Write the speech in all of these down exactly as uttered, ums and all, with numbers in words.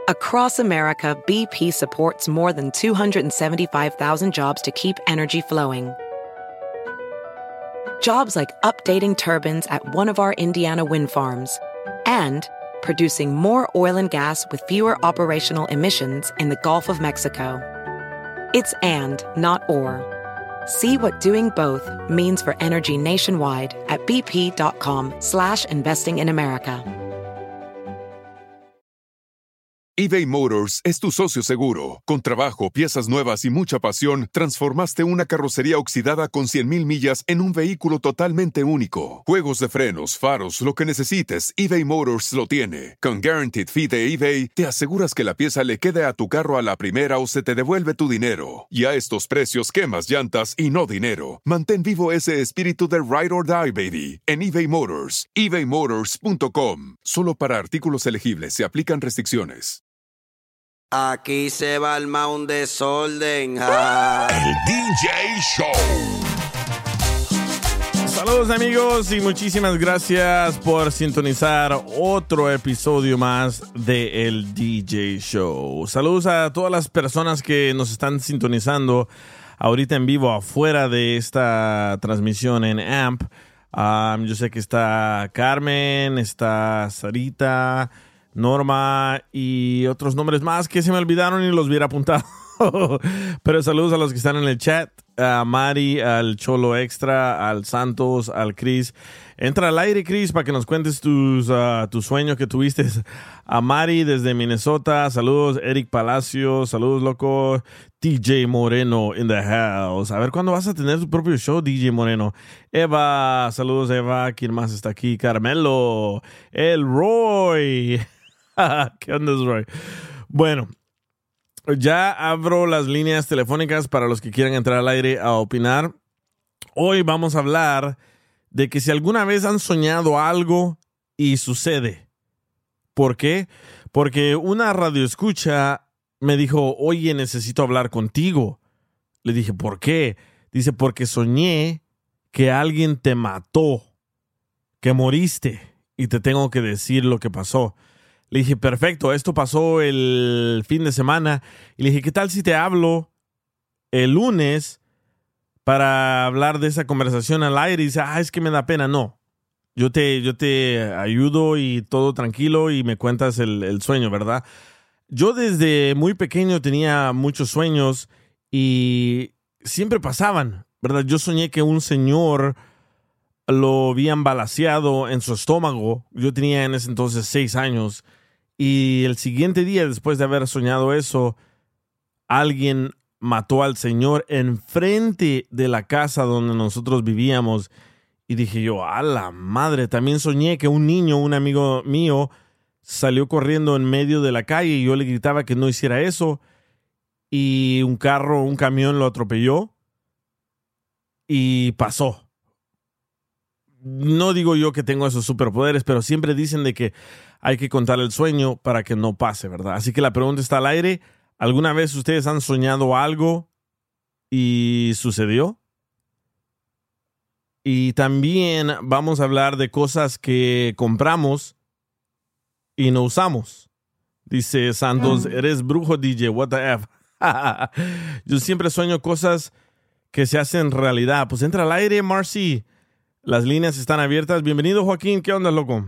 Across America, B P supports more than two hundred seventy-five thousand jobs to keep energy flowing. Jobs like updating turbines at one of our Indiana wind farms and producing more oil and gas with fewer operational emissions in the Gulf of Mexico. It's and, not or. See what doing both means for energy nationwide at bp.com slash investing in America. eBay Motors es tu socio seguro. Con trabajo, piezas nuevas y mucha pasión, transformaste una carrocería oxidada con cien mil millas en un vehículo totalmente único. Juegos de frenos, faros, lo que necesites, eBay Motors lo tiene. Con Guaranteed Fee de eBay, te aseguras que la pieza le quede a tu carro a la primera o se te devuelve tu dinero. Y a estos precios, quemas llantas y no dinero. Mantén vivo ese espíritu de Ride or Die, baby, en eBay Motors. ebay motors punto com. Solo para artículos elegibles se aplican restricciones. Aquí se va el un desorden. Ah. El D J Show. Saludos amigos y muchísimas gracias por sintonizar otro episodio más de El D J Show. Saludos a todas las personas que nos están sintonizando ahorita en vivo afuera de esta transmisión en A M P. Um, yo sé que está Carmen, está Sarita, Norma y otros nombres más que se me olvidaron y los hubiera apuntado. Pero saludos a los que están en el chat, a Mari, al Cholo Extra, al Santos, al Chris. Entra al aire, Chris, para que nos cuentes tus, uh, tu sueño que tuviste. A Mari desde Minnesota, saludos. Eric Palacio, saludos, loco. D J Moreno in the house. A ver cuándo vas a tener tu propio show, D J Moreno. Eva, saludos, Eva. ¿Quién más está aquí? Carmelo, el Roy. ¿Qué onda, Roy? Bueno, ya abro las líneas telefónicas para los que quieran entrar al aire a opinar. Hoy vamos a hablar de que si alguna vez han soñado algo y sucede. ¿Por qué? Porque una radioescucha me dijo, oye, necesito hablar contigo. Le dije, ¿por qué? Dice, porque soñé que alguien te mató, que moriste y te tengo que decir lo que pasó. Le dije, perfecto, esto pasó el fin de semana. Y le dije, ¿qué tal si te hablo el lunes para hablar de esa conversación al aire? Y dice, ah, es que me da pena. No, yo te, yo te ayudo y todo tranquilo y me cuentas el, el sueño, ¿verdad? Yo desde muy pequeño tenía muchos sueños y siempre pasaban, ¿verdad? Yo soñé que un señor lo habían balaceado en su estómago. Yo tenía en ese entonces seis años. Y el siguiente día, después de haber soñado eso, alguien mató al señor enfrente de la casa donde nosotros vivíamos. Y dije yo, a la madre. También soñé que un niño, un amigo mío, salió corriendo en medio de la calle y yo le gritaba que no hiciera eso. Y un carro, un camión lo atropelló y pasó. No digo yo que tengo esos superpoderes, pero siempre dicen de que hay que contar el sueño para que no pase, ¿verdad? Así que la pregunta está al aire. ¿Alguna vez ustedes han soñado algo y sucedió? Y también vamos a hablar de cosas que compramos y no usamos. Dice Santos, eres brujo, D J, what the F. Yo siempre sueño cosas que se hacen realidad. Pues entra al aire, Marcy. Las líneas están abiertas. Bienvenido, Joaquín. ¿Qué onda, loco?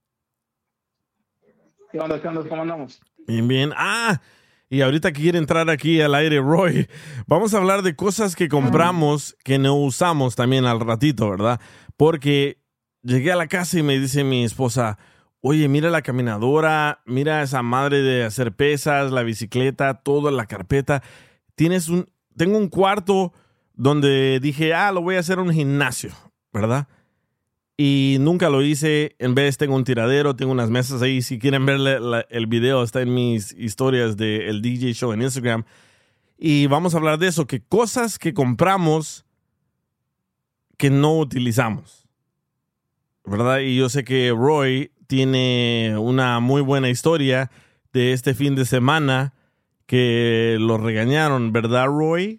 ¿Qué onda? ¿Qué onda? ¿Cómo andamos? Bien, bien. Ah, y ahorita quiere entrar aquí al aire, Roy. Vamos a hablar de cosas que compramos que no usamos también al ratito, ¿verdad? Porque llegué a la casa y me dice mi esposa, oye, mira la caminadora, mira esa madre de hacer pesas, la bicicleta, toda la carpeta. Tienes un, tengo un cuarto donde dije, ah, lo voy a hacer un gimnasio, ¿verdad? Y nunca lo hice. En vez tengo un tiradero, tengo unas mesas ahí. Si quieren ver la, la, el video, está en mis historias de El D J Show en Instagram. Y vamos a hablar de eso, que cosas que compramos que no utilizamos, ¿verdad? Y yo sé que Roy tiene una muy buena historia de este fin de semana que lo regañaron, ¿verdad, Roy?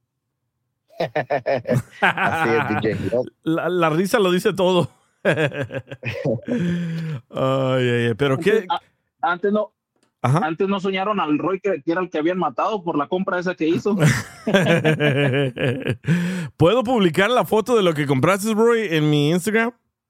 Así es, D J. La, la risa lo dice todo. ay, ay, ay, pero antes, qué. a, antes no, Ajá. Antes no soñaron al Roy que, que era el que habían matado por la compra esa que hizo. ¿Puedo publicar la foto de lo que compraste, Roy, en mi Instagram?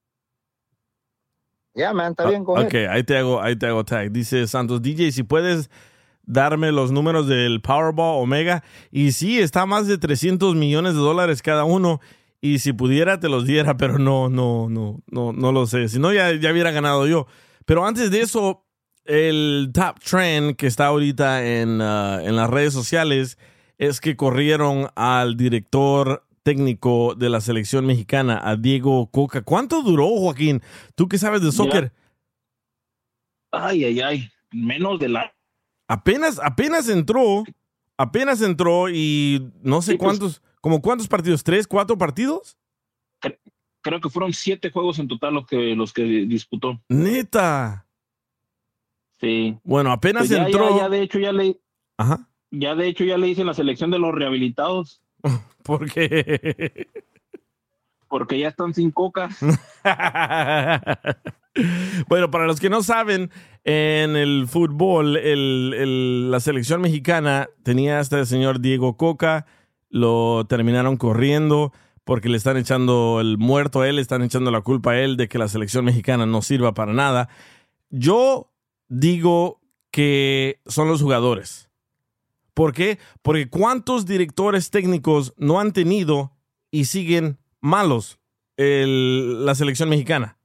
Ya, yeah, man, está bien, coge. Ok, ahí te hago, ahí te hago tag. Dice Santos, D J, si puedes darme los números del Powerball Omega. Y sí, está más de trescientos millones de dólares cada uno. Y si pudiera, te los diera, pero no, no, no, no, no lo sé. Si no, ya, ya hubiera ganado yo. Pero antes de eso, el top trend que está ahorita en, uh, en las redes sociales es que corrieron al director técnico de la selección mexicana, a Diego Coca. ¿Cuánto duró, Joaquín? ¿Tú que sabes de soccer? Mira. Ay, ay, ay. Menos de la... Apenas, apenas entró, apenas entró y no sé sí, cuántos, pues, como cuántos partidos, ¿tres, cuatro partidos? Creo que fueron siete juegos en total los que, los que disputó. Neta. Sí. Bueno, apenas pues ya, entró. Ya, ya de hecho ya le, Ajá. Ya de hecho ya le hice la selección de los rehabilitados. ¿Por qué? Porque ya están sin Coca. Bueno, para los que no saben, en el fútbol, el, el, la selección mexicana tenía hasta el señor Diego Coca, lo terminaron corriendo porque le están echando el muerto a él, le están echando la culpa a él de que la selección mexicana no sirva para nada. Yo digo que son los jugadores. ¿Por qué? Porque ¿cuántos directores técnicos no han tenido y siguen malos el, la selección mexicana?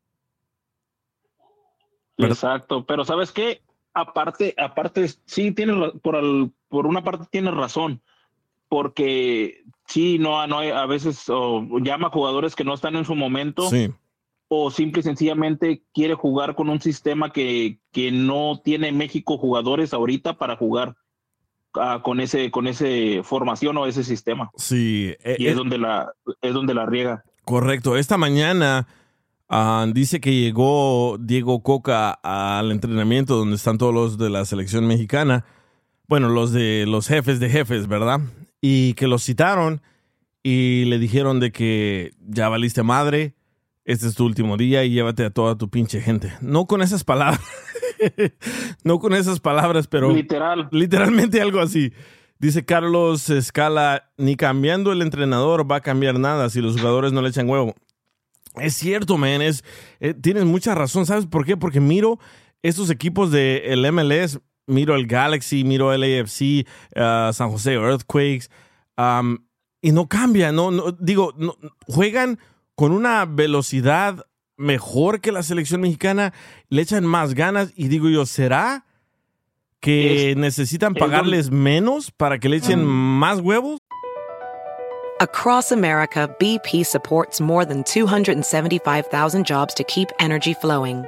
¿Verdad? Exacto, pero ¿sabes qué? Aparte, aparte sí, tienes, por, el, por una parte tienes razón, porque sí, no, no hay, a veces oh, llama jugadores que no están en su momento, sí, o simple y sencillamente quiere jugar con un sistema que, que no tiene México jugadores ahorita para jugar uh, con ese con ese formación o ese sistema. Sí, eh, y es, eh, donde la, es donde la riega. Correcto. Esta mañana uh, dice que llegó Diego Coca al entrenamiento donde están todos los de la selección mexicana, bueno, los de los jefes de jefes, ¿verdad? Y que los citaron y le dijeron de que ya valiste madre, este es tu último día y llévate a toda tu pinche gente. No con esas palabras, no con esas palabras, pero literal, literalmente algo así. Dice Carlos Escala, ni cambiando el entrenador va a cambiar nada si los jugadores no le echan huevo. Es cierto, man, es, eh, tienes mucha razón. ¿Sabes por qué? Porque miro estos equipos del M L S, miro el Galaxy, miro el A F C, uh, San Jose Earthquakes, um, y no cambia, no, no digo, no, juegan con una velocidad mejor que la selección mexicana, le echan más ganas, y digo yo, ¿será que es, necesitan pagarles es un... menos para que le echen mm. más huevos? Across America, B P supports more than two hundred seventy-five thousand jobs to keep energy flowing.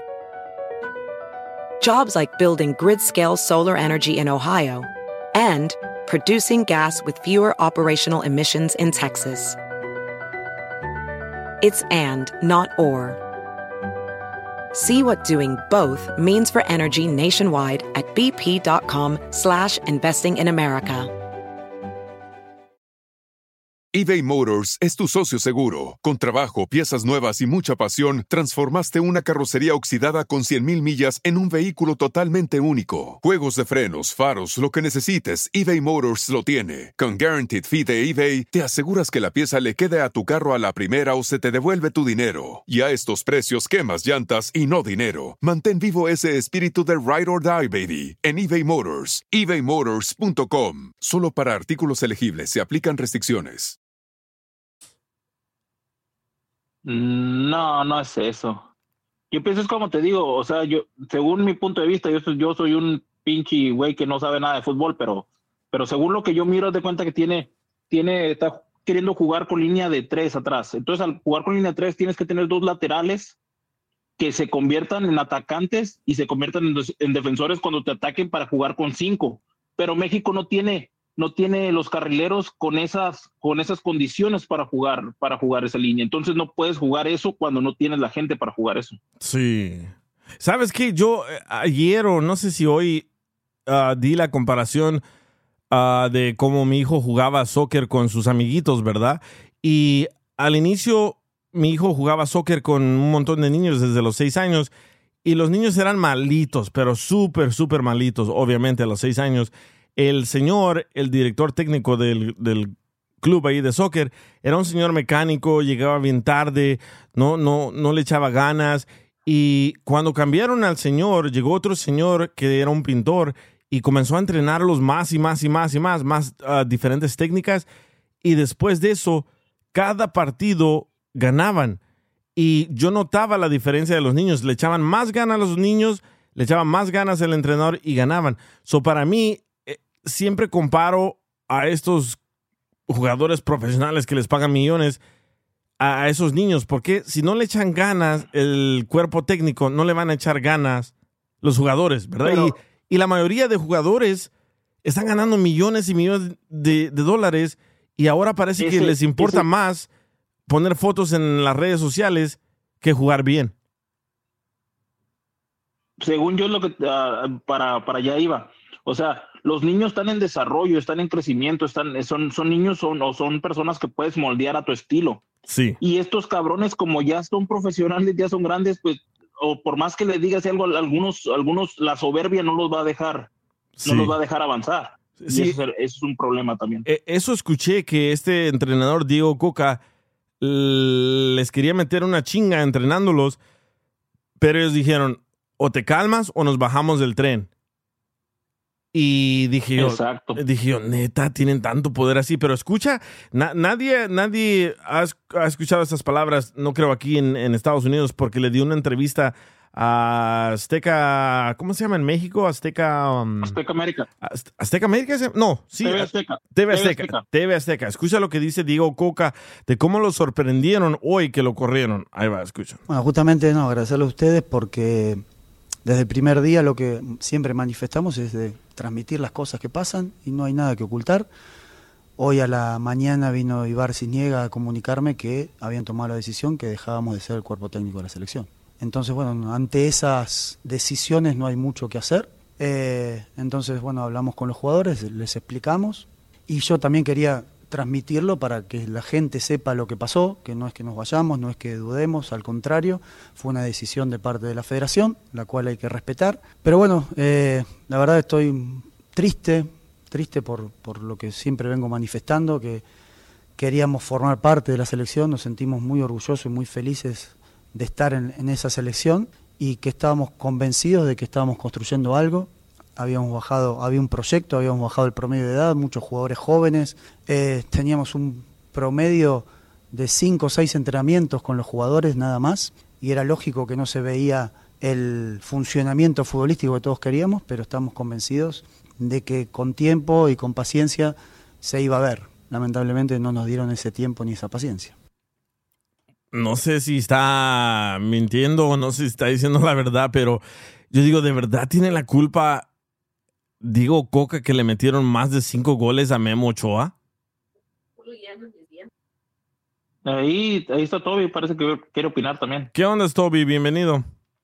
Jobs like building grid-scale solar energy in Ohio and producing gas with fewer operational emissions in Texas. It's and, not or. See what doing both means for energy nationwide at bp.com slash investing in America. eBay Motors es tu socio seguro. Con trabajo, piezas nuevas y mucha pasión, transformaste una carrocería oxidada con cien mil millas en un vehículo totalmente único. Juegos de frenos, faros, lo que necesites, eBay Motors lo tiene. Con Guaranteed Fee de eBay, te aseguras que la pieza le quede a tu carro a la primera o se te devuelve tu dinero. Y a estos precios, quemas llantas y no dinero. Mantén vivo ese espíritu de Ride or Die, baby, en eBay Motors. ebay motors punto com. Solo para artículos elegibles se aplican restricciones. No, no es eso. Yo pienso es como te digo, o sea, yo, según mi punto de vista, yo soy, yo soy un pinche güey que no sabe nada de fútbol, pero, pero según lo que yo miro, de cuenta que tiene, tiene, está queriendo jugar con línea de tres atrás. Entonces, al jugar con línea de tres, tienes que tener dos laterales que se conviertan en atacantes y se conviertan en, en defensores cuando te ataquen para jugar con cinco. Pero México no tiene no tiene los carrileros con esas, con esas condiciones para jugar, para jugar esa línea. Entonces no puedes jugar eso cuando no tienes la gente para jugar eso. Sí. ¿Sabes qué? Yo eh, ayer o no sé si hoy uh, di la comparación uh, de cómo mi hijo jugaba soccer con sus amiguitos, ¿verdad? Y al inicio mi hijo jugaba soccer con un montón de niños desde los seis años y los niños eran malitos, pero súper, súper malitos, obviamente a los seis años. El señor, el director técnico del, del club ahí de soccer, era un señor mecánico, llegaba bien tarde, no, no, no le echaba ganas. Y cuando cambiaron al señor, llegó otro señor que era un pintor y comenzó a entrenarlos más y más y más y más, más uh, diferentes técnicas. Y después de eso, cada partido ganaban. Y yo notaba la diferencia de los niños. Le echaban más ganas a los niños, le echaban más ganas al entrenador y ganaban. So, para mí, eh, siempre comparo a estos jugadores profesionales que les pagan millones a, a esos niños. Porque si no le echan ganas el cuerpo técnico, no le van a echar ganas los jugadores, ¿verdad? Pero, y, y la mayoría de jugadores están ganando millones y millones de, de dólares y ahora parece ese, que les importa ese... más poner fotos en las redes sociales que jugar bien. Según yo, lo que uh, para, para allá iba. O sea, los niños están en desarrollo, están en crecimiento, están, son, son niños son, o son personas que puedes moldear a tu estilo. Sí. Y estos cabrones, como ya son profesionales, ya son grandes, pues, o por más que les digas algo, algunos, algunos la soberbia no los va a dejar, sí. no los va a dejar avanzar. Sí. Y eso, eso es un problema también. Eh, eso escuché que este entrenador, Diego Coca, les quería meter una chinga entrenándolos, pero ellos dijeron, o te calmas o nos bajamos del tren. Y dije yo, Exacto. dije yo, neta, tienen tanto poder así, pero escucha, na- nadie, nadie ha, ha escuchado estas palabras, no creo aquí en, en Estados Unidos, porque le di una entrevista a Azteca, ¿cómo se llama en México? Azteca... Um, Azteca América. ¿Azteca América? No, sí. T V Azteca. T V Azteca. T V Azteca. T V Azteca. Escucha lo que dice Diego Coca de cómo lo sorprendieron hoy que lo corrieron. Ahí va, escucha. Bueno, justamente no, agradecerle a ustedes porque desde el primer día lo que siempre manifestamos es de transmitir las cosas que pasan y no hay nada que ocultar. Hoy a la mañana vino Ibar Cisniega a comunicarme que habían tomado la decisión que dejábamos de ser el cuerpo técnico de la selección. Entonces, bueno, ante esas decisiones no hay mucho que hacer. Eh, entonces, bueno, hablamos con los jugadores, les explicamos. Y yo también quería transmitirlo para que la gente sepa lo que pasó, que no es que nos vayamos, no es que dudemos, al contrario, fue una decisión de parte de la federación, la cual hay que respetar. Pero bueno, eh, la verdad estoy triste, triste por, por lo que siempre vengo manifestando, que queríamos formar parte de la selección, nos sentimos muy orgullosos y muy felices de estar en, en esa selección y que estábamos convencidos de que estábamos construyendo algo. Habíamos bajado, había un proyecto, habíamos bajado el promedio de edad, muchos jugadores jóvenes, eh, teníamos un promedio de cinco o seis entrenamientos con los jugadores nada más y era lógico que no se veía el funcionamiento futbolístico que todos queríamos, pero estamos convencidos de que con tiempo y con paciencia se iba a ver. Lamentablemente no nos dieron ese tiempo ni esa paciencia. No sé si está mintiendo o no sé si está diciendo la verdad, pero yo digo, ¿de verdad tiene la culpa Diego Coca que le metieron más de cinco goles a Memo Ochoa? Ahí, ahí está Toby, parece que quiere opinar también. ¿Qué onda, Toby? Bienvenido.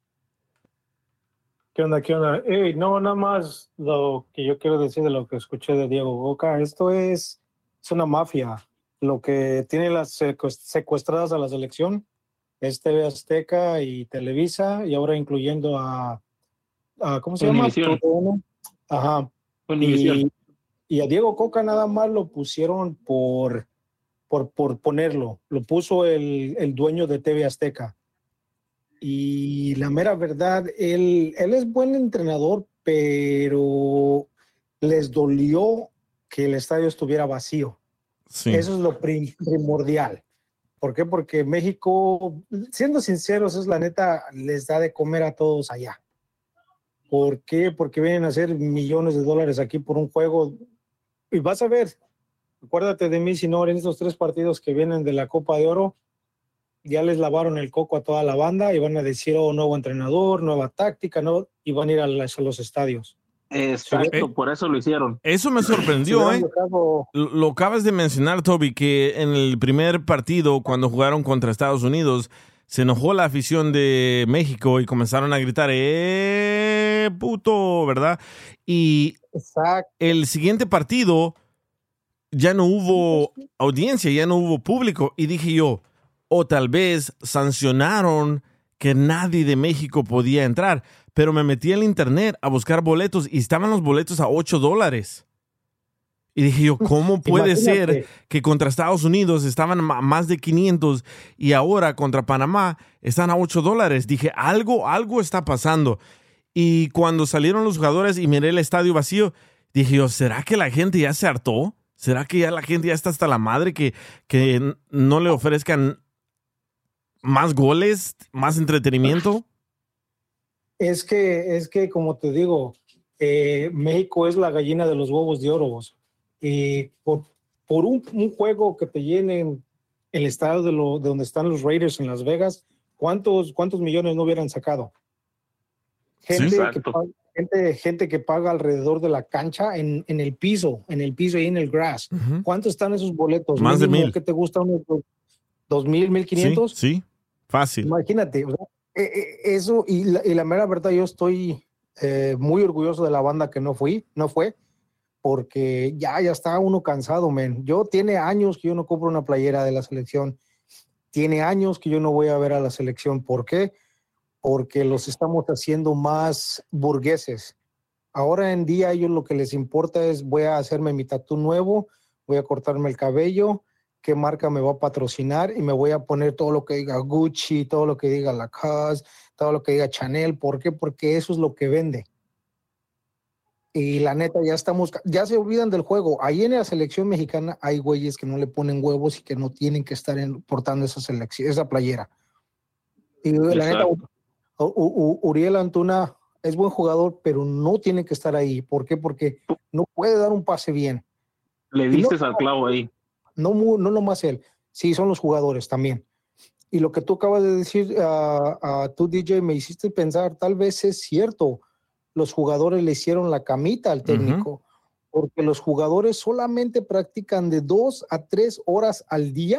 ¿Qué onda, qué onda? Hey, no, nada más lo que yo quiero decir de lo que escuché de Diego Coca. Esto es, es una mafia. Lo que tiene las secuestradas a la selección es T V Azteca y Televisa, y ahora incluyendo a, a ¿cómo se Univisión. llama? Ajá. Y, y a Diego Coca nada más lo pusieron por, por, por ponerlo. Lo puso el, el dueño de T V Azteca. Y la mera verdad, él, él es buen entrenador, pero les dolió que el estadio estuviera vacío. Sí. Eso es lo prim- primordial. ¿Por qué? Porque México, siendo sinceros, es la neta, les da de comer a todos allá. ¿Por qué? Porque vienen a hacer millones de dólares aquí por un juego. Y vas a ver, acuérdate de mí, si no, en estos tres partidos que vienen de la Copa de Oro, ya les lavaron el coco a toda la banda y van a decir, oh, nuevo entrenador, nueva táctica, ¿no? Y van a ir a, las, a los estadios. Exacto, eh, por eso lo hicieron. Eso me sorprendió, ¿eh? Lo, lo acabas de mencionar, Toby, que en el primer partido, cuando jugaron contra Estados Unidos, se enojó la afición de México y comenzaron a gritar, ¡eh, puto! ¿Verdad? Y Exacto. El siguiente partido ya no hubo audiencia, ya no hubo público. Y dije yo, o tal vez sancionaron que nadie de México podía entrar, pero me metí en el internet a buscar boletos y estaban los boletos a ocho dólares. Y dije yo, ¿cómo puede Imagínate. ser que contra Estados Unidos estaban a más de quinientos y ahora contra Panamá están a ocho dólares? Dije, algo, algo está pasando. Y cuando salieron los jugadores y miré el estadio vacío, dije yo, ¿será que la gente ya se hartó? ¿Será que ya la gente ya está hasta la madre que, que no le ofrezcan más goles, más entretenimiento? Es que, es que como te digo, eh, México es la gallina de los huevos de oro. Y por, por un, un juego que te llenen el estadio de, lo, de donde están los Raiders en Las Vegas, ¿cuántos, cuántos millones no hubieran sacado? Gente, Sí, que paga, gente, gente que paga alrededor de la cancha en, en el piso, en el piso y en el grass. Uh-huh. ¿Cuántos están esos boletos? Más de mil. ¿Qué te gusta? ¿Unos dos mil, mil quinientos? Sí, sí, fácil. Imagínate, o sea, eh, eh, eso, y la, y la mera verdad, yo estoy eh, muy orgulloso de la banda que no fui, no fue, porque ya, ya está uno cansado, men. Yo tiene años que yo no compro una playera de la selección, tiene años que yo no voy a ver a la selección. ¿Por qué? Porque los estamos haciendo más burgueses. Ahora en día a ellos lo que les importa es, voy a hacerme mi tatú nuevo, voy a cortarme el cabello, qué marca me va a patrocinar y me voy a poner todo lo que diga Gucci, todo lo que diga Lacoste, todo lo que diga Chanel. ¿Por qué? Porque eso es lo que vende. Y la neta, ya estamos, ya se olvidan del juego. Ahí en la selección mexicana hay güeyes que no le ponen huevos y que no tienen que estar en, portando esa selección, esa playera. Y la neta, U, U, Uriel Antuna es buen jugador, pero no tiene que estar ahí. ¿Por qué? Porque no puede dar un pase bien. Le diste no, al clavo ahí. No, no nomás él, sí, son los jugadores también. Y lo que tú acabas de decir, uh, uh, tú D J, me hiciste pensar, tal vez es cierto, los jugadores le hicieron la camita al técnico, uh-huh. porque los jugadores solamente practican de dos a tres horas al día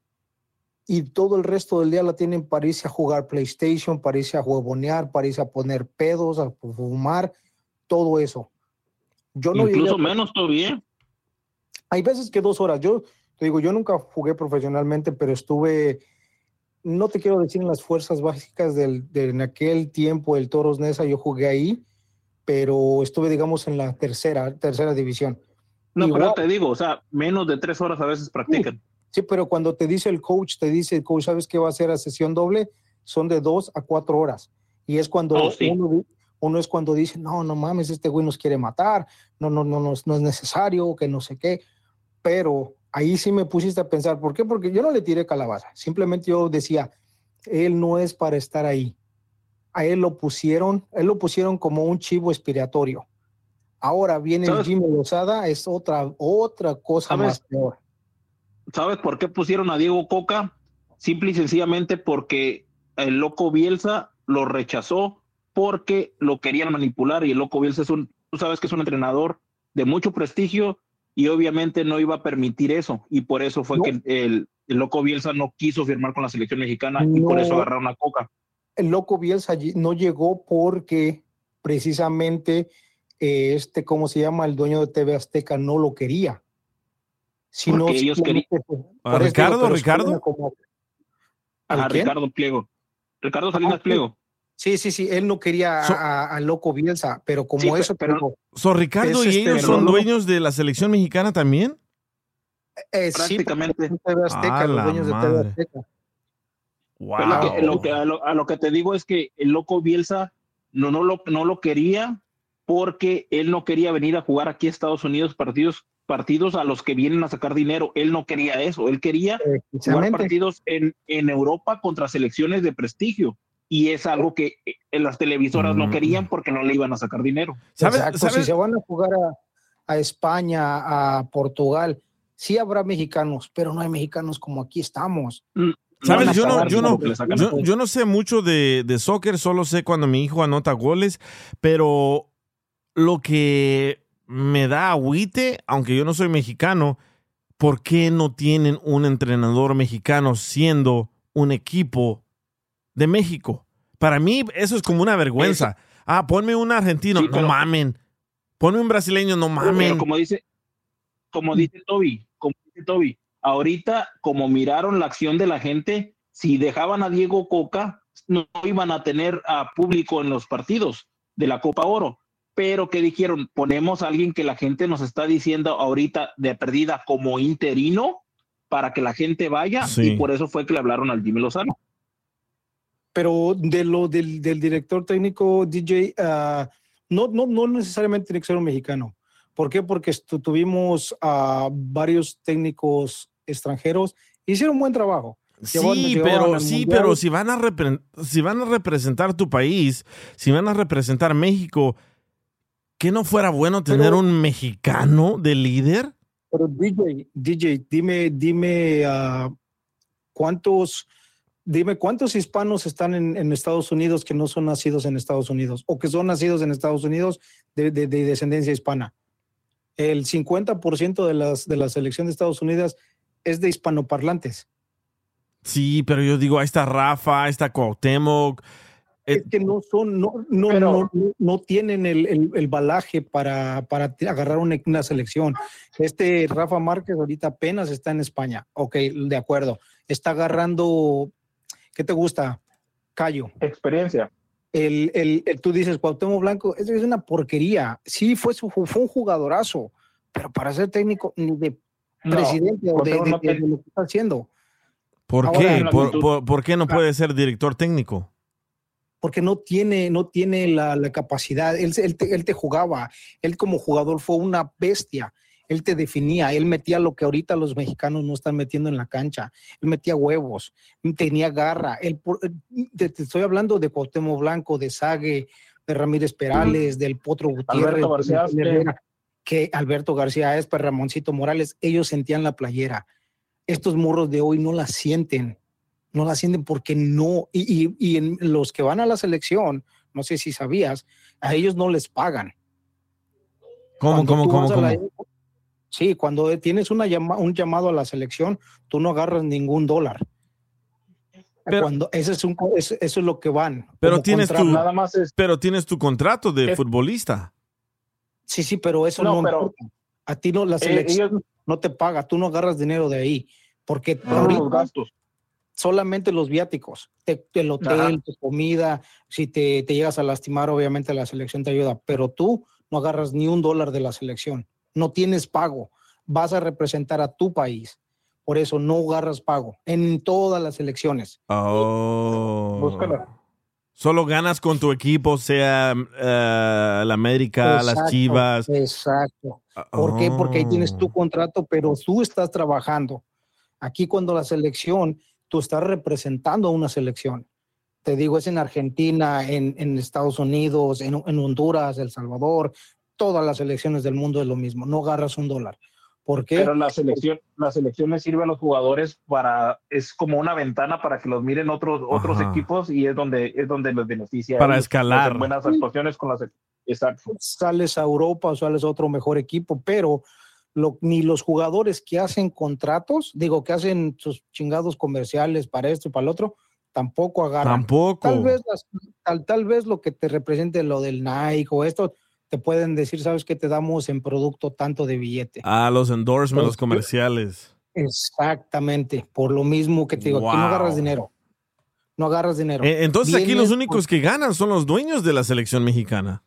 y todo el resto del día la tienen para irse a jugar PlayStation, para irse a huevonear, para irse a poner pedos, a fumar, todo eso. Yo no Incluso a... menos todavía. Hay veces que dos horas, yo te digo, yo nunca jugué profesionalmente, pero estuve, no te quiero decir en las fuerzas básicas del, de en aquel tiempo, el Toros Neza, yo jugué ahí, pero estuve, digamos, en la tercera, tercera división. No, Igual, pero te digo, o sea, menos de tres horas a veces practican. Sí, pero cuando te dice el coach, te dice el coach, ¿sabes qué va a hacer a sesión doble? Son de dos a cuatro horas. Y es cuando oh, sí. uno, uno es cuando dice, no, no mames, este güey nos quiere matar, no, no, no, no, no es necesario, que no sé qué. Pero ahí sí me pusiste a pensar, ¿por qué? Porque yo no le tiré calabaza, simplemente yo decía, él no es para estar ahí. A él lo pusieron, él lo pusieron como un chivo expiatorio. Ahora viene el Jimmy Lozada, es otra, otra cosa ¿Sabes? más peor. ¿Sabes por qué pusieron a Diego Coca? Simple y sencillamente porque el loco Bielsa lo rechazó porque lo querían manipular y el loco Bielsa es un, tú sabes que es un entrenador de mucho prestigio y obviamente no iba a permitir eso y por eso fue no. que el, el loco Bielsa no quiso firmar con la selección mexicana no. y por eso agarraron a Coca. El loco Bielsa no llegó porque precisamente eh, este, ¿cómo se llama? El dueño de T V Azteca no lo quería. Si no, ellos querían. ¿A Ricardo? Digo, ¿Ricardo? Como... A Ricardo Pliego. Ricardo Salinas ah, Pliego. Sí, sí, sí, él no quería so, a, a Loco Bielsa, pero como sí, eso... Pero, pero, so, ¿Ricardo y ellos este, son no, dueños de la selección mexicana también? Eh, Prácticamente. Sí, T V Azteca, ah, los dueños madre. de T V Azteca. Wow. Lo que, lo que, a, lo, a lo que te digo es que el loco Bielsa no, no, lo, no lo quería porque él no quería venir a jugar aquí a Estados Unidos partidos, partidos a los que vienen a sacar dinero. Él no quería eso. Él quería jugar partidos en, en Europa contra selecciones de prestigio. Y es algo que en las televisoras mm. no querían porque no le iban a sacar dinero. ¿Sabes? Exacto. ¿Sabes? Si se van a jugar a, a España, a Portugal, sí habrá mexicanos, pero no hay mexicanos como aquí estamos. Mm. ¿Sabes? Yo no, yo, no, yo, yo no sé mucho de, de soccer, solo sé cuando mi hijo anota goles, pero lo que me da agüite, aunque yo no soy mexicano, ¿por qué no tienen un entrenador mexicano siendo un equipo de México? Para mí eso es como una vergüenza. Eso. Ah, ponme un argentino, sí, pero, no mamen. Ponme un brasileño, no mamen. Pero como dice, como dice Toby, como dice Toby, ahorita, como miraron la acción de la gente, si dejaban a Diego Coca, no iban a tener a público en los partidos de la Copa Oro, pero que dijeron, ponemos a alguien que la gente nos está diciendo ahorita de perdida como interino para que la gente vaya, sí. Y por eso fue que le hablaron al Jimmy Lozano. Pero de lo del, del director técnico, D J, uh, no, no, no necesariamente tiene que ser un mexicano. ¿Por qué? Porque tu, tuvimos a uh, varios técnicos extranjeros, hicieron un buen trabajo. Sí, llevaron, pero, sí pero si van, a repre- si van a representar tu país, si van a representar México, ¿qué no fuera bueno tener pero, un mexicano de líder? Pero D J, D J, dime, dime uh, cuántos, dime cuántos hispanos están en, en Estados Unidos que no son nacidos en Estados Unidos o que son nacidos en Estados Unidos de, de, de descendencia hispana. El cincuenta por ciento de las de la selección de Estados Unidos es de hispanoparlantes. Sí, pero yo digo, ahí está Rafa, ahí está Cuauhtémoc. Es que no son, no, no, pero, no, no tienen el, el, el balaje para, para agarrar una, una selección. Este Rafa Márquez ahorita apenas está en España. Ok, de acuerdo. Está agarrando, ¿qué te gusta? Callo. Experiencia. El, el, el, tú dices, Cuauhtémoc Blanco, es, es una porquería. Sí, fue, su, fue un jugadorazo, pero para ser técnico ni de presidente no, o de, de, no de, de lo que está haciendo. ¿Por Ahora, qué? ¿Por, por, ¿Por qué no puede ser director técnico? Porque no tiene, no tiene la, la capacidad. Él, él, te, él te jugaba. Él como jugador fue una bestia. Él te definía. Él metía lo que ahorita los mexicanos no están metiendo en la cancha. Él metía huevos. Tenía garra. Él, te, te estoy hablando de Cuauhtémoc Blanco, de Sague, de Ramírez Perales, del Potro Gutiérrez. Alberto García. De, que Alberto García Esper, Ramoncito Morales. Ellos sentían la playera. Estos morros de hoy no la sienten. No la sienten porque no, y, y, y en los que van a la selección, no sé si sabías, a ellos no les pagan. ¿Cómo, cómo, cómo, cómo? La, sí, cuando tienes una llama, un llamado a la selección, tú no agarras ningún dólar. Pero, cuando, ese es un, eso, eso es lo que van. Pero tienes, tu, nada más es, pero tienes tu contrato de es, futbolista. Sí, sí, pero eso no, no pero, importa. A ti no, la selección eh, ellos, no te paga, tú no agarras dinero de ahí. Porque no, ahorita, los gastos. Solamente los viáticos, te, el hotel, Ajá. tu comida, si te, te llegas a lastimar, obviamente la selección te ayuda, pero tú no agarras ni un dólar de la selección, no tienes pago, vas a representar a tu país, por eso no agarras pago en todas las selecciones. Oh. Búscala. Solo ganas con tu equipo, sea uh, la América, exacto, las Chivas. Exacto. ¿Por oh. qué? Porque ahí tienes tu contrato, pero tú estás trabajando. Aquí cuando la selección... tú estás representando a una selección. Te digo, es en Argentina, en, en Estados Unidos, en, en Honduras, El Salvador, todas las selecciones del mundo es lo mismo. No agarras un dólar. ¿Por qué? Pero la selección, la selección les sirve a los jugadores para, es como una ventana para que los miren otros, otros equipos y es donde, es donde les beneficia. Para ellos, escalar. Buenas actuaciones con las. Exacto. Sales a Europa o sales a otro mejor equipo, pero Lo, ni los jugadores que hacen contratos, digo, que hacen sus chingados comerciales para esto y para el otro, tampoco agarran. Tampoco. Tal vez, las, tal, tal vez lo que te represente lo del Nike o esto, te pueden decir, ¿sabes qué te damos en producto tanto de billete? Ah, los endorsements, Pero, los comerciales. Exactamente, por lo mismo que te digo, wow. Aquí no agarras dinero. No agarras dinero. Eh, entonces Vienes aquí los únicos por... que ganan son los dueños de la selección mexicana.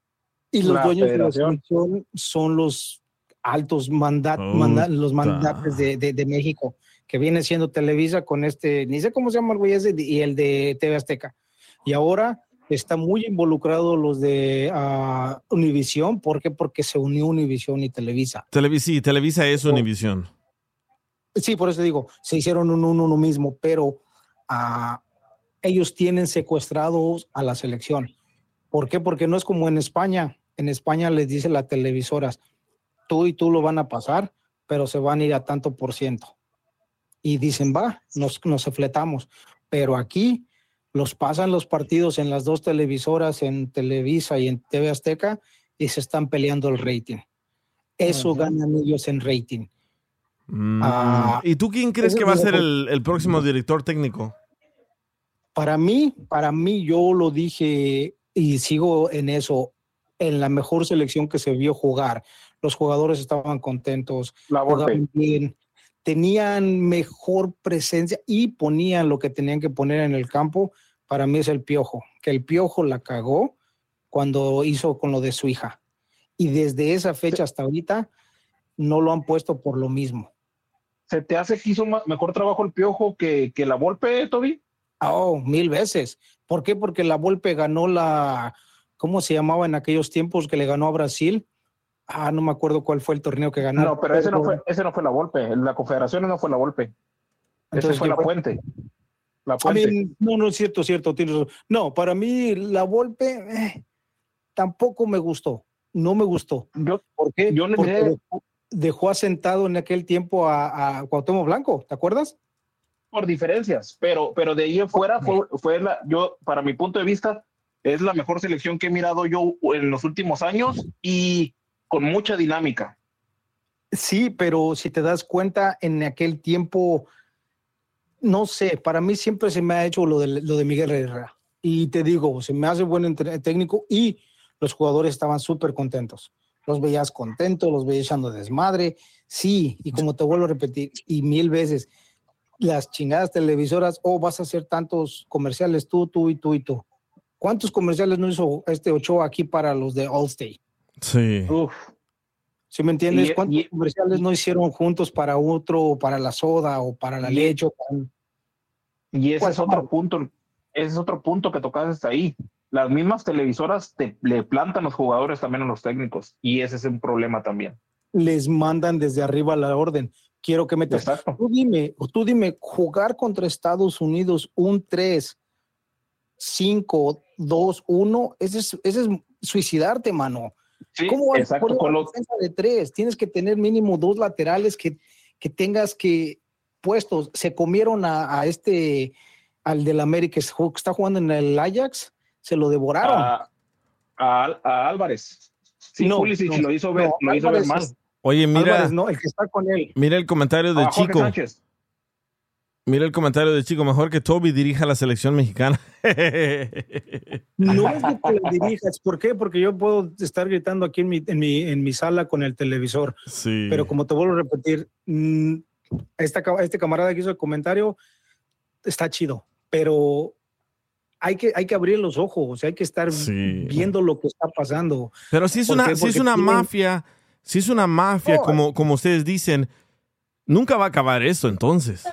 Y los la dueños federación. de la selección son los altos mandat, manda, los mandates de, de, de México, que viene siendo Televisa con este, ni sé cómo se llama el güey ese, y el de T V Azteca. Y ahora está muy involucrado los de uh, Univisión. ¿Por qué? Porque se unió Univisión y Televisa. Televisa, sí, Televisa es Univisión. Sí, por eso digo, se hicieron un uno, uno mismo, pero uh, ellos tienen secuestrados a la selección. ¿Por qué? Porque no es como en España. En España les dice las televisoras, tú y tú lo van a pasar, pero se van a ir a tanto por ciento. Y dicen, va, nos, nos fletamos. Pero aquí los pasan los partidos en las dos televisoras, en Televisa y en T V Azteca, y se están peleando el rating. Eso uh-huh. ganan ellos en rating. Mm. Uh, ¿Y tú quién crees que va a ser el, el próximo director técnico? Para mí, para mí, yo lo dije y sigo en eso, en la mejor selección que se vio jugar. Los jugadores estaban contentos, jugaban bien, tenían mejor presencia y ponían lo que tenían que poner en el campo para mí es el Piojo, que el Piojo la cagó cuando hizo con lo de su hija. Y desde esa fecha hasta ahorita no lo han puesto por lo mismo. ¿Se te hace que hizo mejor trabajo el Piojo que, que la Volpe, Toby? Oh, mil veces. ¿Por qué? Porque la Volpe ganó la, ¿cómo se llamaba en aquellos tiempos que le ganó a Brasil? Ah, no me acuerdo cuál fue el torneo que ganó. No, pero ese no fue, ese no fue la Volpe. La Confederaciones no fue la Volpe. Ese fue la fue? Puente. La Puente. A mí, no, no es cierto, cierto. Tienes razón. No, para mí la Volpe eh, tampoco me gustó. No me gustó. Yo, ¿Por qué? Yo le Porque dejé... dejó, dejó asentado en aquel tiempo a, a Cuauhtémoc Blanco, ¿te acuerdas? Por diferencias, pero, pero de ahí en fuera fue, fue la, yo, para mi punto de vista, es la mejor selección que he mirado yo en los últimos años y con mucha dinámica. Sí, pero si te das cuenta, en aquel tiempo, no sé, para mí siempre se me ha hecho lo de, lo de Miguel Herrera. Y te digo, se me hace buen técnico y los jugadores estaban súper contentos. Los veías contentos, los veías echando desmadre. Sí, y como te vuelvo a repetir, y mil veces, las chingadas televisoras, o oh, vas a hacer tantos comerciales tú, tú y tú y tú. ¿Cuántos comerciales no hizo este Ochoa aquí para los de Allstate? Sí. Uf. ¿Sí me entiendes? Y, ¿Cuántos y, comerciales no hicieron juntos para otro, para la soda o para la y, leche? Para... Y ese es otro punto, ese es otro punto que tocaste ahí. Las mismas televisoras te, le plantan los jugadores también a los técnicos y ese es un problema también. Les mandan desde arriba la orden. Quiero que metas. Tú dime, tú dime, jugar contra Estados Unidos un tres, cinco, dos, uno, ese es, ese es suicidarte, mano. Sí, ¿Cómo vas exacto, a poner con una lo... defensa de tres? Tienes que tener mínimo dos laterales que, que tengas que puestos. Se comieron a, a este, al del América que está jugando en el Ajax, se lo devoraron. A, a, a Álvarez. Sí, no, Pulisic no, lo hizo ver, no, lo hizo ver mal. Oye, mira, Álvarez, no, el que está con él. Mira el comentario de ah, Chico. Sánchez. Mira el comentario de Chico. Mejor que Toby dirija la selección mexicana. No es que le dirijas. ¿Por qué? Porque yo puedo estar gritando aquí en mi, en mi, en mi sala con el televisor. Sí. Pero como te vuelvo a repetir, esta, este camarada que hizo el comentario está chido, pero hay que, hay que abrir los ojos, hay que estar sí. viendo lo que está pasando. Pero si es una, si es una tienen... mafia, si es una mafia, oh. como, como ustedes dicen, nunca va a acabar eso entonces.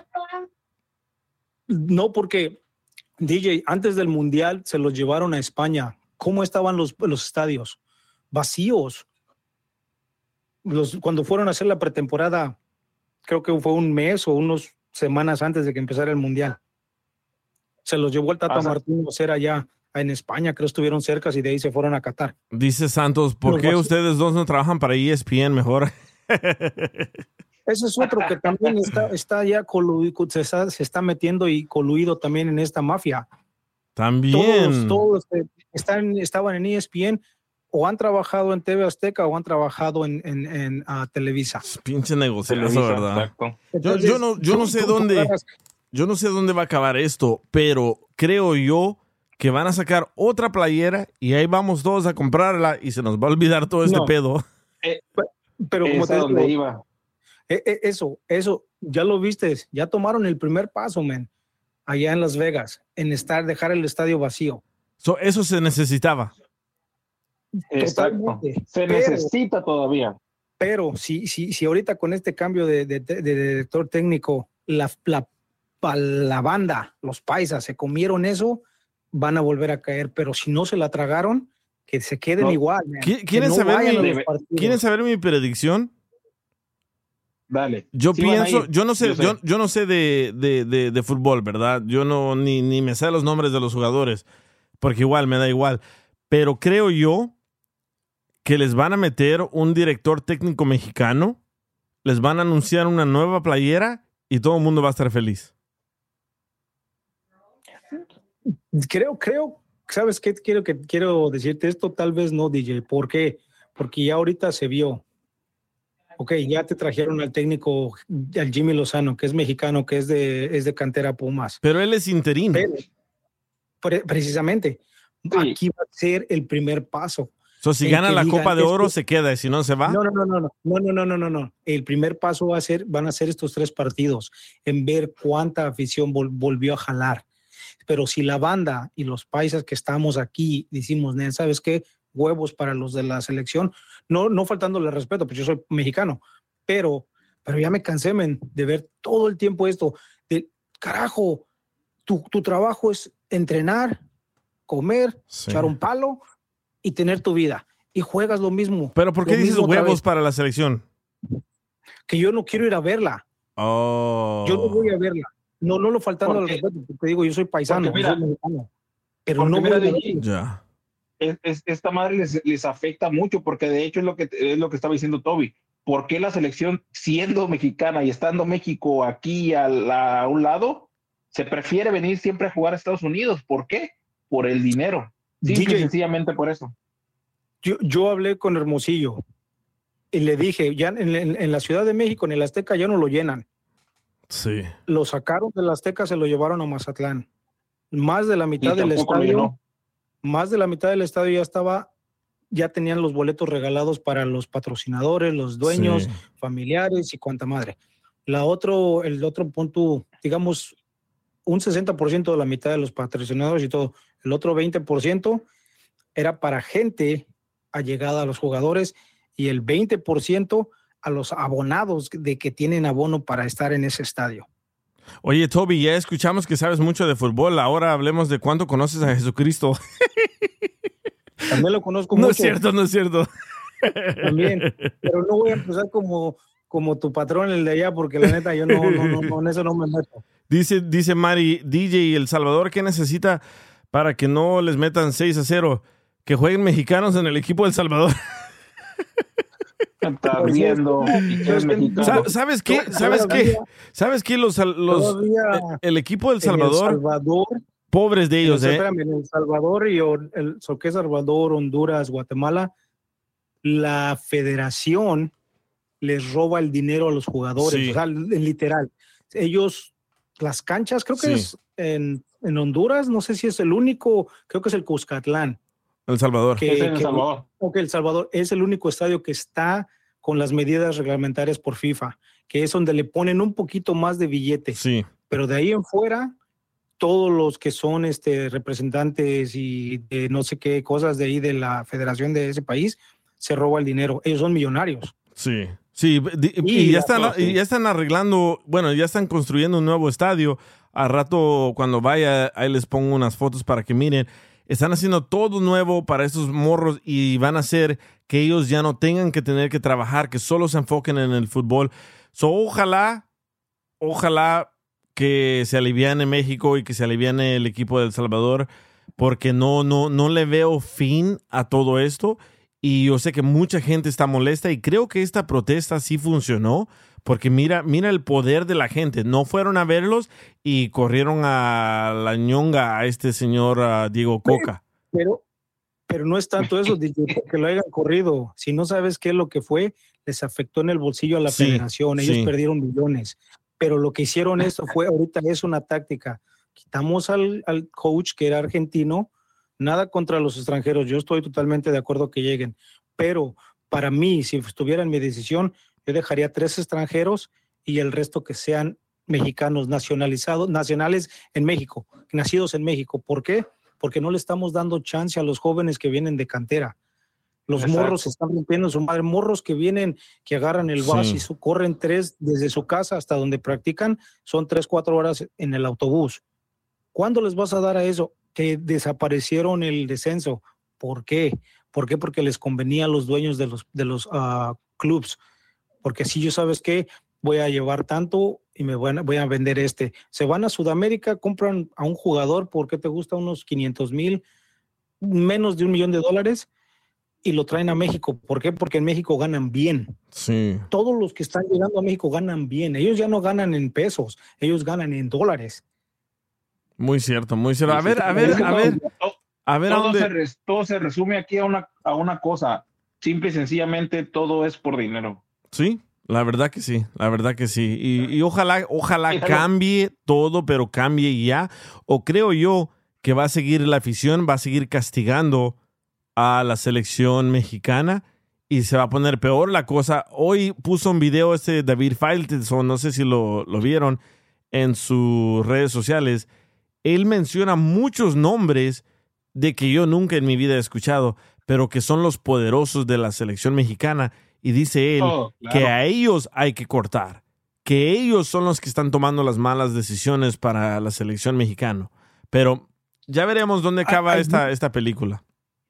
No, porque D J, antes del Mundial se los llevaron a España. ¿Cómo estaban los, los estadios? Vacíos. Los, cuando fueron a hacer la pretemporada, creo que fue un mes o unas semanas antes de que empezara el Mundial. Se los llevó el Tata Martino a hacer allá en España, creo que estuvieron cerca y de ahí se fueron a Qatar. Dice Santos, ¿por los qué vacíos. Ustedes dos no trabajan para E S P N mejor? Ese es otro que también está, está ya coluido, se está, se está metiendo y coluido también en esta mafia. También. Todos, todos están, estaban en E S P N o han trabajado en T V Azteca o han trabajado en, en, en uh, Televisa. Pinche negociazo, ¿verdad? Entonces, yo, yo, no, yo no sé dónde, yo no sé dónde va a acabar esto, pero creo yo que van a sacar otra playera y ahí vamos todos a comprarla y se nos va a olvidar todo este no. pedo. Eh, pero como te digo, iba. Eh, eh, eso, eso, ya lo viste, ya tomaron el primer paso, man, allá en Las Vegas, en estar, dejar el estadio vacío. So, eso se necesitaba. Exacto. Se pero, necesita todavía. Pero si, si, si ahorita con este cambio de, de, de, de director técnico, la, la, la banda, los paisas, se comieron eso, van a volver a caer. Pero si no se la tragaron, que se queden no. igual. Man. ¿Quieren, que no saber mi, ¿Quieren saber mi predicción? Dale. Yo sí pienso, yo no sé, yo, sé. yo, yo no sé de, de, de, de fútbol, ¿verdad? Yo no, ni, ni me sé los nombres de los jugadores, porque igual me da igual. Pero creo yo que les van a meter un director técnico mexicano, les van a anunciar una nueva playera y todo el mundo va a estar feliz. Creo, creo, ¿sabes qué? Quiero, que, quiero decirte esto, tal vez no, D J. ¿Por qué? Porque ya ahorita se vio. Ok, ya te trajeron al técnico, al Jimmy Lozano, que es mexicano, que es de, es de cantera Pumas. Pero él es interino. Pero, pre- precisamente, sí. Aquí va a ser el primer paso. So, si gana la Copa de Oro, se queda, y si no, se va. No, no, no, no, no, no, no, no, no, no. El primer paso va a ser, van a ser estos tres partidos, en ver cuánta afición vol- volvió a jalar. pero si la banda y los paisas que estamos aquí decimos, ¿sabes qué? Huevos para los de la selección, no, no faltándole respeto, pues yo soy mexicano, pero, pero ya me cansé, men, de ver todo el tiempo esto, de carajo, tu, tu trabajo es entrenar, comer, sí. echar un palo y tener tu vida, y juegas lo mismo. ¿Pero por qué dices huevos para la selección? Que yo no quiero ir a verla. Oh. Yo no voy a verla. No, no lo faltando al respeto, te digo, yo soy paisano, mira, soy mexicano, pero no mira, voy a verla. Ya. Es, es, esta madre les, les afecta mucho, porque de hecho es lo que es lo que estaba diciendo Toby. ¿Por qué la selección, siendo mexicana y estando México aquí a, la, a un lado, se prefiere venir siempre a jugar a Estados Unidos? ¿Por qué? Por el dinero. Simple D J, y sencillamente por eso. Yo, yo hablé con Hermosillo y le dije, ya en, en, en la Ciudad de México, en el Azteca, ya no lo llenan. Sí. Lo sacaron del Azteca, se lo llevaron a Mazatlán. Más de la mitad del estadio, más de la mitad del estadio ya estaba, ya tenían los boletos regalados para los patrocinadores, los dueños, sí. familiares y cuanta madre. La otro, el otro punto, digamos, un sesenta por ciento de la mitad de los patrocinadores y todo. El otro veinte por ciento era para gente allegada a los jugadores y el veinte por ciento a los abonados de que tienen abono para estar en ese estadio. Oye, Toby, ya escuchamos que sabes mucho de fútbol. Ahora hablemos de cuánto conoces a Jesucristo. También lo conozco no mucho. No es cierto, no es cierto. También, pero no voy a empezar como, como tu patrón, el de allá, porque la neta yo no, no, no, no en eso no me meto. Dice, dice Mari, D J, ¿El Salvador qué necesita para que no les metan seis a cero? Que jueguen mexicanos en el equipo de El Salvador. Está viendo. ¿Sabes qué? ¿Sabes qué? ¿Sabes qué? Los, los, el equipo del Salvador, El Salvador, pobres de ellos, en, ¿eh? Espérame, en El Salvador y el so que es Salvador, Honduras, Guatemala, la federación les roba el dinero a los jugadores, sí. O sea, literal. Ellos, las canchas, creo que sí. es en, en Honduras, no sé si es el único, creo que es el Cuscatlán. El Salvador. Que, es en El que, Salvador. Que El Salvador es el único estadio que está con las medidas reglamentarias por FIFA, que es donde le ponen un poquito más de billete. Sí. Pero de ahí en fuera, todos los que son este, representantes y de no sé qué cosas de ahí de la federación de ese país, se roba el dinero. Ellos son millonarios. Sí. Sí, y, y, ya están, y ya están arreglando, bueno, ya están construyendo un nuevo estadio. Al rato, cuando vaya, ahí les pongo unas fotos para que miren. Están haciendo todo nuevo para estos morros y van a hacer que ellos ya no tengan que tener que trabajar, que solo se enfoquen en el fútbol. So, ojalá, ojalá que se aliviane México y que se aliviane el equipo de El Salvador, porque no, no, no le veo fin a todo esto. Y yo sé que mucha gente está molesta y creo que esta protesta sí funcionó, porque mira, mira el poder de la gente. No fueron a verlos y corrieron a la ñonga a este señor uh, Diego Coca. Pero, pero no es tanto eso, D J, que lo hayan corrido. Si no sabes qué es lo que fue, les afectó en el bolsillo a la sí, federación. Ellos sí. perdieron millones. Pero lo que hicieron esto fue, ahorita es una táctica. Quitamos al, al coach que era argentino. Nada contra los extranjeros. Yo estoy totalmente de acuerdo que lleguen. Pero para mí, si estuviera en mi decisión, yo dejaría tres extranjeros y el resto que sean mexicanos nacionalizados, nacionales en México, nacidos en México. ¿Por qué? Porque no le estamos dando chance a los jóvenes que vienen de cantera. Los Exacto. morros se están rompiendo su madre. Morros que vienen, que agarran el bus sí. y su, corren tres desde su casa hasta donde practican, son tres, cuatro horas en el autobús. ¿Cuándo les vas a dar a eso? Que desaparecieron el descenso. ¿Por qué? ¿Por qué? Porque les convenía a los dueños de los, de los uh, clubs. Porque si yo sabes qué, voy a llevar tanto y me voy a, voy a vender este. Se van a Sudamérica, compran a un jugador, ¿por qué te gusta? Unos quinientos mil, menos de un millón de dólares, y lo traen a México. ¿Por qué? Porque en México ganan bien. Sí. Todos los que están llegando a México ganan bien. Ellos ya no ganan en pesos, ellos ganan en dólares. Muy cierto, muy cierto. A ver, a ver, a ver. A ver, todo, se res, todo se resume aquí a una, a una cosa. Simple y sencillamente todo es por dinero. Sí, la verdad que sí, la verdad que sí. Y, y ojalá, ojalá cambie todo, pero cambie ya. O creo yo que va a seguir la afición, va a seguir castigando a la selección mexicana y se va a poner peor la cosa. Hoy puso un video este David Faitelson, no sé si lo, lo vieron en sus redes sociales. él menciona muchos nombres de que yo nunca en mi vida he escuchado, pero que son los poderosos de la selección mexicana. Y dice él Oh, claro. que a ellos hay que cortar, que ellos son los que están tomando las malas decisiones para la selección mexicana. Pero ya veremos dónde acaba Ay, esta, esta película.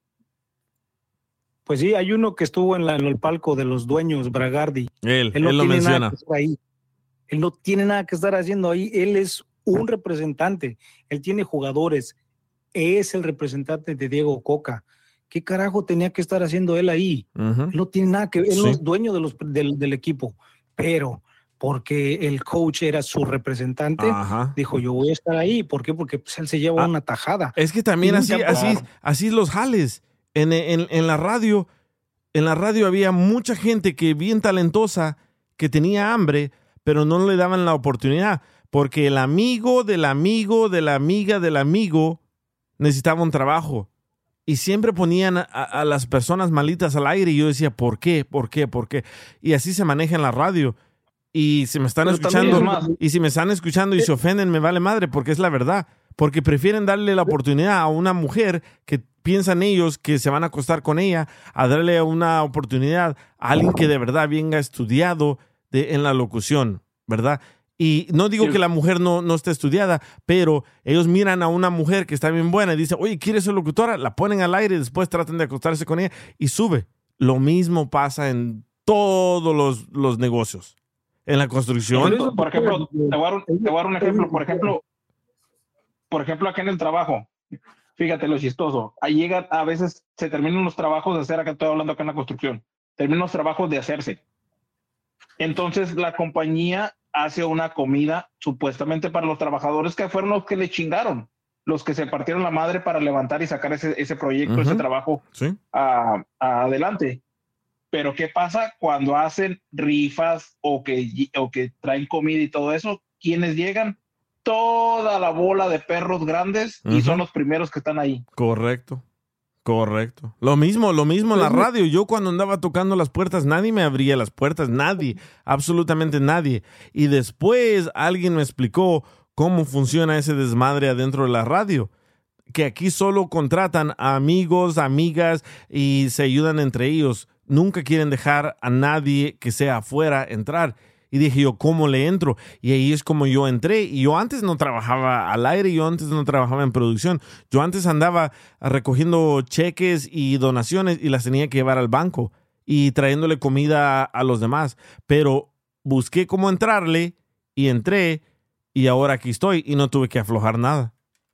Pues sí, hay uno que estuvo en, la, en el palco de los dueños, Bragardi. Él, Él no él lo tiene menciona. nada que estar ahí. Él no tiene nada que estar haciendo ahí. Él es un representante. Él tiene jugadores. Es el representante de Diego Coca. ¿Qué carajo tenía que estar haciendo él ahí? Uh-huh. Él no tiene nada que ver. Él Sí. no es dueño de los, del, del equipo. Pero porque el coach era su representante, Ajá. dijo, yo voy a estar ahí. ¿Por qué? Porque pues, él se lleva Ah, una tajada. Es que también Y así, nunca- así, así los jales. En, en, en la radio, en la radio había mucha gente que bien talentosa, que tenía hambre, pero no le daban la oportunidad, porque el amigo del amigo de la amiga del amigo necesitaba un trabajo. Y siempre ponían a, a las personas malitas al aire y yo decía, ¿por qué? ¿Por qué? ¿Por qué? Y así se maneja en la radio. Y si me están Pero también escuchando, es más. y si me están escuchando y se ofenden, me vale madre, porque es la verdad. Porque prefieren darle la oportunidad a una mujer que piensan ellos que se van a acostar con ella, a darle una oportunidad a alguien que de verdad venga estudiado de, en la locución, ¿verdad? Y no digo Sí. que la mujer no, no esté estudiada, pero ellos miran a una mujer que está bien buena y dicen, oye, ¿quieres ser locutora? La ponen al aire y después tratan de acostarse con ella y sube. Lo mismo pasa en todos los, los negocios. En la construcción. Por, por ejemplo, te voy, a dar un, te voy a dar un ejemplo. Por ejemplo, por ejemplo, acá en el trabajo, fíjate lo chistoso. Ahí llegan, a veces se terminan los trabajos de hacer, acá estoy hablando acá en la construcción, terminan los trabajos de hacerse. Entonces la compañía hace una comida supuestamente para los trabajadores que fueron los que le chingaron, los que se partieron la madre para levantar y sacar ese, ese proyecto, Ujú. ese trabajo Sí. a, a adelante. Pero ¿qué pasa cuando hacen rifas o que, o que traen comida y todo eso? ¿Quiénes llegan? Toda la bola de perros grandes y Ujú. son los primeros que están ahí. Correcto, correcto. Lo mismo, lo mismo en la radio. Yo cuando andaba tocando las puertas, nadie me abría las puertas, nadie, absolutamente nadie. Y después alguien me explicó cómo funciona ese desmadre adentro de la radio. Que aquí solo contratan a amigos, amigas y se ayudan entre ellos. Nunca quieren dejar a nadie que sea afuera entrar. Y dije yo, ¿cómo le entro? Y ahí es como yo entré. Y yo antes no trabajaba al aire, yo antes no trabajaba en producción. Yo antes andaba recogiendo cheques y donaciones y las tenía que llevar al banco y trayéndole comida a los demás. Pero busqué cómo entrarle y entré y ahora aquí estoy y no tuve que aflojar nada.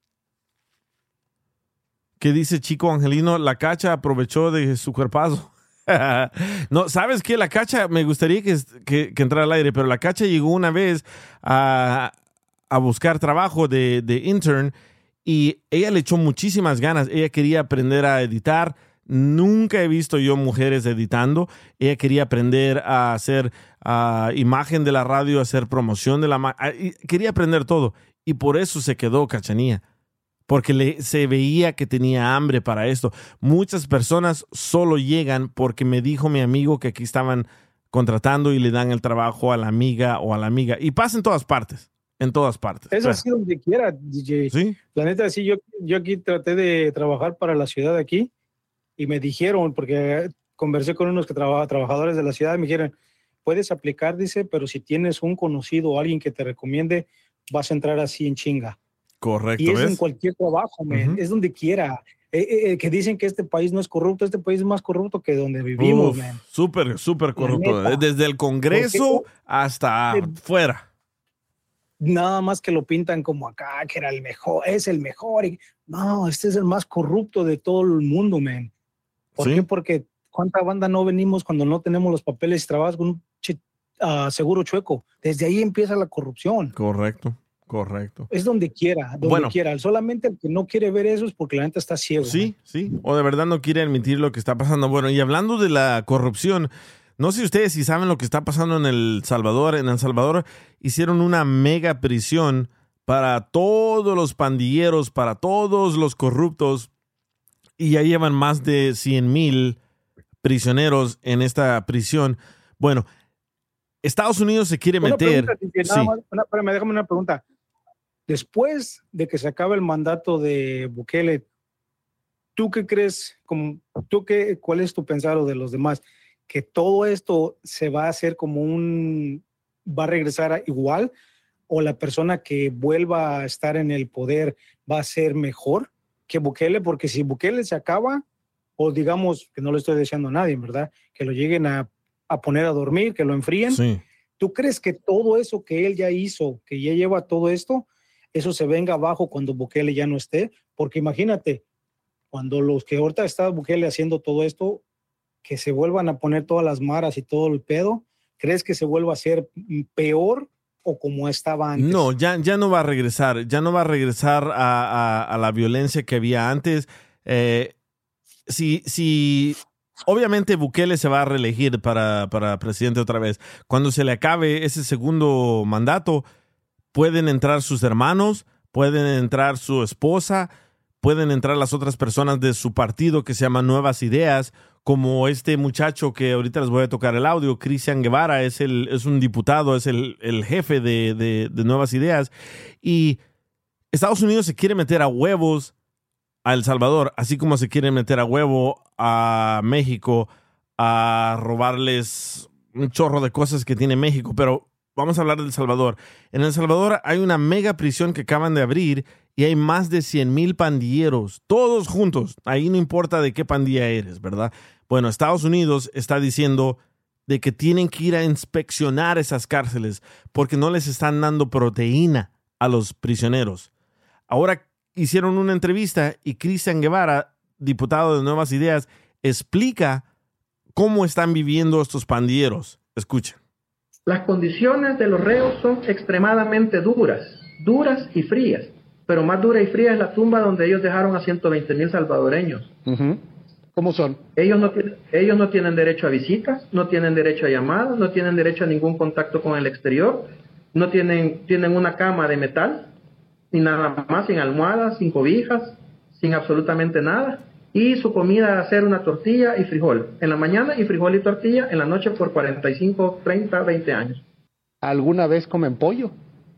¿Qué dice Chico Angelino? La Cacha aprovechó de su cuerpazo. No, ¿sabes qué? La Cacha, me gustaría que, que, que entrara al aire, pero la Cacha llegó una vez a, a buscar trabajo de, de intern y ella le echó muchísimas ganas. Ella quería aprender a editar. Nunca he visto yo mujeres editando. Ella quería aprender a hacer uh, imagen de la radio, hacer promoción de la... Ma- quería aprender todo y por eso se quedó Cachanía. Porque le, se veía que tenía hambre para esto. Muchas personas solo llegan porque me dijo mi amigo que aquí estaban contratando y le dan el trabajo a la amiga o a la amiga. Y pasa en todas partes, en todas partes. Es así donde quiera, D J. ¿Sí? La neta, sí, yo, yo aquí traté de trabajar para la ciudad de aquí y me dijeron, porque conversé con unos que traba, trabajadores de la ciudad, me dijeron, puedes aplicar, dice, pero si tienes un conocido o alguien que te recomiende, vas a entrar así en chinga. Correcto. Y es ¿ves? en cualquier trabajo, man. Uh-huh. Es donde quiera. Eh, eh, que dicen que este país no es corrupto, este país es más corrupto que donde vivimos, Uf, man. Súper, súper corrupto. Desde el Congreso hasta afuera. Nada más que lo pintan como acá, que era el mejor, es el mejor. Y, no, este es el más corrupto de todo el mundo, man. ¿Por ¿Sí? qué? Porque ¿cuánta banda no venimos cuando no tenemos los papeles y trabajas con un ch- uh, seguro chueco? Desde ahí empieza la corrupción. Correcto. Correcto. Es donde quiera, donde bueno, quiera. Solamente el que no quiere ver eso es porque la neta está ciego. Sí, man. sí. O de verdad no quiere admitir lo que está pasando. Bueno, y hablando de la corrupción, no sé ustedes si saben lo que está pasando en El Salvador. En El Salvador hicieron una mega prisión para todos los pandilleros, para todos los corruptos. Y ya llevan más de cien mil prisioneros en esta prisión. Bueno, Estados Unidos se quiere Una meter. pregunta, nada sí. más, una, espérame, déjame una pregunta. después de que se acabe el mandato de Bukele, ¿tú qué crees? Como, ¿tú qué, ¿Cuál es tu pensado de los demás? ¿Que todo esto se va a hacer como un... va a regresar a igual? ¿O la persona que vuelva a estar en el poder va a ser mejor que Bukele? Porque si Bukele se acaba, o digamos, que no le estoy deseando a nadie, ¿verdad? Que lo lleguen a, a poner a dormir, que lo enfríen. Sí. ¿Tú crees que todo eso que él ya hizo, que ya lleva todo esto, eso se venga abajo cuando Bukele ya no esté? Porque imagínate, cuando los que ahorita está Bukele haciendo todo esto, que se vuelvan a poner todas las maras y todo el pedo, ¿crees que se vuelva a ser peor o como estaba antes? No, ya, ya no va a regresar, ya no va a regresar a, a, a la violencia que había antes. Eh, si, si, obviamente Bukele se va a reelegir para, para presidente otra vez. Cuando se le acabe ese segundo mandato, pueden entrar sus hermanos, pueden entrar su esposa, pueden entrar las otras personas de su partido que se llama Nuevas Ideas, como este muchacho que ahorita les voy a tocar el audio, Cristian Guevara, es, el, es un diputado, es el, el jefe de, de, de Nuevas Ideas. Y Estados Unidos se quiere meter a huevos a El Salvador, así como se quiere meter a huevo a México, a robarles un chorro de cosas que tiene México. Pero vamos a hablar de El Salvador. En El Salvador hay una mega prisión que acaban de abrir y hay más de cien mil pandilleros, todos juntos. Ahí no importa de qué pandilla eres, ¿verdad? Bueno, Estados Unidos está diciendo de que tienen que ir a inspeccionar esas cárceles porque no les están dando proteína a los prisioneros. Ahora hicieron una entrevista y Cristian Guevara, diputado de Nuevas Ideas, explica cómo están viviendo estos pandilleros. Escuchen. Las condiciones de los reos son extremadamente duras, duras y frías, pero más dura y fría es la tumba donde ellos dejaron a ciento veinte mil salvadoreños. Uh-huh. ¿Cómo son? Ellos no, ellos no tienen derecho a visitas, no tienen derecho a llamadas, no tienen derecho a ningún contacto con el exterior, no tienen, tienen una cama de metal, ni nada más, sin almohadas, sin cobijas, sin absolutamente nada. Y su comida es hacer una tortilla y frijol. En la mañana y frijol y tortilla, en la noche por cuarenta y cinco, treinta, veinte años. ¿Alguna vez comen pollo?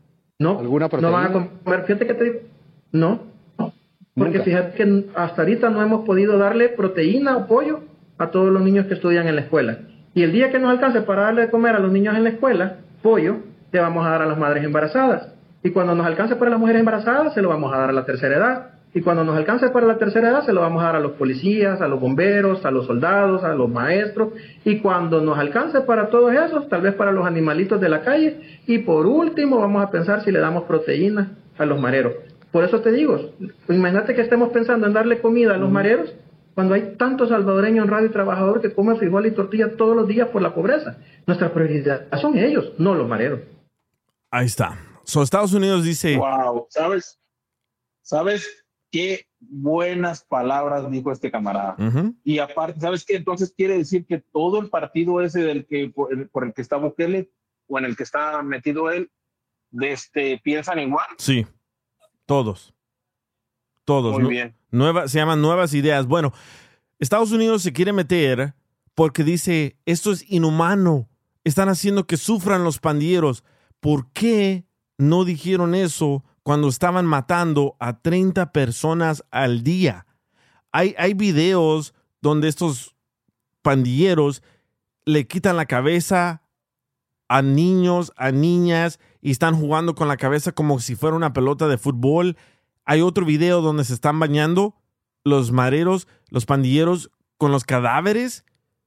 No, ¿Alguna proteína? No van a comer, fíjate que te digo, no, no. Porque Nunca. Fíjate que hasta ahorita no hemos podido darle proteína o pollo a todos los niños que estudian en la escuela. Y el día que nos alcance para darle de comer a los niños en la escuela, pollo, le vamos a dar a las madres embarazadas. Y cuando nos alcance para las mujeres embarazadas, se lo vamos a dar a la tercera edad. Y cuando nos alcance para la tercera edad, se lo vamos a dar a los policías, a los bomberos, a los soldados, a los maestros. Y cuando nos alcance para todos esos, tal vez para los animalitos de la calle. Y por último, vamos a pensar si le damos proteína a los mareros. Por eso te digo, imagínate que estemos pensando en darle comida a los mareros cuando hay tantos salvadoreños en radio y trabajador que comen frijol y tortilla todos los días por la pobreza. Nuestra prioridad son ellos, no los mareros. Ahí está. So, Estados Unidos dice... Wow, ¿sabes? ¿Sabes qué buenas palabras dijo este camarada? Uh-huh. Y aparte, ¿sabes qué? Entonces quiere decir que todo el partido ese del que por el, por el que está Bukele o en el que está metido él, de este, ¿piensan igual? Sí, todos. Todos. Muy bien. Nueva, se llaman Nuevas Ideas. Bueno, Estados Unidos se quiere meter porque dice, esto es inhumano. Están haciendo que sufran los pandilleros. ¿Por qué no dijeron eso cuando estaban matando a treinta personas al día? Hay, hay videos donde estos pandilleros le quitan la cabeza a niños, a niñas, y están jugando con la cabeza como si fuera una pelota de fútbol. Hay otro video donde se están bañando los mareros, los pandilleros, con los cadáveres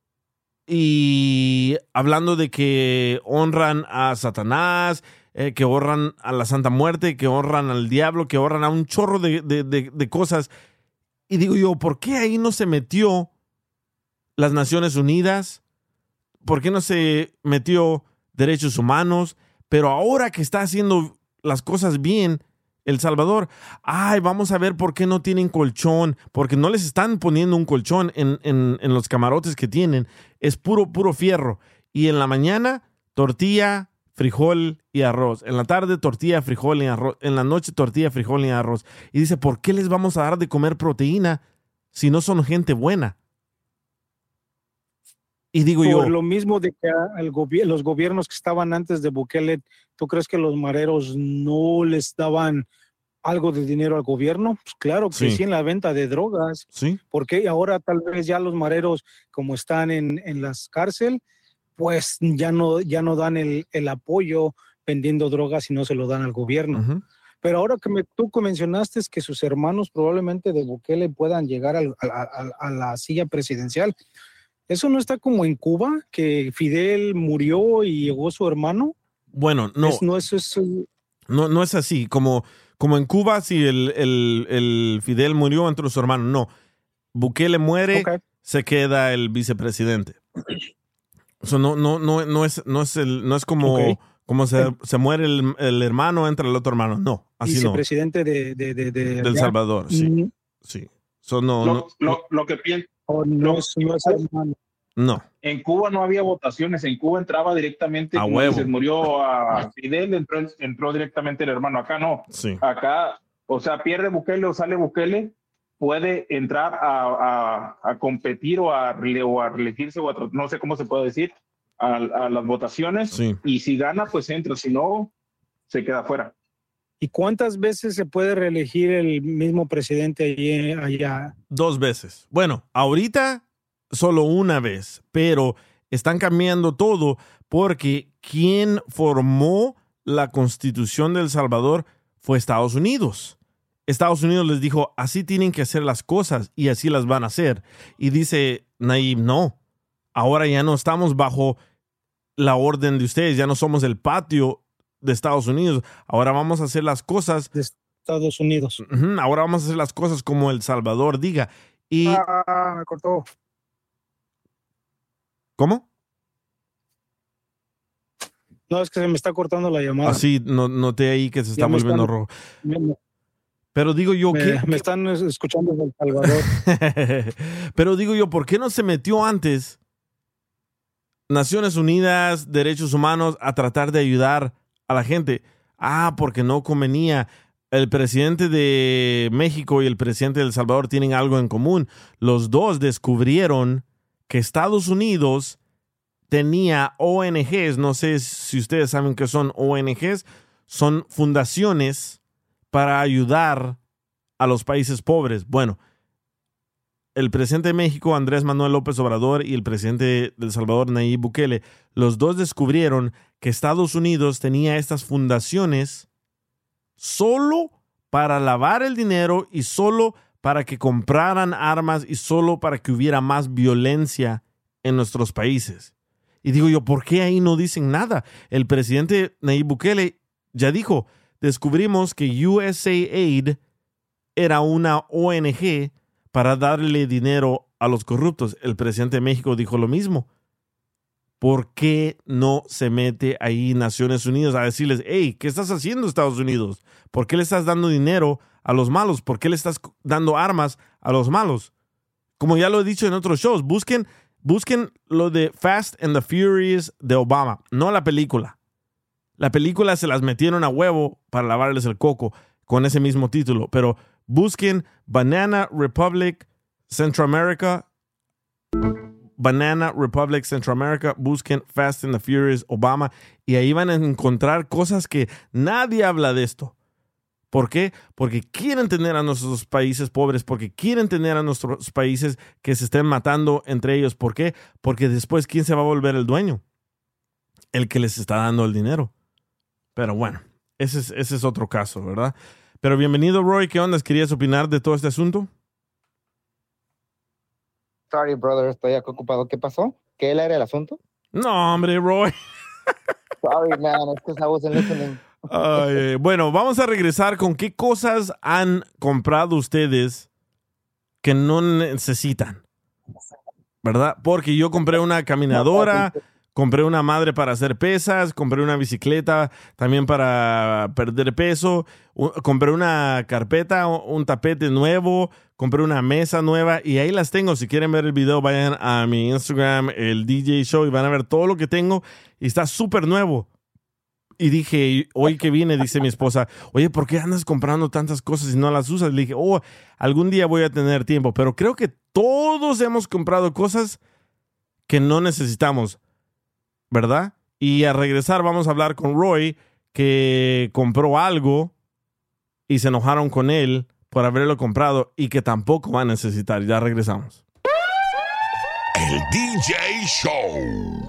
y hablando de que honran a Satanás, eh, que honran a la Santa Muerte, que honran al diablo, que honran a un chorro de, de, de, de cosas. Y digo yo, ¿por qué ahí no se metió las Naciones Unidas? ¿Por qué no se metió derechos humanos? Pero ahora que está haciendo las cosas bien El Salvador, ay, vamos a ver por qué no tienen colchón, porque no les están poniendo un colchón en, en, en los camarotes que tienen, es puro, puro fierro. Y en la mañana, tortilla, frijol y arroz. En la tarde, tortilla, frijol y arroz. En la noche, tortilla, frijol y arroz. Y dice, ¿por qué les vamos a dar de comer proteína si no son gente buena? Y digo Por yo... lo mismo de que el gobi- los gobiernos que estaban antes de Bukele, ¿tú crees que los mareros no les daban algo de dinero al gobierno? Pues claro que Sí. sí, en la venta de drogas. Sí. Porque ahora tal vez ya los mareros, como están en, en las cárceles, pues ya no, ya no dan el, el apoyo vendiendo drogas y no se lo dan al gobierno. Ujú. Pero ahora que me, tú que mencionaste es que sus hermanos probablemente de Bukele puedan llegar al- a, a- a la silla presidencial. ¿Eso no está como en Cuba, que Fidel murió y llegó su hermano? Bueno, no, Es- no, eso es... no, no es así. Como, como en Cuba, si el, el, el Fidel murió entre sus hermanos, no. Bukele muere, Ok. se queda el vicepresidente. Eso no, no, no, no es, no es el, no es como, Ok. como se, se muere el, el hermano, entra el otro hermano. No, así no. Vicepresidente de, de, de, de- Del de- Salvador, sí. Mm, Sí. So, no, Lo, no, lo, lo que pienso, oh, no, es- no es hermano. no. en Cuba no había votaciones, en Cuba entraba directamente, A como huevo. dices, murió a Fidel, entró, entró directamente el hermano. Acá no. Sí. Acá, o sea, pierde Bukele o sale Bukele, puede entrar a, a, a competir o a, rele- o a reelegirse, o a, tro- no sé cómo se puede decir, a, a las votaciones. Sí. Y si gana, pues entra, si no, se queda fuera. ¿Y cuántas veces se puede reelegir el mismo presidente allí, allá? Dos veces. Bueno, ahorita solo una vez, pero están cambiando todo porque quien formó la Constitución de El Salvador fue Estados Unidos. Estados Unidos les dijo, así tienen que hacer las cosas y así las van a hacer. Y dice Nayib, no, ahora ya no estamos bajo la orden de ustedes, ya no somos el patio de Estados Unidos, ahora vamos a hacer las cosas de Estados Unidos. Ujú, ahora vamos a hacer las cosas como El Salvador diga. Y Ah, me cortó. ¿cómo? No, es que se me está cortando la llamada. Así no, noté ahí que se está Ya me volviendo están- rojo. Me, me- Pero digo yo, me- ¿qué? me están escuchando de El Salvador. Pero digo yo, ¿por qué no se metió antes Naciones Unidas, Derechos Humanos a tratar de ayudar a la gente? Ah, porque no convenía. El presidente de México y el presidente de El Salvador tienen algo en común. Los dos descubrieron que Estados Unidos tenía O N Ges. No sé si ustedes saben qué son O N Ges. Son fundaciones para ayudar a los países pobres. Bueno, el presidente de México, Andrés Manuel López Obrador, y el presidente de El Salvador, Nayib Bukele, los dos descubrieron que Estados Unidos tenía estas fundaciones solo para lavar el dinero y solo para que compraran armas y solo para que hubiera más violencia en nuestros países. Y digo yo, ¿por qué ahí no dicen nada? El presidente Nayib Bukele ya dijo, descubrimos que U S A I D era una O N G para darle dinero a los corruptos. El presidente de México dijo lo mismo. ¿Por qué no se mete ahí Naciones Unidas a decirles, hey, ¿qué estás haciendo Estados Unidos? ¿Por qué le estás dando dinero a los malos? ¿Por qué le estás dando armas a los malos? Como ya lo he dicho en otros shows, busquen, busquen lo de Fast and the Furious de Obama, no la película. La película se las metieron a huevo para lavarles el coco con ese mismo título, pero busquen Banana Republic Central America, Banana Republic Central America, busquen Fast and the Furious Obama y ahí van a encontrar cosas que nadie habla de esto. ¿Por qué? Porque quieren tener a nuestros países pobres, porque quieren tener a nuestros países que se estén matando entre ellos. ¿Por qué? Porque después, ¿quién se va a volver el dueño? El que les está dando el dinero. Pero bueno, ese es, ese es otro caso, ¿verdad? Pero bienvenido, Roy. ¿Qué onda? ¿Querías opinar de todo este asunto? Sorry, brother, estoy acá ocupado. ¿Qué pasó? ¿Qué era el asunto? No, hombre, Roy. Sorry, man, es que I wasn't listening. Ay, bueno, vamos a regresar con qué cosas han comprado ustedes que no necesitan, ¿verdad? Porque yo compré una caminadora, compré una madre para hacer pesas, compré una bicicleta también para perder peso, u- compré una carpeta, un tapete nuevo, compré una mesa nueva y ahí las tengo. Si quieren ver el video, vayan a mi Instagram, el D J Show, y van a ver todo lo que tengo y está súper nuevo. Y dije, hoy que vine, dice mi esposa, oye, ¿por qué andas comprando tantas cosas y no las usas? Le dije, oh, algún día voy a tener tiempo. Pero creo que todos hemos comprado cosas que no necesitamos, ¿verdad? Y al regresar vamos a hablar con Roy, que compró algo y se enojaron con él por haberlo comprado y que tampoco va a necesitar. Ya regresamos. El D J Show.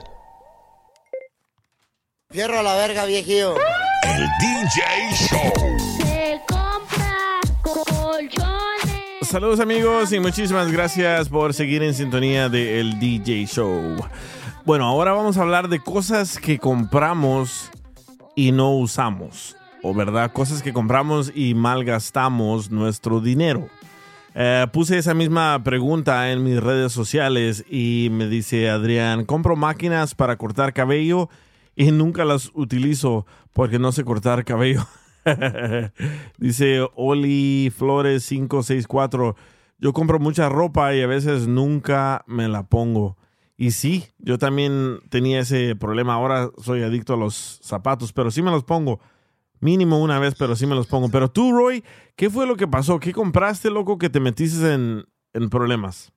Fierro a la verga, viejillo. El D J Show. Se compra colchones. Saludos amigos y muchísimas gracias por seguir en sintonía de El D J Show. Bueno, ahora vamos a hablar de cosas que compramos y no usamos. O verdad, cosas que compramos y malgastamos nuestro dinero. Eh, puse esa misma pregunta en mis redes sociales y me dice Adrián, compro máquinas para cortar cabello y nunca las utilizo porque no sé cortar cabello. Dice Oli Flores cinco seis cuatro, yo compro mucha ropa y a veces nunca me la pongo. Y sí, yo también tenía ese problema. Ahora soy adicto a los zapatos, pero sí me los pongo. Mínimo una vez, pero sí me los pongo. Pero tú, Roy, ¿qué fue lo que pasó? ¿Qué compraste, loco, que te metiste en, en problemas?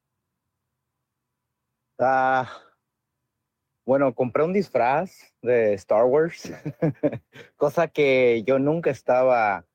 Ah, bueno, compré un disfraz de Star Wars, cosa que yo nunca estaba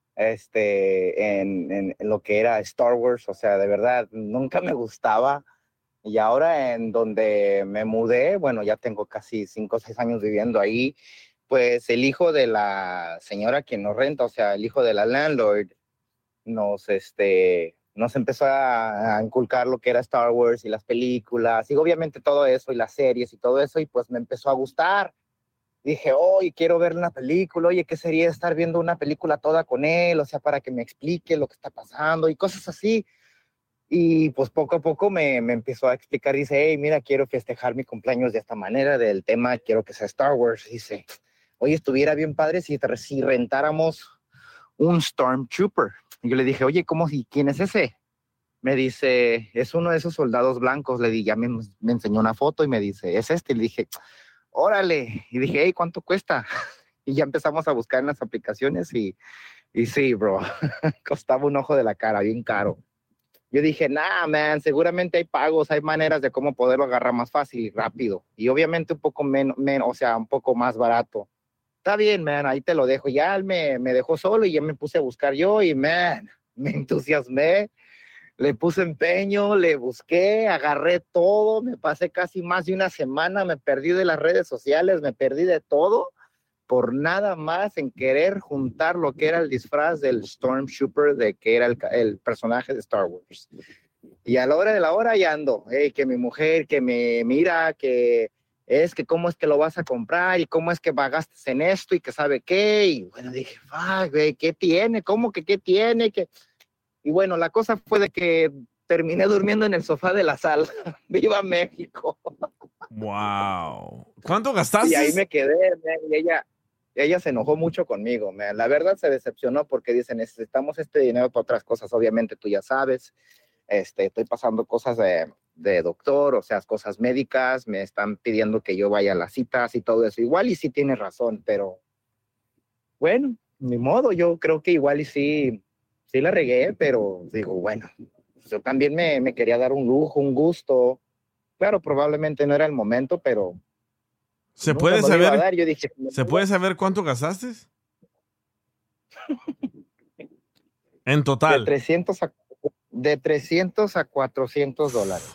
este, en, en, en lo que era Star Wars. O sea, de verdad, nunca me gustaba. Y ahora en donde me mudé, bueno, ya tengo casi cinco o seis años viviendo ahí, pues el hijo de la señora que nos renta, o sea, el hijo de la landlord, nos, este, nos empezó a, a inculcar lo que era Star Wars y las películas, y obviamente todo eso, y las series y todo eso, y pues me empezó a gustar. Dije, oye, quiero ver una película, oye, ¿qué sería estar viendo una película toda con él? O sea, para que me explique lo que está pasando y cosas así. Y pues poco a poco me, me empezó a explicar, dice, hey, mira, quiero festejar mi cumpleaños de esta manera, del tema, quiero que sea Star Wars. Dice, oye, estuviera bien padre si, si rentáramos un Stormtrooper. Y yo le dije, oye, ¿cómo? ¿Y quién es ese? Me dice, es uno de esos soldados blancos. Le dije, ya me, me enseñó una foto y me dice, es este. Y le dije, órale. Y dije, hey, ¿cuánto cuesta? Y ya empezamos a buscar en las aplicaciones y, y sí, bro, costaba un ojo de la cara, bien caro. Yo dije, nah, man, seguramente hay pagos, hay maneras de cómo poderlo agarrar más fácil y rápido. Y obviamente un poco menos, men, o sea, un poco más barato. Está bien, man, ahí te lo dejo. Ya él me, me dejó solo y ya me puse a buscar yo y, man, me entusiasmé. Le puse empeño, le busqué, agarré todo. Me pasé casi más de una semana, me perdí de las redes sociales, me perdí de todo por nada más en querer juntar lo que era el disfraz del Stormtrooper, de que era el, el personaje de Star Wars. Y a la hora de la hora ya ando, hey, que mi mujer, que me mira, que es que cómo es que lo vas a comprar y cómo es que pagaste en esto y que sabe qué. Y bueno, dije, fuck, güey, ¿qué tiene? ¿Cómo que qué tiene? ¿Qué? Y bueno, la cosa fue de que terminé durmiendo en el sofá de la sala. ¡Viva México! Wow. ¿Cuánto gastaste? Y ahí me quedé, man, y ella... Ella se enojó mucho conmigo, man. La verdad se decepcionó porque dice, necesitamos este dinero para otras cosas, obviamente tú ya sabes, este, estoy pasando cosas de, de doctor, o sea, cosas médicas, me están pidiendo que yo vaya a las citas y todo eso, igual y sí tiene razón, pero bueno, ni modo, yo creo que igual y sí, sí la regué, pero digo, bueno, yo también me, me quería dar un lujo, un gusto, claro, probablemente no era el momento, pero... ¿Se puede saber, dar, yo dije, ¿se puede saber cuánto gastaste? En total. De trescientos a, de trescientos a cuatrocientos dólares.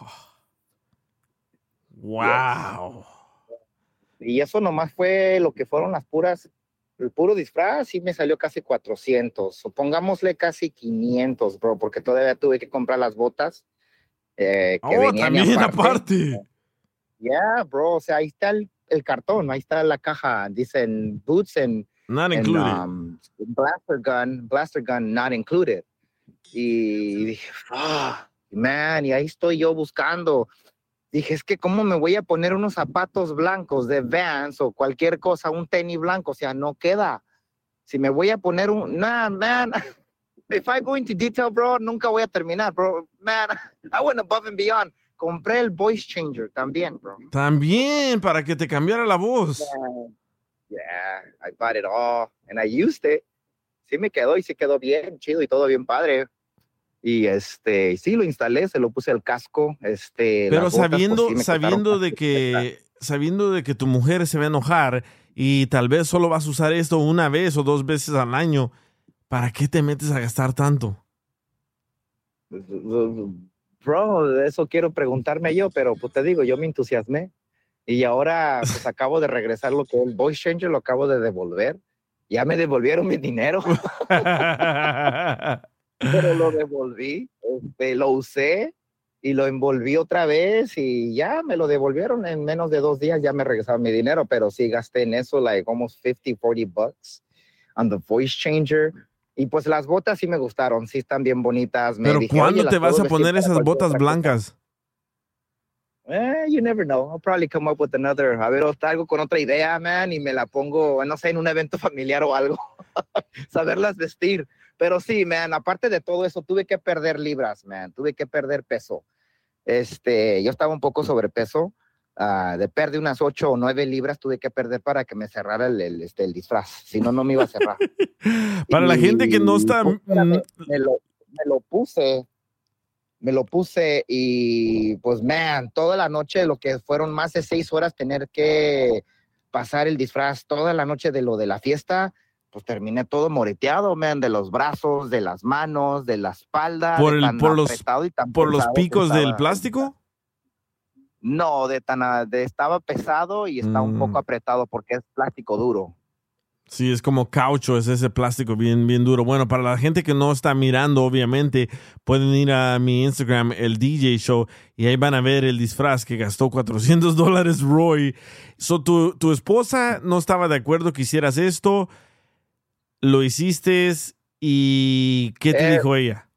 Wow. Y eso nomás fue lo que fueron las puras, el puro disfraz, y me salió casi cuatrocientos. Supongámosle casi quinientos, bro, porque todavía tuve que comprar las botas. Eh, que oh, venían también aparte. Ya, yeah, bro, o sea, ahí está el el cartón, ahí está la caja, dicen boots and, not and included. Um, blaster gun, blaster gun not included. Y dije, ah, man, y ahí estoy yo buscando. Dije, es que cómo me voy a poner unos zapatos blancos de Vans o cualquier cosa, un tenis blanco, o sea, no queda. Si me voy a poner un, nah, man, if I go into detail, bro, nunca voy a terminar, bro. Man, I went above and beyond. Compré el voice changer también, bro. También, para que te cambiara la voz. Yeah, yeah, I bought it all, and I used it. Sí me quedó y sí quedó bien, chido y todo bien padre. Y este, sí, lo instalé, se lo puse al casco. Este, Pero las botas, sabiendo, pues, sí me sabiendo costaron de casi que, sabiendo de que tu mujer se va a enojar y tal vez solo vas a usar esto una vez o dos veces al año, ¿para qué te metes a gastar tanto? Bro, eso quiero preguntarme yo, pero pues te digo, yo me entusiasmé y ahora pues acabo de regresar lo que el voice changer lo acabo de devolver. Ya me devolvieron mi dinero. Pero lo devolví, este, lo usé y lo envolví otra vez y ya me lo devolvieron en menos de dos días, ya me regresaron mi dinero, pero sí gasté en eso like almost fifty, forty bucks on the voice changer. Y pues las botas sí me gustaron, sí están bien bonitas. Me Pero dije, ¿cuándo oye, te las vas puedo a vestir poner para esas cualquier botas otra cosa. blancas? Eh, you never know. I'll probably come up with another. A ver, o algo con otra idea, man, y me la pongo, no sé, en un evento familiar o algo. Saberlas vestir. Pero sí, man, aparte de todo eso, tuve que perder libras, man. Tuve que perder peso. Este, yo estaba un poco sobrepeso. Uh, de perder unas ocho o nueve libras tuve que perder para que me cerrara el, el, este, el disfraz. Si no, no me iba a cerrar. Para y, la gente que no está... Pues, espérame, me, lo, me lo puse... Me lo puse y pues, man, toda la noche, lo que fueron más de seis horas tener que pasar el disfraz, toda la noche de lo de la fiesta, pues terminé todo moreteado, man, de los brazos, de las manos, de la espalda, ¿Por, de el, tan por, los, apretado y tan por los pesado que picos del estaba. plástico? No, de tan, de, estaba pesado y está Mm. un poco apretado porque es plástico duro. Sí, es como caucho, es ese plástico bien, bien duro. Bueno, para la gente que no está mirando, obviamente, pueden ir a mi Instagram, el D J Show, y ahí van a ver el disfraz que gastó cuatrocientos dólares Roy. So, tu, tu esposa no estaba de acuerdo que hicieras esto, lo hiciste, y ¿qué te Eh, dijo ella?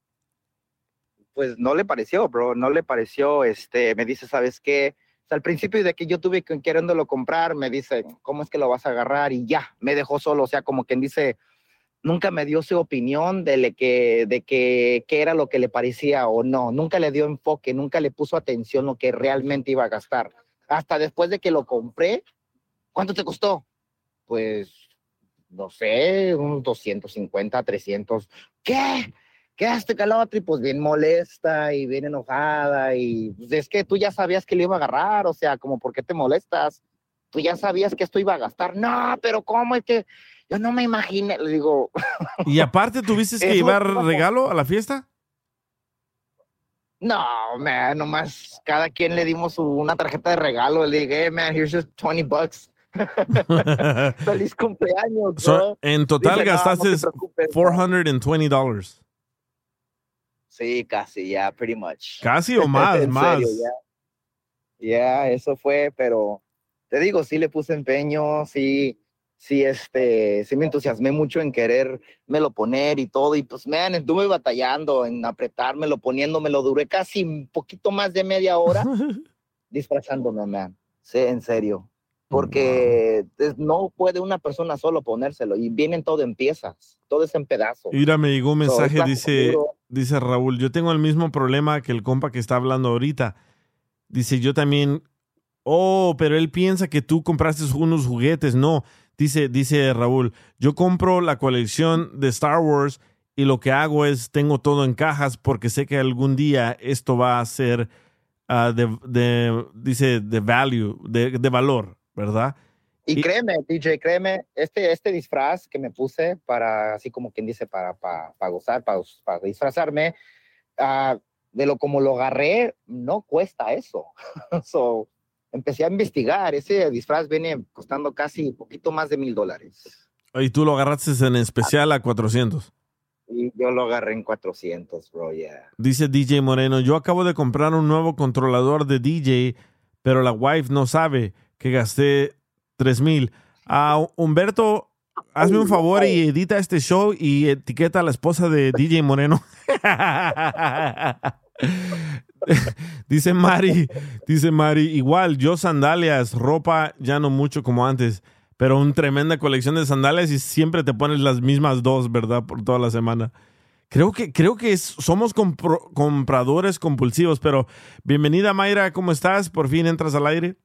Pues no le pareció, bro, no le pareció, este, me dice, ¿sabes qué? O sea, al principio de que yo tuve que queriéndolo comprar, me dice, ¿cómo es que lo vas a agarrar? Y ya, me dejó solo, o sea, como quien dice, nunca me dio su opinión de, le que, de que, qué era lo que le parecía o no, nunca le dio enfoque, nunca le puso atención lo que realmente iba a gastar. Hasta después de que lo compré, ¿cuánto te costó? Pues, no sé, unos doscientos cincuenta, trescientos. ¿Qué? ¿Qué hace Calotri? Pues bien molesta y bien enojada y pues es que tú ya sabías que lo iba a agarrar, o sea, como ¿por qué te molestas? Tú ya sabías que esto iba a gastar. No, pero ¿cómo es que yo no me imaginé? Le digo... ¿Y aparte tuviste que llevar regalo a la fiesta? No, man, nomás cada quien le dimos una tarjeta de regalo. Le dije, hey, man, here's just twenty bucks. Feliz cumpleaños, bro. So, en total Dice, no, gastaste no te preocupes, four hundred twenty dollars. Sí, casi, ya, yeah, pretty much. Casi o más, en más. serio, ya. Ya, yeah, eso fue, pero te digo, sí le puse empeño, sí, sí, este, sí me entusiasmé mucho en querérmelo poner y todo, y pues, man, estuve batallando en apretármelo, poniéndomelo, duré casi un poquito más de media hora disfrazándome, man, sí, en serio, porque wow. es, no puede una persona solo ponérselo, y vienen todo en piezas, todo es en pedazos. Mira, me llegó un mensaje, so, dice, dice Raúl, yo tengo el mismo problema que el compa que está hablando ahorita. Dice, yo también, oh, pero él piensa que tú compraste unos juguetes. No, dice, dice Raúl, yo compro la colección de Star Wars y lo que hago es, tengo todo en cajas porque sé que algún día esto va a ser uh, de, de, dice, de value, de, de valor, ¿verdad? Y, y créeme, D J, créeme, este, este disfraz que me puse para, así como quien dice, para, para, para gozar, para, para disfrazarme, uh, de lo como lo agarré, no cuesta eso. So, empecé a investigar. Ese disfraz viene costando casi un poquito más de mil dólares. Y tú lo agarraste en especial a cuatrocientos. Y yo lo agarré en cuatrocientos, bro, yeah. Dice D J Moreno, yo acabo de comprar un nuevo controlador de D J, pero la wife no sabe que gasté tres mil. Uh, Humberto, hazme un favor y edita este show y etiqueta a la esposa de D J Moreno. Dice Mari, dice Mari, igual yo sandalias, ropa ya no mucho como antes, pero una tremenda colección de sandalias y siempre te pones las mismas dos, ¿verdad? Por toda la semana. Creo que, creo que es, somos compro, compradores compulsivos, pero bienvenida Mayra, ¿cómo estás? Por fin entras al aire.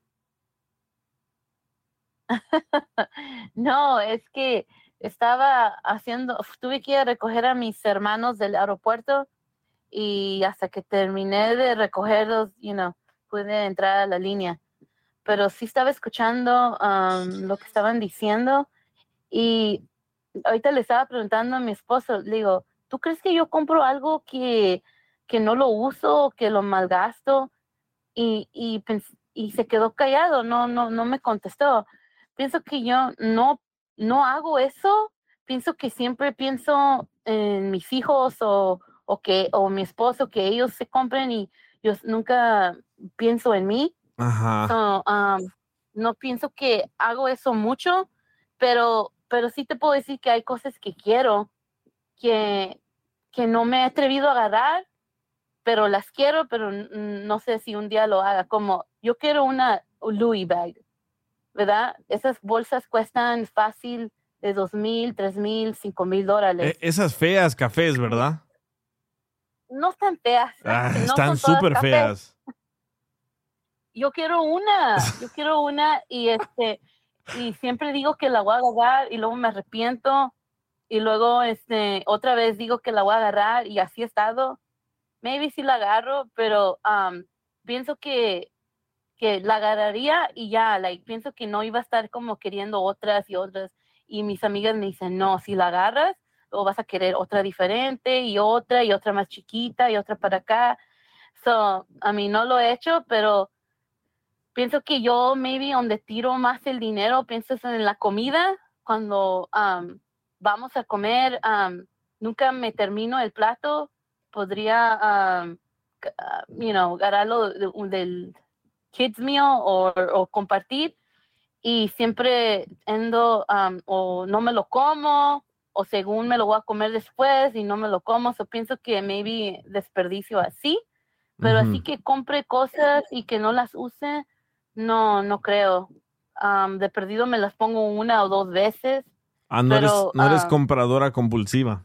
No, es que estaba haciendo, tuve que ir a recoger a mis hermanos del aeropuerto y hasta que terminé de recogerlos, you know, pude entrar a la línea. Pero sí estaba escuchando um, lo que estaban diciendo y ahorita le estaba preguntando a mi esposo, le digo, ¿tú crees que yo compro algo que, que no lo uso, que lo malgasto? Y, y, y se quedó callado, no, no, no me contestó. Pienso que yo no, no hago eso, pienso que siempre pienso en mis hijos o, o, que, o mi esposo, que ellos se compren y yo nunca pienso en mí. Ajá. So, um, no pienso que hago eso mucho, pero, pero sí te puedo decir que hay cosas que quiero que, que no me he atrevido a agarrar, pero las quiero, pero no sé si un día lo haga. Como yo quiero una Louis bag, ¿verdad? Esas bolsas cuestan fácil de dos mil, tres mil, cinco mil dólares. Eh, esas feas cafés, ¿verdad? No están feas. Ah, no están son todas súper cafés. feas. Yo quiero una, yo quiero una y este y siempre digo que la voy a agarrar y luego me arrepiento y luego este otra vez digo que la voy a agarrar y así he estado. Maybe sí la agarro, pero um, pienso que, que la agarraría y ya, like, pienso que no iba a estar como queriendo otras y otras. Y mis amigas me dicen, no, si la agarras, luego vas a querer otra diferente y otra y otra más chiquita y otra para acá. So, a mí no lo he hecho, pero pienso que yo maybe donde tiro más el dinero, pienso es en la comida. Cuando um, vamos a comer, um, nunca me termino el plato. Podría, um, uh, you know, agarrarlo de, del kids meal o, o compartir y siempre ando um, o no me lo como o según me lo voy a comer después y no me lo como. So pienso que maybe desperdicio así, pero Ujú. así que compre cosas y que no las use, no, no creo. Um, de perdido me las pongo una o dos veces. Ah, no, pero, eres, no eres um, compradora compulsiva.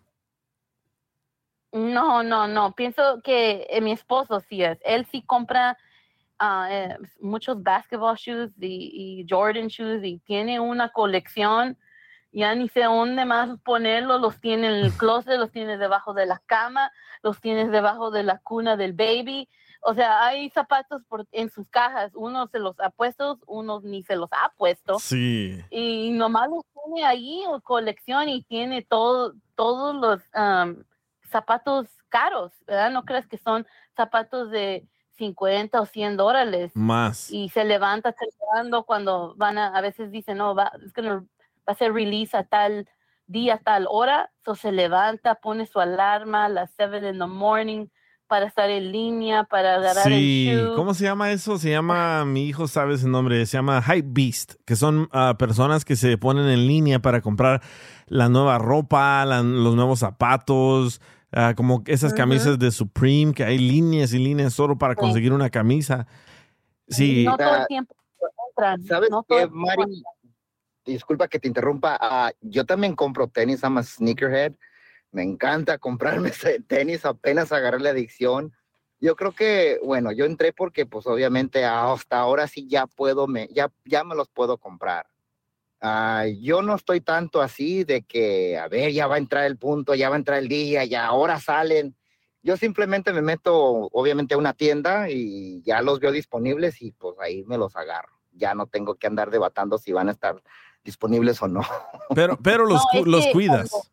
No, no, no. Pienso que eh, mi esposo sí es. Él sí compra uh, eh, muchos basketball shoes y, y Jordan shoes y tiene una colección. Ya ni sé dónde más ponerlos. Los tiene en el closet, los tiene debajo de la cama, los tienes debajo de la cuna del baby. O sea, hay zapatos por, en sus cajas. Uno se los ha puesto, uno ni se los ha puesto. Sí. Y nomás los tiene ahí en colección y tiene todo, todos los um, zapatos caros, ¿verdad? No crees que son zapatos de cincuenta o cien dólares. Más. Y se levanta celebrando cuando van a, a veces dicen, no, va, it's gonna, va a ser release a tal día, tal hora. So se levanta, pone su alarma a las seven in the morning para estar en línea, para agarrar Sí, el shoe. ¿cómo se llama eso? Se llama, mi hijo sabe ese nombre, se llama Hype Beast, que son uh, personas que se ponen en línea para comprar la nueva ropa, la, los nuevos zapatos, uh, como esas Ujú. camisas de Supreme, que hay líneas y líneas solo para Sí. conseguir una camisa. Sí, No todo el tiempo entran. ¿Sabes no todo qué, el tiempo Mari? entran. Disculpa que te interrumpa. ah, yo también compro tenis, I'm a sneakerhead. Me encanta comprarme ese tenis, apenas agarré la adicción. Yo creo que, bueno, yo entré porque pues obviamente hasta ahora sí ya puedo, me, ya, ya me los puedo comprar. Ah, yo no estoy tanto así de que, a ver, ya va a entrar el punto, ya va a entrar el día, ya ahora salen. Yo simplemente me meto, obviamente, a una tienda y ya los veo disponibles y pues ahí me los agarro. Ya no tengo que andar debatando si van a estar disponibles o no. pero, pero los, No, cu- es los que cuidas. cuando-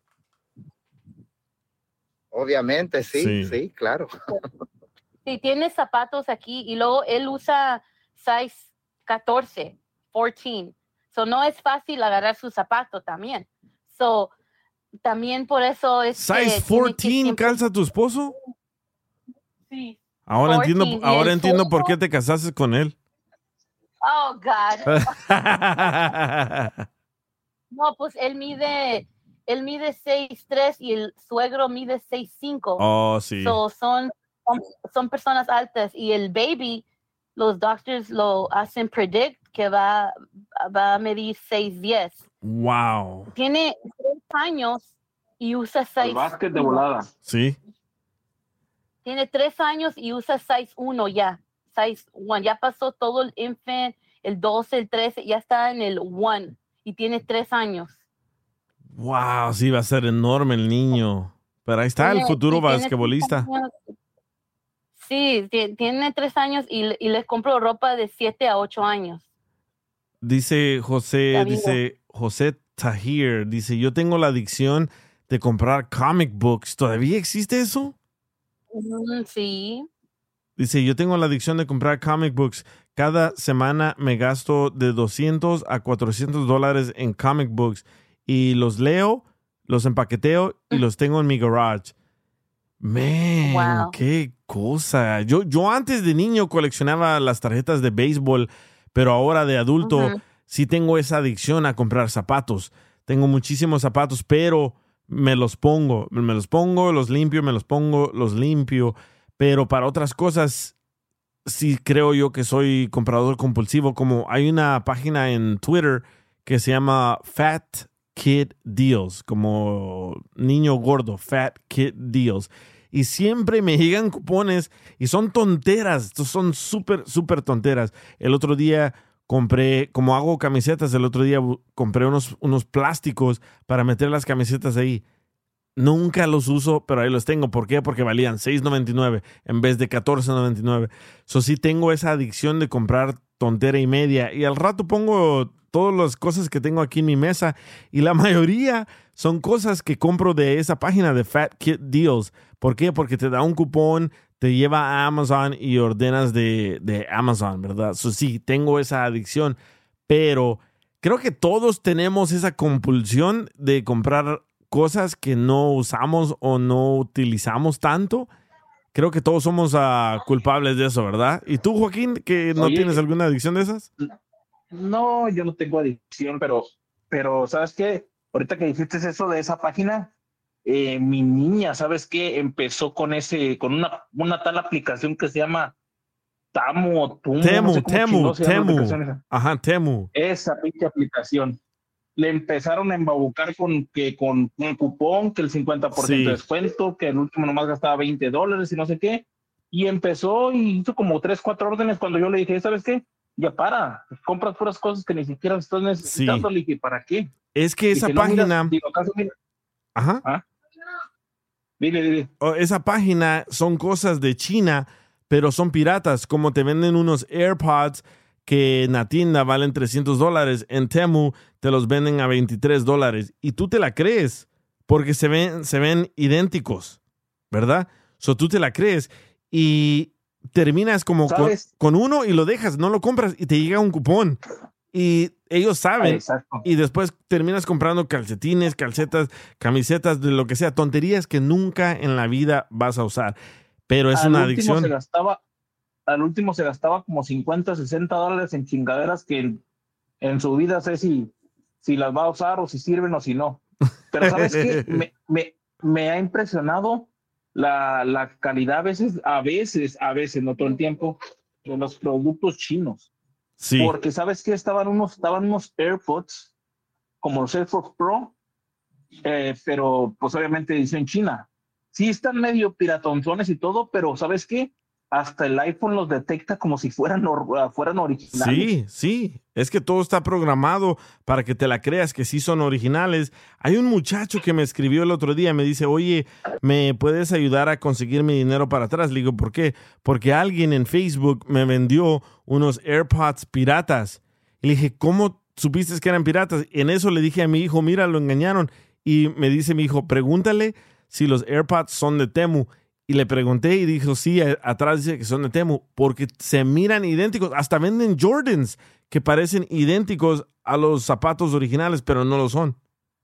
Obviamente, sí, Sí. sí, claro. Si tiene zapatos aquí y luego él usa size catorce, catorce. So no es fácil agarrar su zapato también. So también por eso es ¿Size que tiene que catorce siempre- calza tu esposo? Sí. Ahora catorce, entiendo, y ahora el entiendo por suyo- qué te casaste con él. Oh, God. No, pues él mide, él mide seis tres y el suegro mide seis cinco. Oh, sí. So, son, son, son personas altas y el baby, los doctors lo hacen predict que va, va a medir seis diez. Wow. Tiene tres años y usa El seis básquet de uno. volada. Sí. Tiene tres años y usa seis uno ya. seis uno. Ya pasó todo el infant, el doce, el trece, ya está en el uno y tiene tres años. Wow, sí, va a ser enorme el niño. Pero ahí está el Tiene- futuro sí, tiene basquetbolista. cinco años. Sí, ti- tiene tres años y, le- y les compro ropa de siete a ocho años. Dice José, Está vivo. dice José Tahir, dice, yo tengo la adicción de comprar comic books. ¿Todavía existe eso? Mm, sí. Dice, yo tengo la adicción de comprar comic books. Cada semana me gasto de doscientos a cuatrocientos dólares en comic books y los leo, los empaqueteo y los tengo en mi garage. Man, Wow. qué cosa. Yo, yo antes de niño coleccionaba las tarjetas de béisbol, pero ahora de adulto Ujú. sí tengo esa adicción a comprar zapatos. Tengo muchísimos zapatos, pero me los pongo, me los pongo, los limpio, me los pongo, los limpio. Pero para otras cosas sí creo yo que soy comprador compulsivo. Como hay una página en Twitter que se llama Fat Kid Deals, como niño gordo, Fat Kid Deals. Y siempre me llegan cupones y son tonteras, estos son súper, súper tonteras. El otro día compré, como hago camisetas, el otro día bu- compré unos, unos plásticos para meter las camisetas ahí. Nunca los uso, pero ahí los tengo. ¿Por qué? Porque valían seis noventa y nueve en vez de catorce noventa y nueve. So sí tengo esa adicción de comprar tontera y media. Y al rato pongo todas las cosas que tengo aquí en mi mesa. Y la mayoría son cosas que compro de esa página de Fat Kid Deals. ¿Por qué? Porque te da un cupón, te lleva a Amazon y ordenas de, de Amazon, ¿verdad? So sí, tengo esa adicción. Pero creo que todos tenemos esa compulsión de comprar cosas que no usamos o no utilizamos tanto. Creo que todos somos uh, culpables de eso, ¿verdad? ¿Y tú, Joaquín, que no Oye, tienes alguna adicción de esas? no, yo no tengo adicción, pero, pero ¿sabes qué? Ahorita que dijiste eso de esa página, eh, mi niña, ¿sabes qué? Empezó con ese, con una, una tal aplicación que se llama Tamo o Tumo, Temu, no sé cómo Temu, chingado se llama la Temu. aplicación esa. Ajá, Temu. Esa pinche aplicación. Le empezaron a embabucar con que con un cupón, que el cincuenta por ciento Sí. de descuento, que el último nomás gastaba veinte dólares y no sé qué. Y empezó y hizo como tres, cuatro órdenes cuando yo le dije, ¿sabes qué? Ya para, compras puras cosas que ni siquiera estás necesitando. Sí. Le dije, ¿para qué? Es que esa Dije, no página... miras, digo, ¿acaso mira? Ajá. ¿Ah? Dile, dile. O esa página son cosas de China, pero son piratas, como te venden unos AirPods que en la tienda valen trescientos dólares, en Temu te los venden a veintitrés dólares y tú te la crees porque se ven, se ven idénticos, ¿verdad? So tú te la crees y terminas como con, ¿Sabes? con uno y lo dejas, no lo compras y te llega un cupón y ellos saben. Exacto. Y después terminas comprando calcetines, calcetas, camisetas, de lo que sea, tonterías que nunca en la vida vas a usar. Pero es Al una último adicción. se gastaba, al último se gastaba como cincuenta, sesenta dólares en chingaderas que en, en su vida sé si, si las va a usar o si sirven o si no. Pero ¿sabes qué? Me, me, me ha impresionado la, la calidad a veces, a veces, a veces, no todo el tiempo, de los productos chinos. Sí. Porque ¿sabes qué? Estaban unos, estaban unos AirPods, como los AirPods Pro, eh, pero pues obviamente edición china. Sí están medio piratonzones y todo, pero ¿sabes qué? Hasta el iPhone los detecta como si fueran, or- fueran originales. Sí, sí. Es que todo está programado para que te la creas que sí son originales. Hay un muchacho que me escribió el otro día, me dice, oye, ¿me puedes ayudar a conseguir mi dinero para atrás? Le digo, ¿por qué? Porque alguien en Facebook me vendió unos AirPods piratas. Y le dije, ¿cómo supiste que eran piratas? En eso le dije a mi hijo, mira, lo engañaron. Y me dice mi hijo, pregúntale si los AirPods son de Temu. Y le pregunté y dijo, sí, a- atrás dice que son de Temu, porque se miran idénticos. Hasta venden Jordans que parecen idénticos a los zapatos originales, pero no lo son.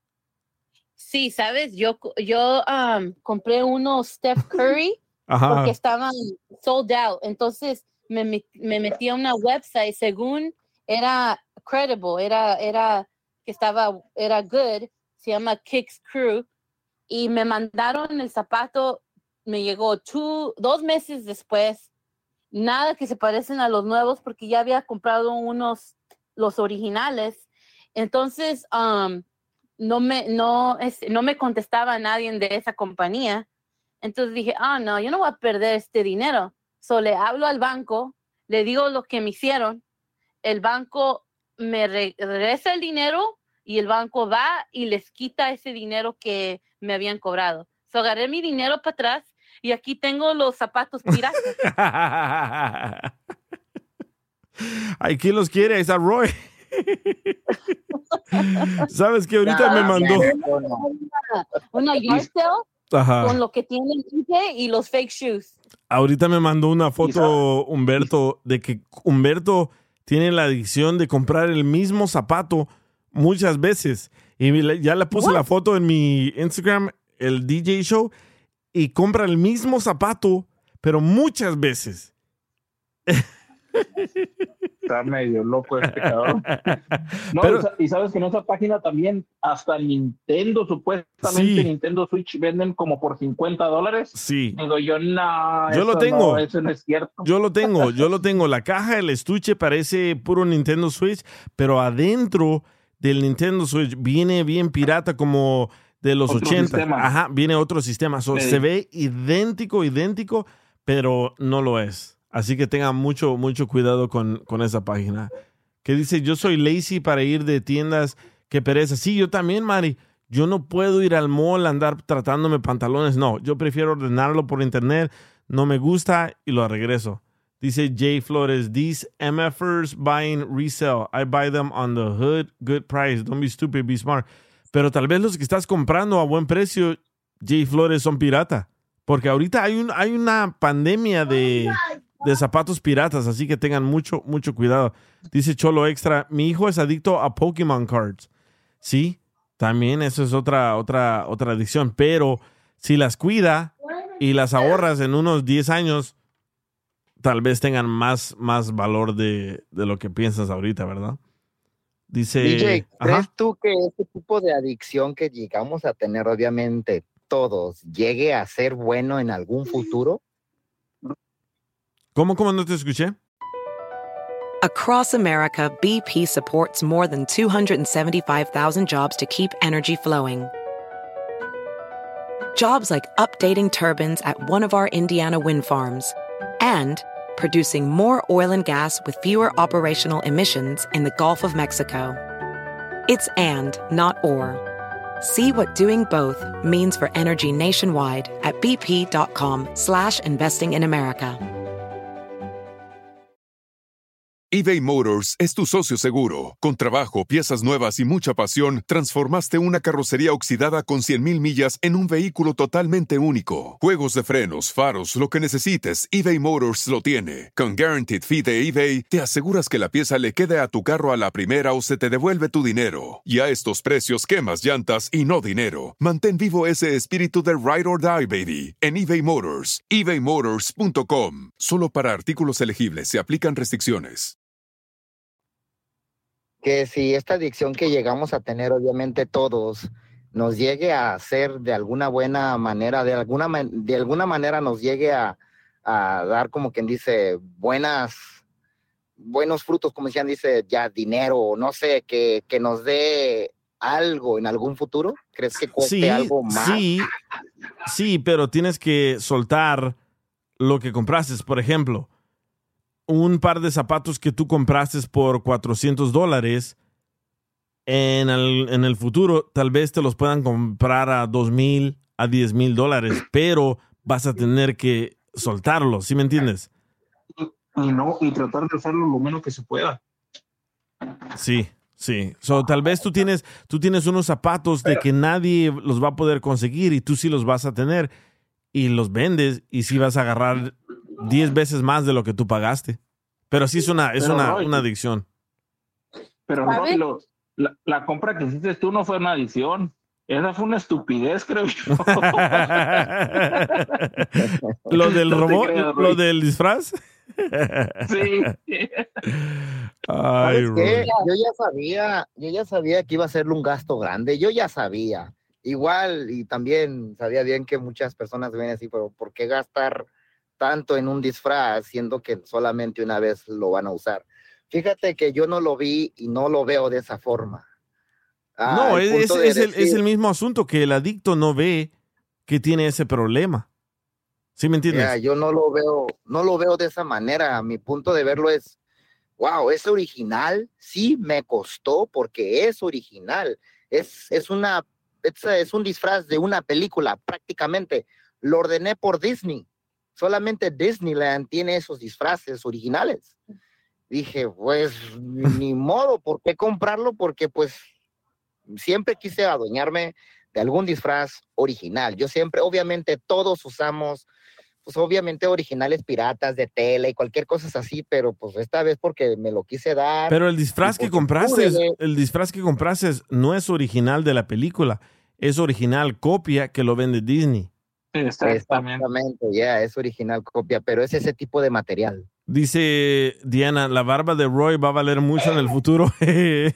Sí, sabes, yo, yo um, compré unos Steph Curry Ajá. porque estaban sold out. Entonces me, met- me metí a una website, según era credible, era, era que estaba, era good, se llama Kicks Crew, y me mandaron el zapato, me llegó two, dos meses después, nada que se parecen a los nuevos porque ya había comprado unos, los originales. Entonces, um, no me, no, es, no me contestaba nadie de esa compañía. Entonces dije, ah, no, yo no voy a perder este dinero. So le hablo al banco, le digo lo que me hicieron, el banco me re- regresa el dinero y el banco va y les quita ese dinero que me habían cobrado. So agarré mi dinero para atrás y aquí tengo los zapatos piratas. Aquí los quiere, ahí está Roy. ¿Sabes qué? Ahorita me mandó una, una yard sale Ajá. con lo que tienen y los fake shoes. Ahorita me mandó una foto Humberto de que Humberto tiene la adicción de comprar el mismo zapato muchas veces. Y ya le puse What? la foto en mi Instagram, el D J Show, y compra el mismo zapato, pero muchas veces. Está medio loco este cabrón. No, Pero, y sabes que en esa página también hasta Nintendo, supuestamente sí. Nintendo Switch venden como por cincuenta dólares. Sí. Digo yo, no, yo eso lo tengo. No, eso no es cierto. Yo lo tengo, yo lo tengo. La caja, el estuche parece puro Nintendo Switch, pero adentro del Nintendo Switch viene bien pirata como de los otro ochenta. Sistema. Ajá, viene otro sistema. So, sí. Se ve idéntico, idéntico, pero no lo es. Así que tengan mucho, mucho cuidado con, con esa página. Que dice, yo soy lazy para ir de tiendas, qué pereza. Sí, yo también, Mari. Yo no puedo ir al mall a andar tratándome pantalones. No, yo prefiero ordenarlo por internet. No me gusta y lo regreso. Dice Jay Flores, these MFers buying resale. I buy them on the hood, good price. Don't be stupid, be smart. Pero tal vez los que estás comprando a buen precio, Jay Flores, son pirata. Porque ahorita hay, un, hay una pandemia de... de zapatos piratas, así que tengan mucho, mucho cuidado. Dice Cholo Extra, mi hijo es adicto a Pokémon cards. Sí, también eso es otra, otra, otra adicción, pero si las cuida y las ahorras en unos diez años, tal vez tengan más, más valor de, de lo que piensas ahorita, ¿verdad? Dice... D J, ¿crees ajá. tú que este tipo de adicción que llegamos a tener, obviamente, todos, llegue a ser bueno en algún futuro? ¿Cómo, cómo no te escuché? Across America, B P supports more than two hundred seventy-five thousand jobs to keep energy flowing. Jobs like updating turbines at one of our Indiana wind farms and producing more oil and gas with fewer operational emissions in the Gulf of Mexico. It's and, not or. See what doing both means for energy nationwide at bp.com slash investing in America. eBay Motors es tu socio seguro. Con trabajo, piezas nuevas y mucha pasión, transformaste una carrocería oxidada con cien mil millas en un vehículo totalmente único. Juegos de frenos, faros, lo que necesites, eBay Motors lo tiene. Con Guaranteed Fee de eBay, te aseguras que la pieza le quede a tu carro a la primera o se te devuelve tu dinero. Y a estos precios, quemas llantas y no dinero. Mantén vivo ese espíritu de Ride or Die, baby, en eBay Motors. ebay motors punto com. Solo para artículos elegibles se aplican restricciones. Que si esta adicción que llegamos a tener, obviamente todos, nos llegue a hacer de alguna buena manera, de alguna, de alguna manera nos llegue a, a dar, como quien dice, buenas, buenos frutos, como decían, dice, ya dinero, no sé, que, que nos dé algo en algún futuro. ¿Crees que cueste sí, algo más? Sí, sí, pero tienes que soltar lo que compraste. Por ejemplo, un par de zapatos que tú compraste por cuatrocientos dólares, en el, en el futuro tal vez te los puedan comprar a dos mil, a diez mil dólares, pero vas a tener que soltarlos, ¿sí me entiendes? Y, no, y tratar de usarlo lo menos que se pueda. Sí, sí. So, tal vez tú tienes, tú tienes unos zapatos de que nadie los va a poder conseguir y tú sí los vas a tener y los vendes y sí vas a agarrar diez veces más de lo que tú pagaste. Pero sí es una, es Pero, una, Roy, una adicción. Pero Roy, lo, la, la compra que hiciste tú no fue una adicción. Esa fue una estupidez, creo yo. ¿Lo del No te robot? creas, ¿Lo Roy. del disfraz? Sí. Ay, ¿Sabes qué? Roy. Yo ya sabía, yo ya sabía que iba a ser un gasto grande, yo ya sabía. Igual, y también sabía bien que muchas personas ven así, pero ¿por qué gastar tanto en un disfraz siendo que solamente una vez lo van a usar? Fíjate que yo no lo vi y no lo veo de esa forma. Ah, No, el es, punto es, de es el, decir- es el mismo asunto que el adicto no ve que tiene ese problema. ¿Sí me entiendes? Ya, yo no lo veo, no lo veo de esa manera. Mi punto de verlo es, wow, es original, sí me costó porque es original. Es, es una, es, es un disfraz de una película prácticamente. lo ordené por Disney. Solamente Disneyland tiene esos disfraces originales. Dije, pues, ni modo, ¿por qué comprarlo? Porque, pues, siempre quise adueñarme de algún disfraz original. Yo siempre, obviamente, todos usamos, pues, obviamente, originales piratas de tela y cualquier cosa así, pero, pues, esta vez porque me lo quise dar. Pero el disfraz que compraste, pude. el disfraz que compraste no es original de la película, es original copia que lo vende Disney. Exactamente, ya, yeah, es original copia, pero es ese tipo de material. Dice Diana, la barba de Roy va a valer mucho en el futuro. ay,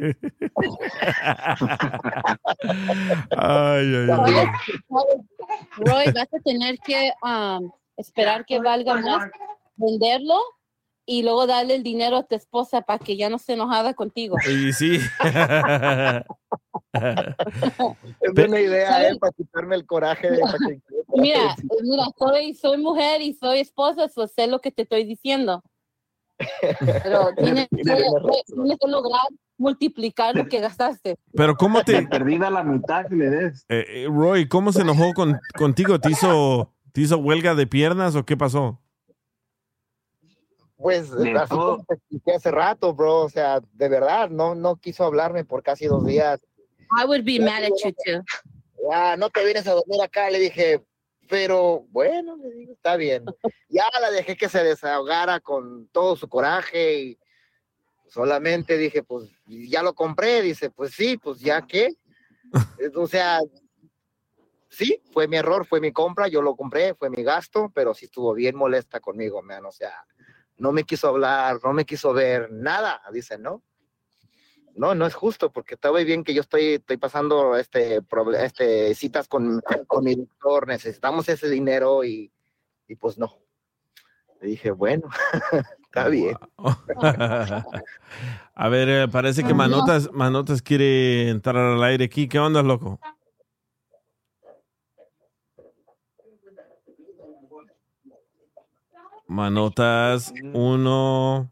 ay, ay. Roy, vas a tener que um, esperar que valga más, venderlo y luego darle el dinero a tu esposa para que ya no se enojada contigo. Y sí. Es buena idea, ¿eh? Para quitarme el coraje. De... Mira, mira, soy, soy mujer y soy esposa, eso sé lo que te estoy diciendo. Pero tienes, tienes que lograr multiplicar lo que gastaste. Pero ¿cómo te... Perdida la mitad que le des. Eh, eh, Roy, ¿cómo se enojó con, contigo? ¿Te hizo, ¿Te hizo huelga de piernas o qué pasó? Pues de así todo. Como te expliqué hace rato, bro, o sea, de verdad, no, no quiso hablarme por casi dos días. I would be mad at you too. Ya, no te vienes a dormir acá, le dije, pero bueno, le digo, está bien. Ya la dejé que se desahogara con todo su coraje y solamente dije, pues ya lo compré, dice, pues sí, pues ya qué. O sea, sí, fue mi error, fue mi compra, yo lo compré, fue mi gasto, pero sí estuvo bien molesta conmigo, man, o sea, no me quiso hablar, no me quiso ver, nada, dice, ¿no? No, no es justo, porque está muy bien que yo estoy, estoy pasando este, este citas con, con mi doctor, necesitamos ese dinero y, y pues no. Le dije, bueno, está bien. A ver, eh, parece que Manotas, Manotas quiere entrar al aire aquí. ¿Qué onda, loco? Manotas, uno,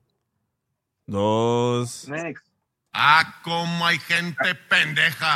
dos. Next. Ah, cómo hay gente pendeja.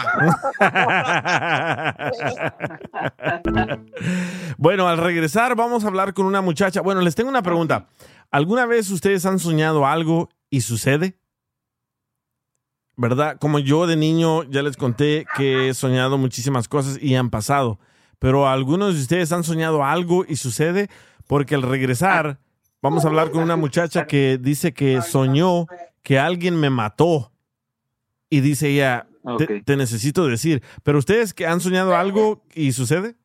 Bueno, al regresar vamos a hablar con una muchacha. Bueno, les tengo una pregunta. ¿Alguna vez ustedes han soñado algo y sucede? ¿Verdad? Como yo de niño ya les conté que he soñado muchísimas cosas y han pasado. Pero algunos de ustedes han soñado algo y sucede, porque al regresar vamos a hablar con una muchacha que dice que soñó que alguien me mató. Y dice ella, okay. te, te necesito decir. ¿Pero ustedes que han soñado algo y sucede?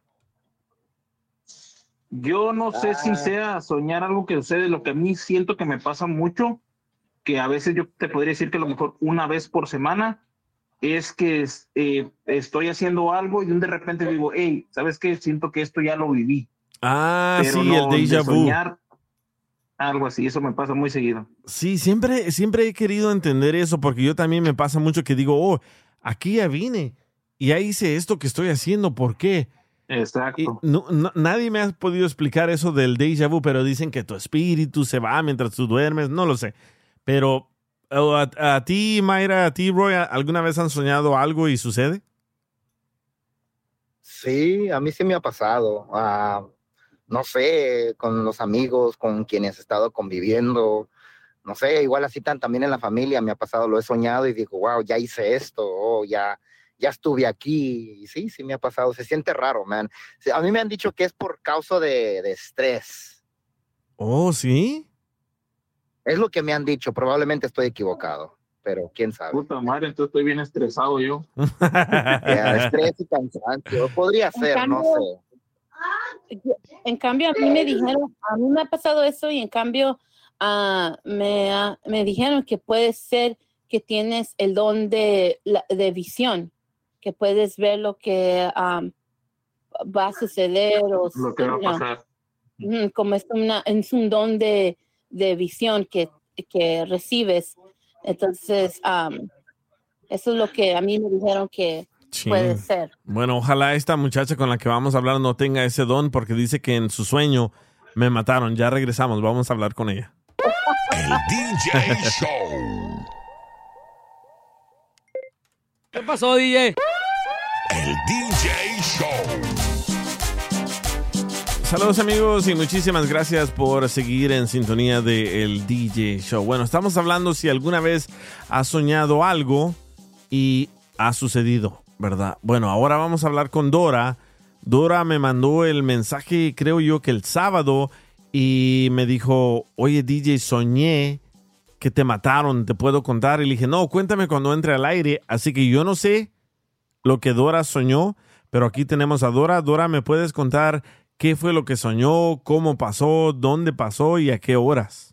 Yo no sé si sea soñar algo que sucede. Lo que a mí siento que me pasa mucho, que a veces yo te podría decir que a lo mejor una vez por semana, es que eh, estoy haciendo algo y de repente digo, hey, ¿sabes qué? Siento que esto ya lo viví. Ah, Pero sí, no, el déjà de vu. soñar, algo así, eso me pasa muy seguido. Sí, siempre, siempre he querido entender eso, porque yo también me pasa mucho que digo, oh, aquí ya vine y ya hice esto que estoy haciendo, ¿por qué? Exacto. Y no, no, nadie me ha podido explicar eso del déjà vu, pero dicen que tu espíritu se va mientras tú duermes, no lo sé. Pero a, a ti, Mayra, a ti, Roy, ¿alguna vez han soñado algo y sucede? Sí, a mí sí me ha pasado. Uh, no sé, con los amigos con quienes he estado conviviendo, no sé, igual así tan, también en la familia me ha pasado, lo he soñado y digo, wow, ya hice esto, oh, ya, ya estuve aquí. Y sí, sí me ha pasado, se siente raro, man. A mí me han dicho que es por causa de, de estrés. Oh, ¿sí? Es lo que me han dicho, probablemente estoy equivocado, pero quién sabe. Puta madre, entonces estoy bien estresado yo. Yeah, estrés y cansancio, podría ser, cambio, no sé. En cambio, a mí me dijeron, a mí me ha pasado eso y en cambio uh, me, uh, me dijeron que puede ser que tienes el don de, de visión, que puedes ver lo que um, va a suceder o lo que va a pasar. Know, como es, una, es un don de, de visión que, que recibes. Entonces, um, eso es lo que a mí me dijeron que sí. Puede ser. Bueno, ojalá esta muchacha con la que vamos a hablar no tenga ese don, porque dice que en su sueño me mataron. Ya regresamos, vamos a hablar con ella. El D J Show. ¿Qué pasó, D J? El D J Show. Saludos amigos y muchísimas gracias por seguir en sintonía de el D J Show. Bueno, estamos hablando si alguna vez has soñado algo y ha sucedido, ¿verdad? Bueno, ahora vamos a hablar con Dora. Dora me mandó el mensaje, creo yo que el sábado, y me dijo, oye D J, soñé que te mataron, ¿te puedo contar? Y le dije, no, cuéntame cuando entre al aire. Así que yo no sé lo que Dora soñó, pero aquí tenemos a Dora. Dora, ¿me puedes contar qué fue lo que soñó, cómo pasó, dónde pasó y a qué horas?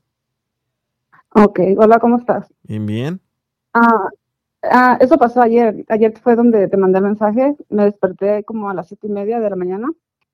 Ok, hola, ¿cómo estás? Bien, bien. Ah, ah, eso pasó ayer. Ayer fue donde te mandé el mensaje. Me desperté como a las siete y media de la mañana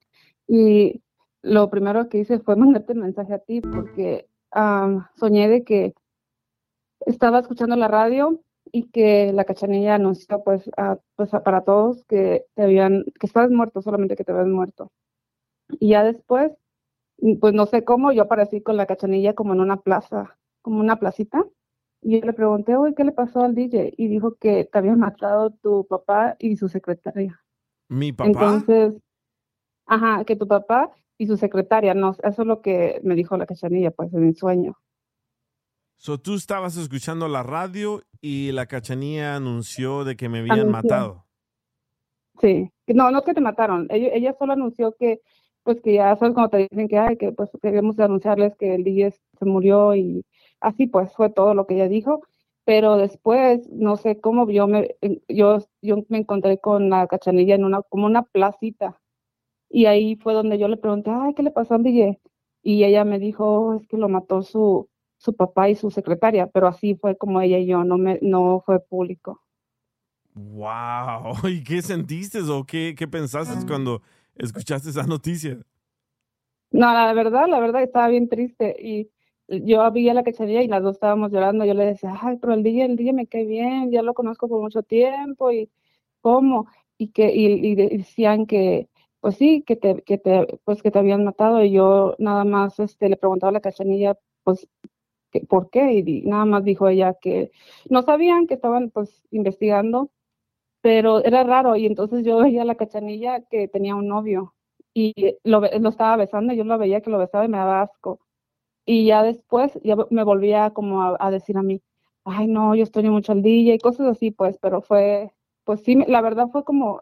y lo primero que hice fue mandarte el mensaje a ti porque ah, soñé de que estaba escuchando la radio y que la Cachanilla anunció pues, a, pues a- para todos que te habían, que estabas muerto, solamente que te habían muerto. Y ya después, mm, pues no sé cómo, yo aparecí con la Cachanilla como en una plaza, como una placita, y yo le pregunté, oye, ¿qué le pasó al D J? Y dijo que te habían matado tu papá y su secretaria. ¿Mi papá? Entonces, ajá, que tu papá y su secretaria, no, eso es lo que me dijo la Cachanilla, pues en mi sueño. So, tú estabas escuchando la radio y la Cachanilla anunció de que me habían Anunció. matado. Sí, no, no que te mataron. Ella, ella solo anunció que, pues que ya sabes cuando te dicen que, ay, que pues queríamos anunciarles que el D J se murió y así pues fue todo lo que ella dijo. Pero después, no sé cómo, yo me, en- yo, yo me encontré con la Cachanilla en una, como una placita. Y ahí fue donde yo le pregunté, ay, ¿qué le pasó al D J? Y ella me dijo, "Oh, es que lo mató su, su papá y su secretaria", pero así fue como ella y yo, no me, no fue público. Wow. ¿Y qué sentiste o qué, qué pensaste cuando escuchaste esa noticia? No, la verdad, la verdad estaba bien triste y yo vi a la Cachanilla y las dos estábamos llorando. Yo le decía, ay, pero el D J, el D J me cae bien, ya lo conozco por mucho tiempo y cómo, y que y, y de- y decían que, pues sí, que te, que te, pues que te habían matado y yo nada más, este, le preguntaba a la Cachanilla, pues, que, ¿por qué? Y di- nada más dijo ella que no sabían, que estaban, pues, investigando, pero era raro y entonces yo veía a la Cachanilla que tenía un novio y lo, ve- lo estaba besando y yo lo veía que lo besaba y me daba asco. Y ya después ya me volvía como a, a decir a mí, ay no, yo extraño mucho al D J y cosas así pues, pero fue, pues sí, me- la verdad fue como,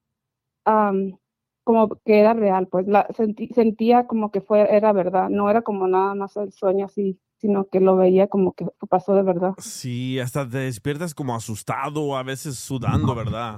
am, como que era real, pues la sentí, sentía como que fue, era verdad, no era como nada más el sueño así, sino que lo veía como que pasó de verdad. Sí, hasta te despiertas como asustado, a veces sudando, ¿verdad?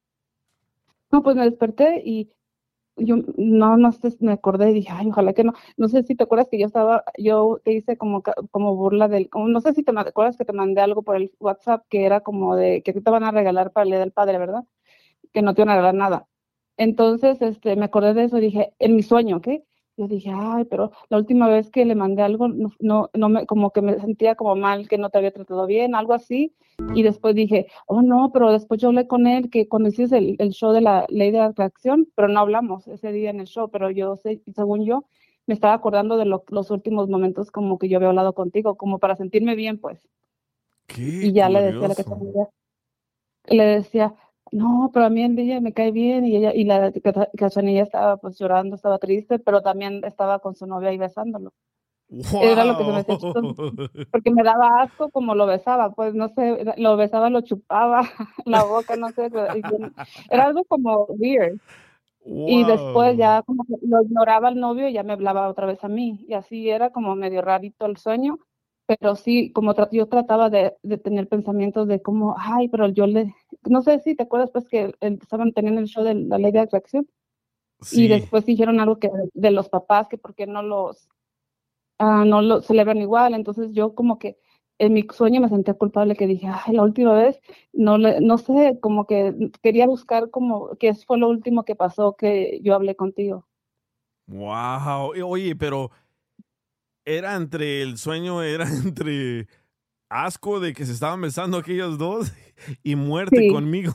No, pues me desperté y yo no, no sé, me acordé y dije, ay, ojalá que no. No sé si te acuerdas que yo estaba, yo te hice como, ca- como burla del, como, no sé si te ma- acuerdas que te mandé algo por el WhatsApp que era como de que te van a regalar para el Día del Padre, ¿verdad? Que no te iban a regalar nada. Entonces, este, me acordé de eso y dije, en mi sueño, ¿ok? Yo dije, ay, pero la última vez que le mandé algo, no, no, no me, como que me sentía como mal, que no te había tratado bien, algo así. Y después dije, oh no, pero después yo hablé con él, que cuando hiciste el, el show de la ley de atracción, pero no hablamos ese día en el show, pero yo sé, según yo, me estaba acordando de lo- los últimos momentos como que yo había hablado contigo, como para sentirme bien, pues. Qué Y ya le decía a la curioso. Cachanilla, le decía, no, pero a mí el D J me cae bien, y ella, y la Cacha- Cachanilla estaba pues llorando, estaba triste, pero también estaba con su novia ahí besándolo. Era lo que se me hacía chistoso, Wow. porque me daba asco como lo besaba, pues no sé, era- lo besaba, lo chupaba, la boca, no sé, pero- y yo- era algo como weird. Y después Wow. ya como que lo ignoraba al novio y ya me hablaba otra vez a mí, y así era como medio rarito el sueño, pero sí, como tra- yo trataba de, de tener pensamientos de como, ay, pero yo le, no sé si te acuerdas pues que el- estaban teniendo el show de la ley de atracción, y Sí. después dijeron algo que de los papás, que por qué no los ah, no lo celebran igual. Entonces yo como que en mi sueño me sentía culpable que dije, ay, la última vez, no le, no sé, como que quería buscar como qué fue lo último que pasó que yo hablé contigo. Wow. Oye, pero era entre el sueño, era entre asco de que se estaban besando aquellos dos y muerte Sí, conmigo.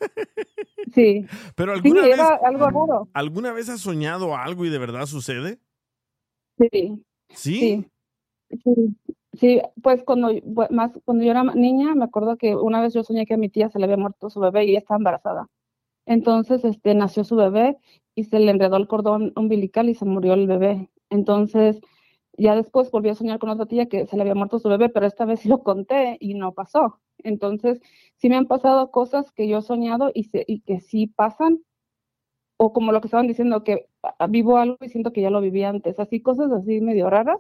sí, Pero sí, alguna vez, era algo raro. ¿alguna vez has soñado algo y de verdad sucede? Sí, ¿Sí? sí, sí. Sí, pues cuando, bu- más, cuando yo era niña, me acuerdo que una vez yo soñé que a mi tía se le había muerto su bebé y ella estaba embarazada. Entonces, este, nació su bebé y se le enredó el cordón umbilical y se murió el bebé. Entonces, ya después volví a soñar con otra tía que se le había muerto su bebé, pero esta vez sí lo conté y no pasó. Entonces, sí me han pasado cosas que yo he soñado y, se, y que sí pasan, o como lo que estaban diciendo, que ah, vivo algo y siento que ya lo viví antes, así cosas así medio raras.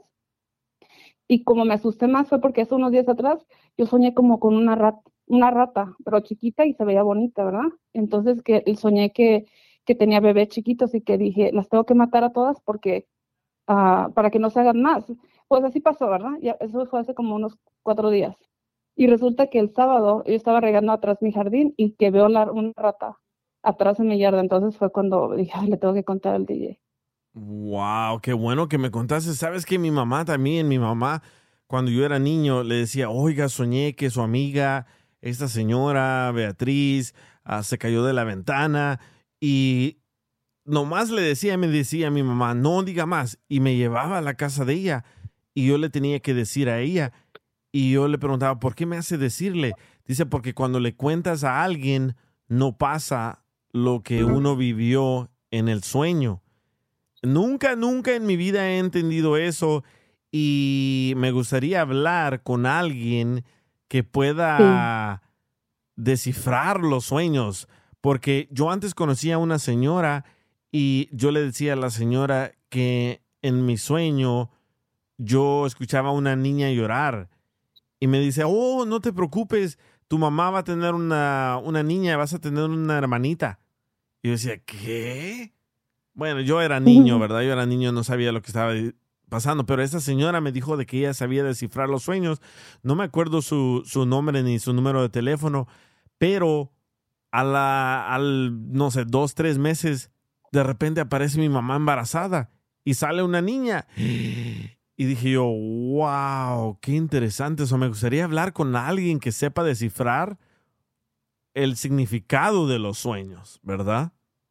Y como me asusté más fue porque hace unos días atrás yo soñé como con una rata, una rata, pero chiquita y se veía bonita, ¿verdad? Entonces que soñé que, que tenía bebés chiquitos y que dije, las tengo que matar a todas porque uh, para que no se hagan más. Pues así pasó, ¿verdad? Ya, eso fue hace como unos cuatro días. Y resulta que el sábado yo estaba regando atrás mi jardín y que veo la, una rata atrás en mi yarda. Entonces fue cuando dije, ay, le tengo que contar al D J. Wow, qué bueno que me contaste. Sabes que mi mamá también, mi mamá, cuando yo era niño, le decía, oiga, soñé que su amiga, esta señora Beatriz, uh, se cayó de la ventana y nomás le decía, me decía a mi mamá, no diga más, y me llevaba a la casa de ella y yo le tenía que decir a ella y yo le preguntaba, ¿por qué me hace decirle? Dice, porque cuando le cuentas a alguien, no pasa lo que uno vivió en el sueño. Nunca, nunca en mi vida he entendido eso y me gustaría hablar con alguien que pueda sí. descifrar los sueños, porque yo antes conocía a una señora y yo le decía a la señora que en mi sueño yo escuchaba a una niña llorar y me dice, oh, no te preocupes, tu mamá va a tener una, una niña, vas a tener una hermanita. Y yo decía, ¿qué? Bueno, yo era niño, ¿verdad? Yo era niño, no sabía lo que estaba pasando, pero esa señora me dijo de que ella sabía descifrar los sueños. No me acuerdo su, su nombre ni su número de teléfono, pero a la, al, no sé, dos, tres meses, de repente aparece mi mamá embarazada y sale una niña. Y dije yo, wow, qué interesante eso. Me gustaría hablar con alguien que sepa descifrar el significado de los sueños, ¿verdad?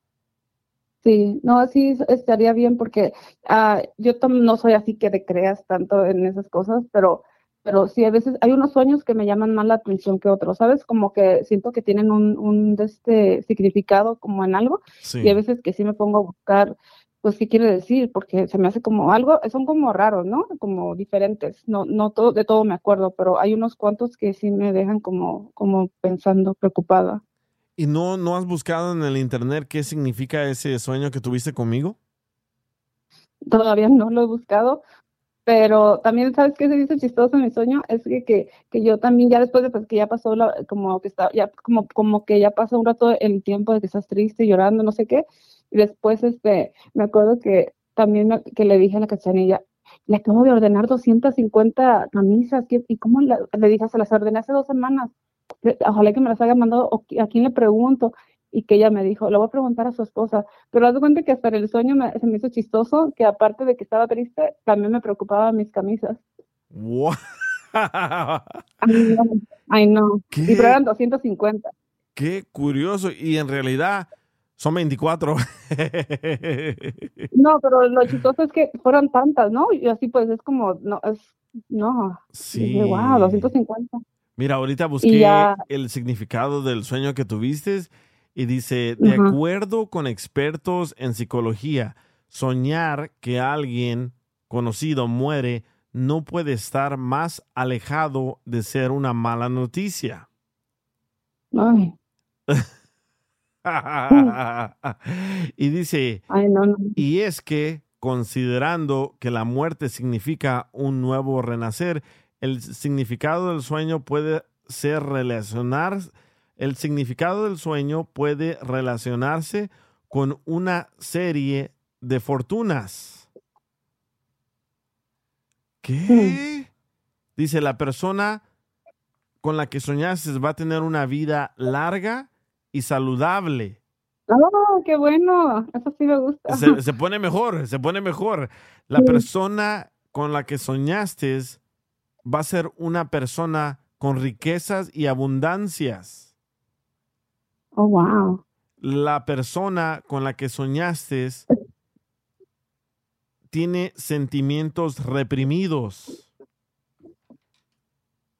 Sí, no, así estaría bien porque uh, yo no soy así que te creas tanto en esas cosas, pero, pero sí, a veces hay unos sueños que me llaman más la atención que otros, ¿sabes? Como que siento que tienen un, un este, significado como en algo, sí. Y a veces que sí me pongo a buscar, pues, qué quiere decir, porque se me hace como algo, son como raros, ¿no? Como diferentes, no, no todo, de todo me acuerdo, pero hay unos cuantos que sí me dejan como, como pensando, preocupada. ¿Y no, no has buscado en el internet qué significa ese sueño que tuviste conmigo? Todavía no lo he buscado, pero también, ¿sabes qué se dice chistoso en mi sueño? Es que, que, que yo también, ya después de pues, que ya pasó, la, como que está, ya, como, como que ya pasó un rato el tiempo de que estás triste, llorando, no sé qué, y después este, me acuerdo que también me, que le dije a la Cachanilla, le acabo de ordenar doscientas cincuenta camisas, ¿y cómo la, le dije? Se las ordené hace dos semanas. Ojalá que me las haya mandado, o a quién le pregunto, y que ella me dijo, le voy a preguntar a su esposa, pero haz de cuenta que hasta en el sueño me, se me hizo chistoso, que aparte de que estaba triste, también me preocupaban mis camisas. Wow. Ay, no, ay, no. Y pero eran doscientas cincuenta. Qué curioso, y en realidad son veinticuatro. No, pero lo chistoso es que fueron tantas, ¿no? Y así pues es como, no, es, no. Sí. Y dije, wow, doscientas cincuenta. Mira, ahorita busqué ya el significado del sueño que tuviste y dice, de uh-huh. acuerdo con expertos en psicología, soñar que alguien conocido muere no puede estar más alejado de ser una mala noticia. Ay. Y dice, Ay, no, no. y es que, considerando que la muerte significa un nuevo renacer, el significado del sueño puede ser relacionar, el significado del sueño puede relacionarse con una serie de fortunas. ¿Qué? Dice, la persona con la que soñaste va a tener una vida larga y saludable. ¡Oh, qué bueno! Eso sí me gusta. Se, se pone mejor, se pone mejor. La sí. persona con la que soñaste va a ser una persona con riquezas y abundancias. Oh, wow. La persona con la que soñaste tiene sentimientos reprimidos.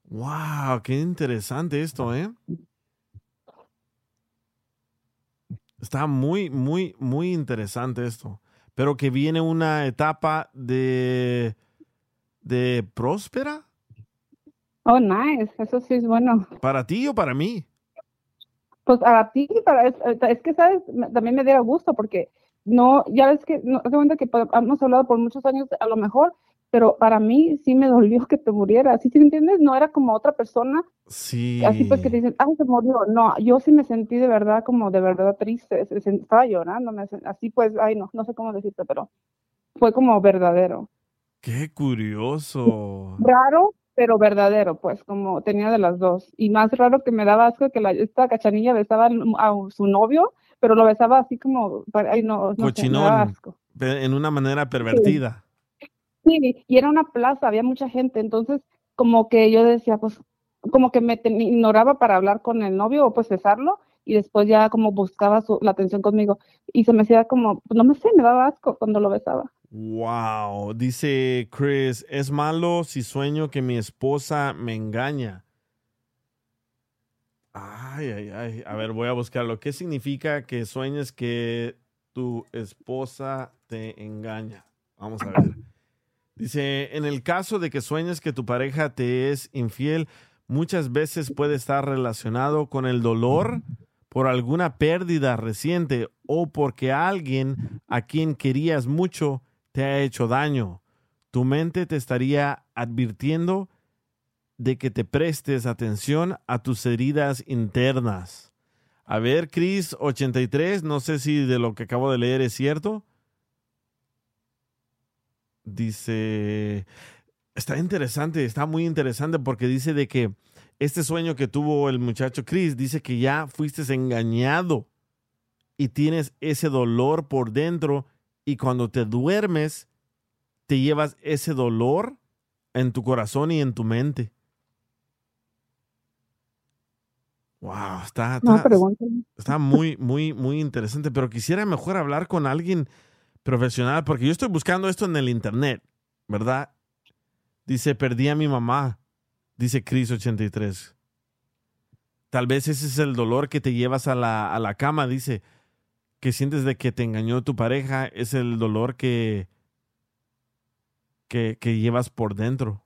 Wow, qué interesante esto, ¿eh? Está muy, muy, muy interesante esto. Pero que viene una etapa de, de próspera. Oh, nice. Eso sí es bueno. ¿Para ti o para mí? Pues a ti, para, es, es que, ¿sabes? Me- También me diera gusto porque no, ya ves que, no, haz de cuenta que pues, hemos hablado por muchos años a lo mejor, pero para mí sí me dolió que te muriera. ¿Sí, sí me entiendes? No era como otra persona, Sí. así pues que te dicen, ay, se murió. No, yo sí me sentí de verdad como de verdad triste. se- se- Estaba llorando, me sen- así pues, ay, no, no sé cómo decirte, pero fue como verdadero. Qué curioso. Raro, pero verdadero, pues, como tenía de las dos. Y más raro que me daba asco que la, esta cachanilla besaba al- a su novio, pero lo besaba así como, para- ay, no, no sé, me daba Cochinón. asco. pe- En una manera Sí, pervertida. sí, y era una plaza, había mucha gente, entonces como que yo decía, pues, como que me ten- ignoraba para hablar con el novio o pues besarlo, y después ya como buscaba su, la atención conmigo, y se me hacía como, pues, no me sé, me daba asco cuando lo besaba. Wow. Dice Chris, es malo si sueño que mi esposa me engaña. Ay, ay, ay. A ver, voy a buscarlo. ¿Qué significa que sueñes que tu esposa te engaña? Vamos a ver. Dice, en el caso de que sueñes que tu pareja te es infiel, muchas veces puede estar relacionado con el dolor por alguna pérdida reciente o porque alguien a quien querías mucho te ha hecho daño. Tu mente te estaría advirtiendo de que te prestes atención a tus heridas internas. A ver, Chris ochenta y tres, no sé si de lo que acabo de leer es cierto. Dice, está interesante, está muy interesante porque dice de que este sueño que tuvo el muchacho Chris, dice que ya fuiste engañado y tienes ese dolor por dentro y cuando te duermes te llevas ese dolor en tu corazón y en tu mente. Wow, está, No, está, pregúntale. está muy, muy, muy interesante, pero quisiera mejor hablar con alguien profesional porque yo estoy buscando esto en el internet, ¿verdad? Dice, perdí a mi mamá, dice Chris ochenta y tres. Tal vez ese es el dolor que te llevas a la, a la cama, dice, que sientes de que te engañó tu pareja, es el dolor que, que, que llevas por dentro.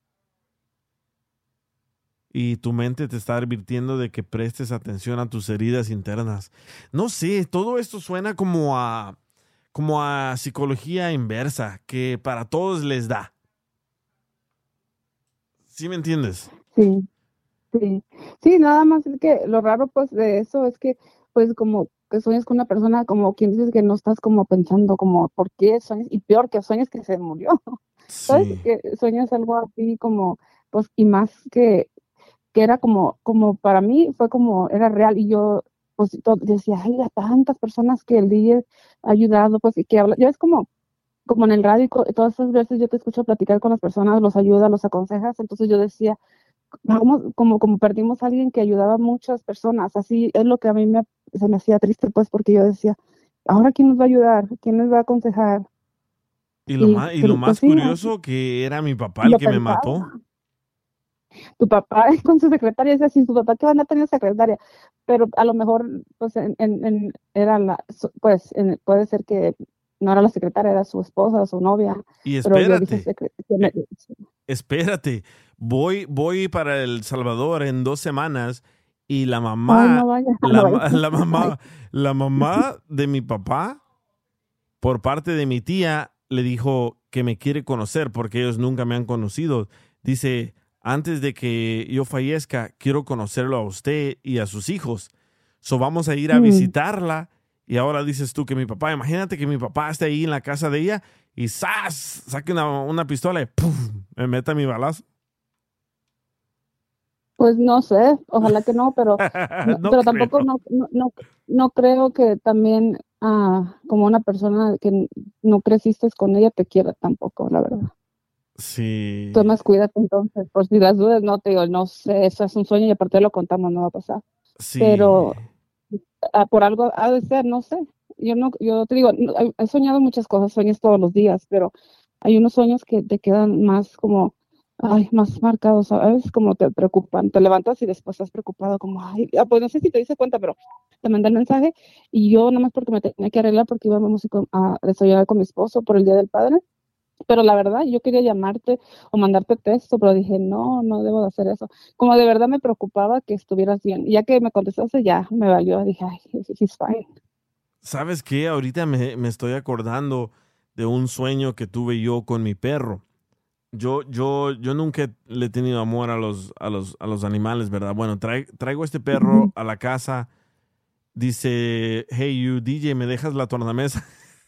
Y tu mente te está advirtiendo de que prestes atención a tus heridas internas. No sé, todo esto suena como a, como a psicología inversa, que para todos les da. ¿Sí me entiendes? Sí, sí, sí, nada más es que lo raro pues de eso es que pues como que sueñas con una persona como quien dices que no estás como pensando como por qué sueñas y peor que sueñas que se murió, ¿sabes? Sí. Que sueñas algo así como pues y más que que era como como para mí fue como era real y yo pues to- decía, ay, a tantas personas que el D J ha ayudado pues y que habla, ya es como como en el radio y co- todas esas veces yo te escucho platicar con las personas, los ayudas, los aconsejas, entonces yo decía vamos, como, como perdimos a alguien que ayudaba a muchas personas, así es lo que a mí me, se me hacía triste, pues, porque yo decía, ahora quién nos va a ayudar, quién nos va a aconsejar, Y lo y más, y lo pues más sí, curioso que era mi papá el lo que me pensaba. mató. Tu papá con su secretaria, decía, sin tu papá que van a tener secretaria, pero a lo mejor, pues, en, en, en- era la, su- pues, en- puede ser que no era la secretaria, era su esposa, su novia, Y pero yo dije, espérate, secretaria. eh, espérate, voy, voy para El Salvador en dos semanas y la Ay, mamá, no vaya, no la, vaya. ma- la Ay, mamá, la mamá de mi papá, por parte de mi tía, le dijo que me quiere conocer porque ellos nunca me han conocido. Dice, antes de que yo fallezca, quiero conocerlo a usted y a sus hijos. So vamos a ir a mm. visitarla. Y ahora dices tú que mi papá, imagínate que mi papá esté ahí en la casa de ella y ¡zas! Saque una, una pistola y ¡puf! Me meta mi balazo. Pues no sé, ojalá que no, pero no- No pero creo. tampoco no, no, no, no creo que también ah, como una persona que n- no creciste con ella te quiera tampoco, la verdad. Sí, Tú más cuídate entonces, por si las dudas, no te digo, no sé, eso es un sueño y aparte lo contamos, no va a pasar. sí. Pero ah, por algo ha de ser, no sé. Yo no, yo te digo, no, he he soñado muchas cosas, sueños todos los días, pero hay unos sueños que te quedan más como, ay, más marcados, ¿sabes? Como te preocupan, te levantas y después estás preocupado, como, ay, ah, pues no sé si te diste cuenta, pero te mandé el mensaje y yo nada más porque me tenía que arreglar porque íbamos a desayunar con mi esposo por el Día del Padre. Pero la verdad, yo quería llamarte o mandarte texto, pero dije, no, no debo de hacer eso. Como de verdad me preocupaba que estuvieras bien. Y ya que me contestaste, ya me valió. Dije, ay, he's fine. ¿Sabes qué? Ahorita me, me estoy acordando de un sueño que tuve yo con mi perro. Yo, yo, yo nunca le he tenido amor a los, a los, a los animales, ¿verdad? Bueno, trae, traigo este perro a la casa. Dice, hey, you, D J, ¿me dejas la tornamesa?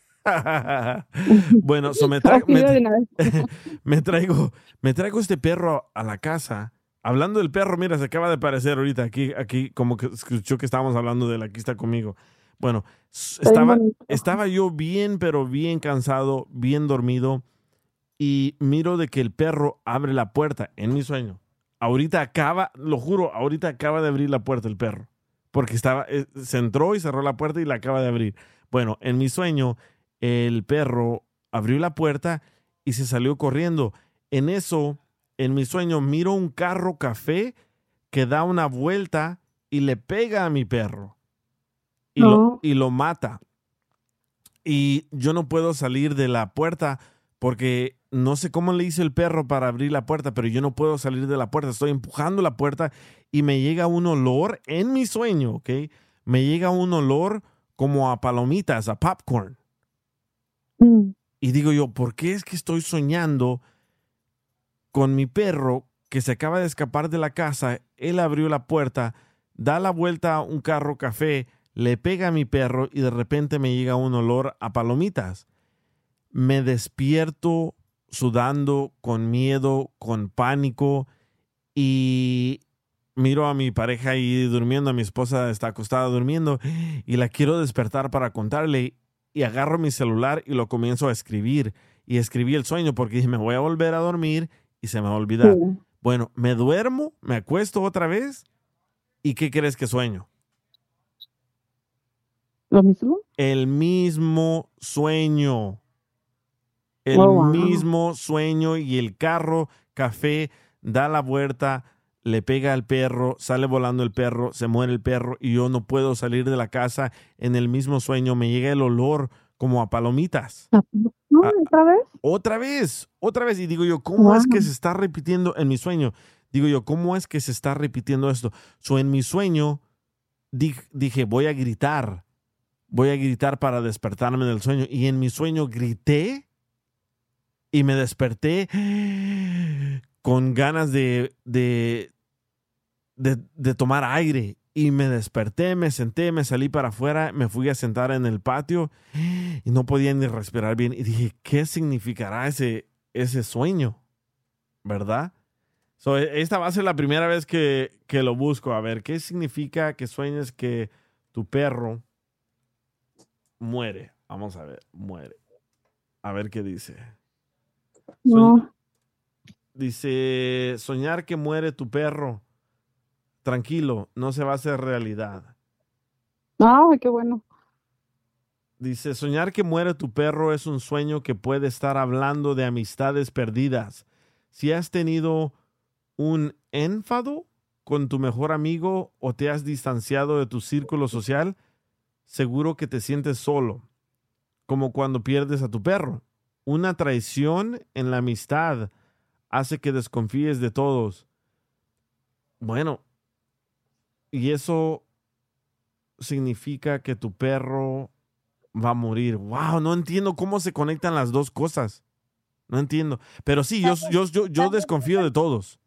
Bueno, so me, tra me, me, traigo, me traigo este perro a la casa. Hablando del perro, mira, se acaba de aparecer ahorita aquí, aquí como que escuchó que estábamos hablando de él, aquí está conmigo. Bueno, estaba, estaba yo bien, pero bien cansado, bien dormido, y miro de que el perro abre la puerta en mi sueño. Ahorita acaba, lo juro, ahorita acaba de abrir la puerta el perro, porque estaba, eh, se entró y cerró la puerta y la acaba de abrir. Bueno, en mi sueño, el perro abrió la puerta y se salió corriendo. En eso, en mi sueño, miro un carro café que da una vuelta y le pega a mi perro y, no. lo, y lo mata. Y yo no puedo salir de la puerta porque no sé cómo le hizo el perro para abrir la puerta, pero yo no puedo salir de la puerta. Estoy empujando la puerta y me llega un olor en mi sueño, ¿ok? Me llega un olor como a palomitas, a popcorn. Mm. Y digo yo, ¿por qué es que estoy soñando con mi perro que se acaba de escapar de la casa? Él abrió la puerta, da la vuelta a un carro café, le pega a mi perro y de repente me llega un olor a palomitas. Me despierto sudando, con miedo, con pánico y miro a mi pareja ahí durmiendo, a mi esposa está acostada durmiendo y la quiero despertar para contarle y agarro mi celular y lo comienzo a escribir y escribí el sueño porque dije me voy a volver a dormir y se me va a olvidar. Sí. Bueno, me duermo, me acuesto otra vez y ¿qué crees que sueño? ¿Lo mismo? El mismo sueño. El oh, wow. mismo sueño y el carro café da la vuelta, le pega al perro, sale volando el perro, se muere el perro y yo no puedo salir de la casa. En el mismo sueño me llega el olor como a palomitas. ¿No? ¿Otra vez? Otra vez, otra vez. Y digo yo, ¿cómo wow. es que se está repitiendo en mi sueño? Digo yo, ¿cómo es que se está repitiendo esto? So, en mi sueño dije, dije, voy a gritar. Voy a gritar para despertarme del sueño. Y en mi sueño grité y me desperté con ganas de, de, de, de tomar aire. Y me desperté, me senté, me salí para afuera, me fui a sentar en el patio y no podía ni respirar bien. Y dije, ¿qué significará ese, ese sueño? ¿Verdad? So, esta va a ser la primera vez que, que lo busco. A ver, ¿qué significa que sueñes que tu perro muere? Vamos a ver, muere. A ver qué dice. No. Soñ- dice, soñar que muere tu perro. Tranquilo, no se va a hacer realidad. Ay, qué bueno. Dice, soñar que muere tu perro es un sueño que puede estar hablando de amistades perdidas. Si has tenido un enfado con tu mejor amigo o te has distanciado de tu círculo social, seguro que te sientes solo, como cuando pierdes a tu perro. Una traición en la amistad hace que desconfíes de todos. Bueno, y eso significa que tu perro va a morir. Wow, no entiendo cómo se conectan las dos cosas. No entiendo. Pero sí, yo, yo, yo, yo desconfío de todos.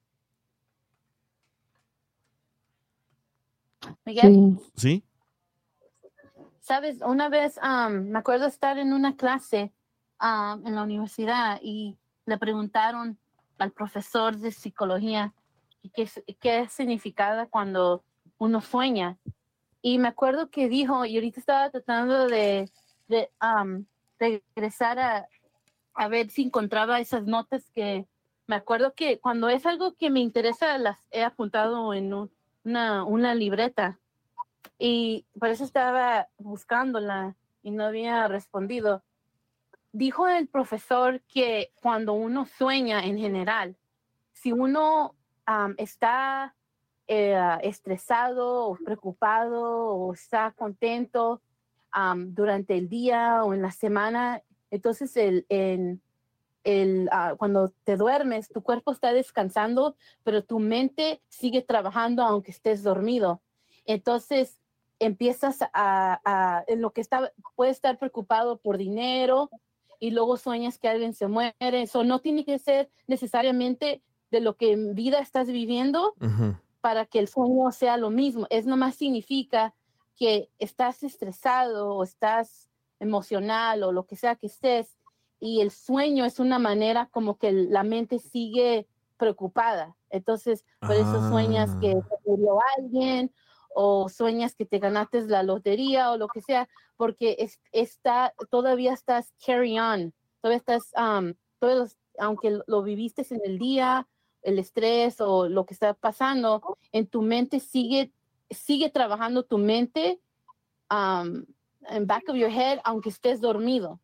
Miguel. ¿Sí? Sabes, una vez um, me acuerdo estar en una clase um, en la universidad y le preguntaron al profesor de psicología qué, qué significaba cuando uno sueña. Y me acuerdo que dijo, y ahorita estaba tratando de, de um, regresar a, a ver si encontraba esas notas que me acuerdo que cuando es algo que me interesa las he apuntado en un, una, una libreta. Y por eso estaba buscándola y no había respondido. Dijo el profesor que cuando uno sueña en general, si uno um, está eh, estresado o preocupado o está contento um, durante el día o en la semana. Entonces, el, el, el, uh, cuando te duermes, tu cuerpo está descansando, pero tu mente sigue trabajando aunque estés dormido. Entonces, empiezas a, a en lo que está, puedes estar preocupado por dinero y luego sueñas que alguien se muere. Eso no tiene que ser necesariamente de lo que en vida estás viviendo uh-huh. para que el sueño sea lo mismo. Es nomás significa que estás estresado o estás emocional o lo que sea que estés, y el sueño es una manera como que la mente sigue preocupada. Entonces, por ah. eso sueñas que te murió alguien, o sueñas que te ganaste la lotería o lo que sea, porque es, está, todavía estás carry on, todavía estás, um, todos, aunque lo viviste en el día, el estrés o lo que está pasando, en tu mente sigue, sigue trabajando tu mente um, en back of your head, aunque estés dormido.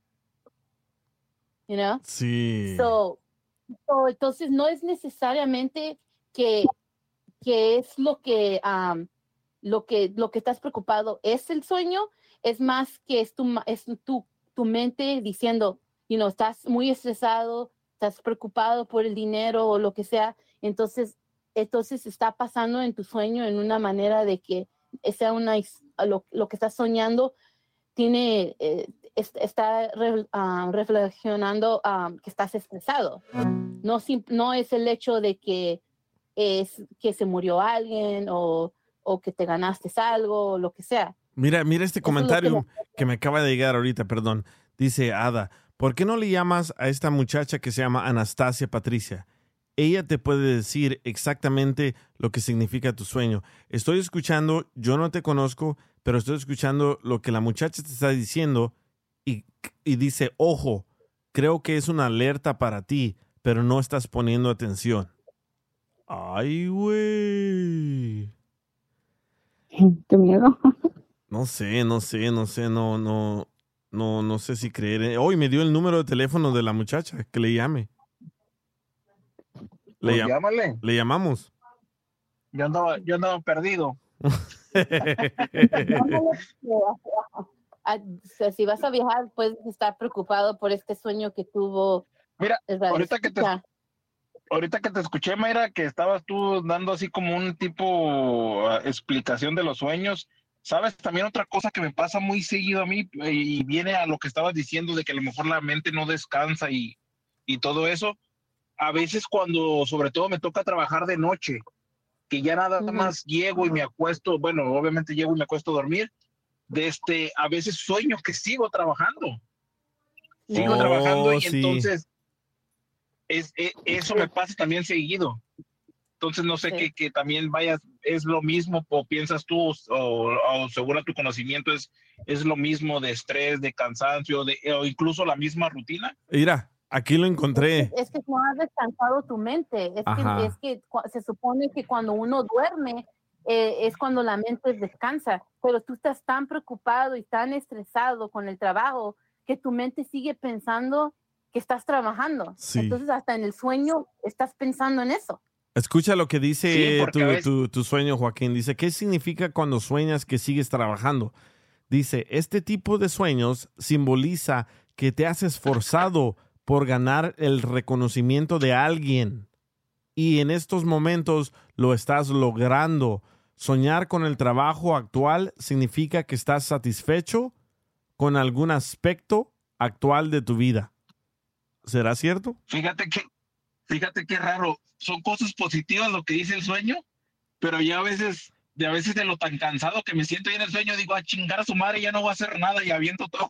You know? Sí. So, so, entonces no es necesariamente que, que es lo que, um, lo que lo que estás preocupado es el sueño, es más que es tu, es tu, tu mente diciendo, you know, estás muy estresado, estás preocupado por el dinero o lo que sea, entonces, entonces está pasando en tu sueño en una manera de que sea una, lo, lo que estás soñando tiene, eh, está re, uh, reflexionando um, que estás estresado. No, no es el hecho de que es que se murió alguien o, o que te ganaste algo o lo que sea. Mira, mira este comentario que, que me acaba de llegar ahorita, perdón. Dice Ada, ¿por qué no le llamas a esta muchacha que se llama Anastasia Patricia? Ella te puede decir exactamente lo que significa tu sueño. Estoy escuchando, yo no te conozco, pero estoy escuchando lo que la muchacha te está diciendo y, y dice, ojo, creo que es una alerta para ti, pero no estás poniendo atención. Ay, güey. Qué miedo. No sé, no sé, no sé, no, no, no, no sé si creer. Hoy me dio el número de teléfono de la muchacha, que le llame. Le, Pues llam- llámale. le llamamos. Yo andaba, yo andaba perdido. Si vas a viajar, puedes estar preocupado por este sueño que tuvo. Mira, ahorita que te ahorita que te escuché, Mayra, que estabas tú dando así como un tipo uh, explicación de los sueños. ¿Sabes? También otra cosa que me pasa muy seguido a mí, y viene a lo que estabas diciendo de que a lo mejor la mente no descansa y, y todo eso. A veces cuando, sobre todo, me toca trabajar de noche, que ya nada uh-huh. más llego y me acuesto, bueno, obviamente llego y me acuesto a dormir, de este, a veces sueño que sigo trabajando. Sigo oh, trabajando y sí. entonces es, es, eso me pasa también seguido. Entonces no sé sí. que, que también vayas, es lo mismo, o piensas tú, o, o según tu conocimiento, es, es lo mismo de estrés, de cansancio, de, o incluso la misma rutina. Mira, aquí lo encontré. Es que, es que no has descansado tu mente. Es que, es que se supone que cuando uno duerme eh, es cuando la mente descansa, pero tú estás tan preocupado y tan estresado con el trabajo que tu mente sigue pensando que estás trabajando. Sí. Entonces hasta en el sueño estás pensando en eso. Escucha lo que dice sí, tu, veces... tu, tu sueño, Joaquín. Dice, ¿qué significa cuando sueñas que sigues trabajando? Dice, este tipo de sueños simboliza que te has esforzado por ganar el reconocimiento de alguien. Y en estos momentos lo estás logrando. Soñar con el trabajo actual significa que estás satisfecho con algún aspecto actual de tu vida. ¿Será cierto? Fíjate que, fíjate qué raro. Son cosas positivas lo que dice el sueño, pero ya a veces, de a veces de lo tan cansado que me siento ahí en el sueño, digo, a chingar a su madre, ya no voy a hacer nada y aviento todo.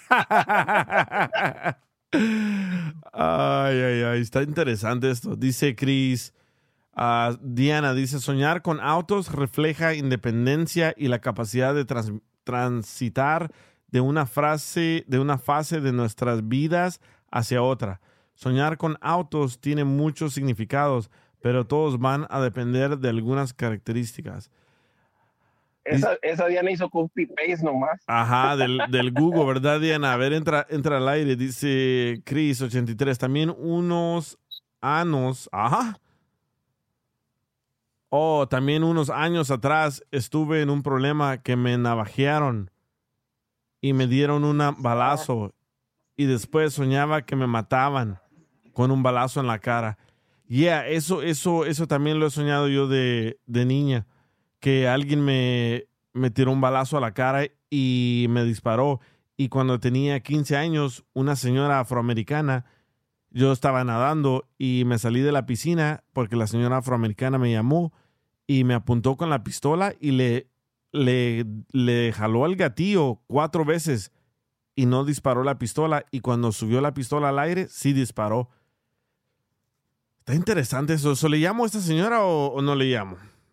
Ay, ay, ay, está interesante esto. Dice Cris, uh, Diana dice, soñar con autos refleja independencia y la capacidad de trans transitar de una frase, de una fase de nuestras vidas hacia otra. Soñar con autos tiene muchos significados, pero todos van a depender de algunas características. Esa, esa Diana hizo copy-paste nomás. Ajá, del, del Google, ¿verdad, Diana? A ver, entra, entra al aire, dice Chris ochenta y tres. También unos anos, ajá. Oh, también unos años atrás estuve en un problema que me navajearon y me dieron un balazo y después soñaba que me mataban con un balazo en la cara. Yeah, eso, eso, eso también lo he soñado yo de, de niña, que alguien me, me tiró un balazo a la cara y me disparó. Y cuando tenía quince años, una señora afroamericana, yo estaba nadando y me salí de la piscina porque la señora afroamericana me llamó y me apuntó con la pistola y le, le, le jaló el gatillo cuatro veces y no disparó la pistola. Y cuando subió la pistola al aire, sí disparó. Está interesante eso. ¿So le llamo a esta señora o, o no le llamo?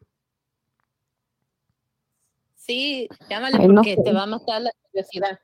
Sí, llámale Ay, no porque sé. te va a matar la curiosidad.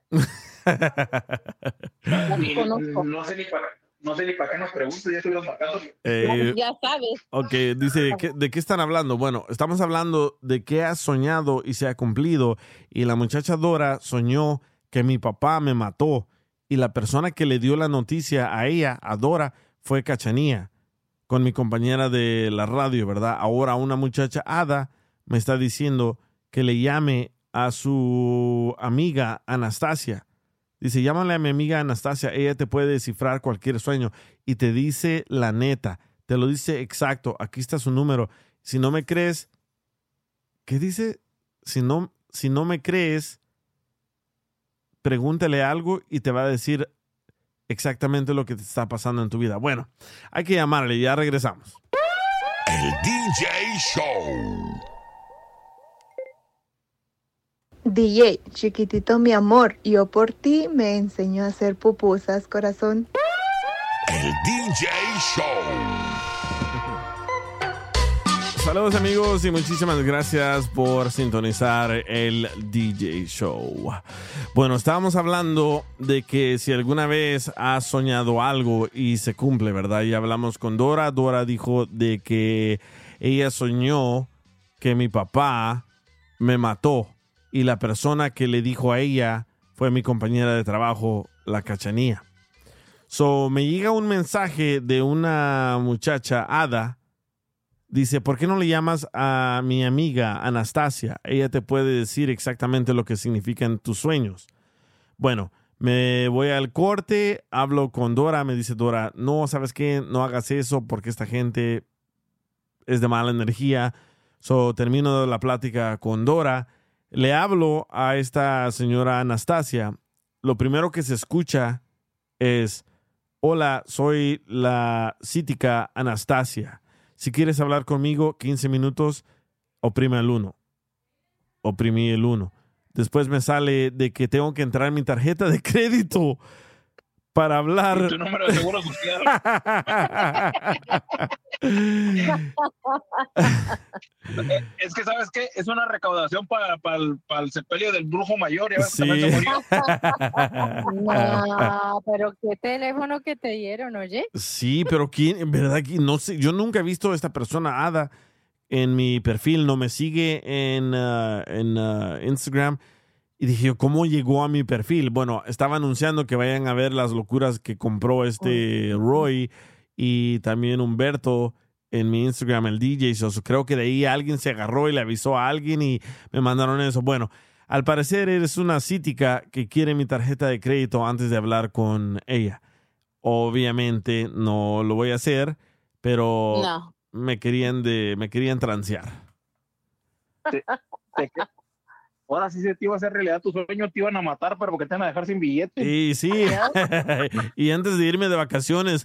Y no sé ni para, no sé ni para qué nos preguntas, ya estuvimos marcando. Eh, Ya sabes. Ok, dice, ¿qué- ¿de qué están hablando? Bueno, estamos hablando de qué has soñado y se ha cumplido. Y la muchacha Dora soñó que mi papá me mató. Y la persona que le dio la noticia a ella, a Dora, fue Cachanía, con mi compañera de la radio, ¿verdad? Ahora una muchacha Ada me está diciendo que le llame a su amiga Anastasia. Dice, llámale a mi amiga Anastasia, ella te puede descifrar cualquier sueño y te dice la neta, te lo dice exacto, aquí está su número. Si no me crees, ¿qué dice? Si no, si no me crees, pregúntale algo y te va a decir exactamente lo que te está pasando en tu vida. Bueno, hay que llamarle, ya regresamos. El D J Show. D J, chiquitito mi amor, yo por ti me enseñó a hacer pupusas, corazón. El D J Show. Saludos amigos y muchísimas gracias por sintonizar el D J Show. Bueno, estábamos hablando de que si alguna vez has soñado algo y se cumple, ¿verdad? Y hablamos con Dora. Dora dijo de que ella soñó que mi papá me mató y la persona que le dijo a ella fue mi compañera de trabajo, la Cachanía. So, me llega un mensaje de una muchacha, Ada. Dice, ¿por qué no le llamas a mi amiga Anastasia? Ella te puede decir exactamente lo que significan tus sueños. Bueno, me voy al corte, hablo con Dora, me dice Dora, no, ¿sabes qué? No hagas eso porque esta gente es de mala energía. So, termino la plática con Dora. Le hablo a esta señora Anastasia. Lo primero que se escucha es, hola, soy la cítica Anastasia. Si quieres hablar conmigo quince minutos, oprime el uno. Oprimí el uno. Después me sale de que tengo que entrar mi tarjeta de crédito para hablar. Y tu número de seguro social. Es que, ¿sabes qué? Es una recaudación para, para, el, para el sepelio del brujo mayor. Ya ves que también se murió. No, pero qué teléfono que te dieron, oye. Sí, pero quién, en verdad, que no sé. Yo nunca he visto a esta persona, Ada, en mi perfil. No me sigue en, uh, en uh, Instagram. Y dije, ¿cómo llegó a mi perfil? Bueno, estaba anunciando que vayan a ver las locuras que compró este Roy y también Humberto en mi Instagram, el D J. So, creo que de ahí alguien se agarró y le avisó a alguien y me mandaron eso. Bueno, al parecer eres una cítica que quiere mi tarjeta de crédito antes de hablar con ella. Obviamente no lo voy a hacer, pero No. me querían de, me querían transear. Te- te- Ahora sí se te iba a hacer realidad tu sueño, te iban a matar, pero porque te van a dejar sin billete. Y sí, y antes de irme de vacaciones.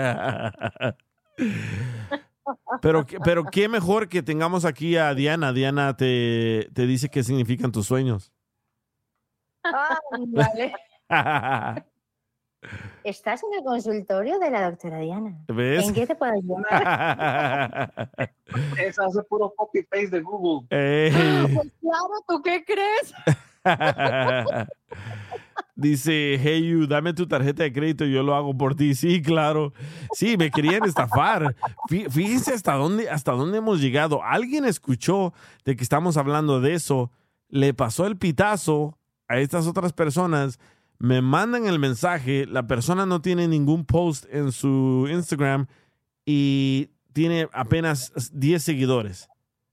Pero, pero qué mejor que tengamos aquí a Diana. Diana te, te dice qué significan tus sueños. Ah, vale. Estás en el consultorio de la doctora Diana. ¿Ves? ¿En qué te puedo ayudar? Esa hace puro copy-paste de Google. Ey. Pues claro, ¿tú qué crees? Dice, hey you, dame tu tarjeta de crédito y yo lo hago por ti. Sí, claro. Sí, me querían estafar. Fí- Fíjense hasta dónde, hasta dónde hemos llegado. Alguien escuchó de que estamos hablando de eso, le pasó el pitazo a estas otras personas, me mandan el mensaje, la persona no tiene ningún post en su Instagram y tiene apenas diez seguidores.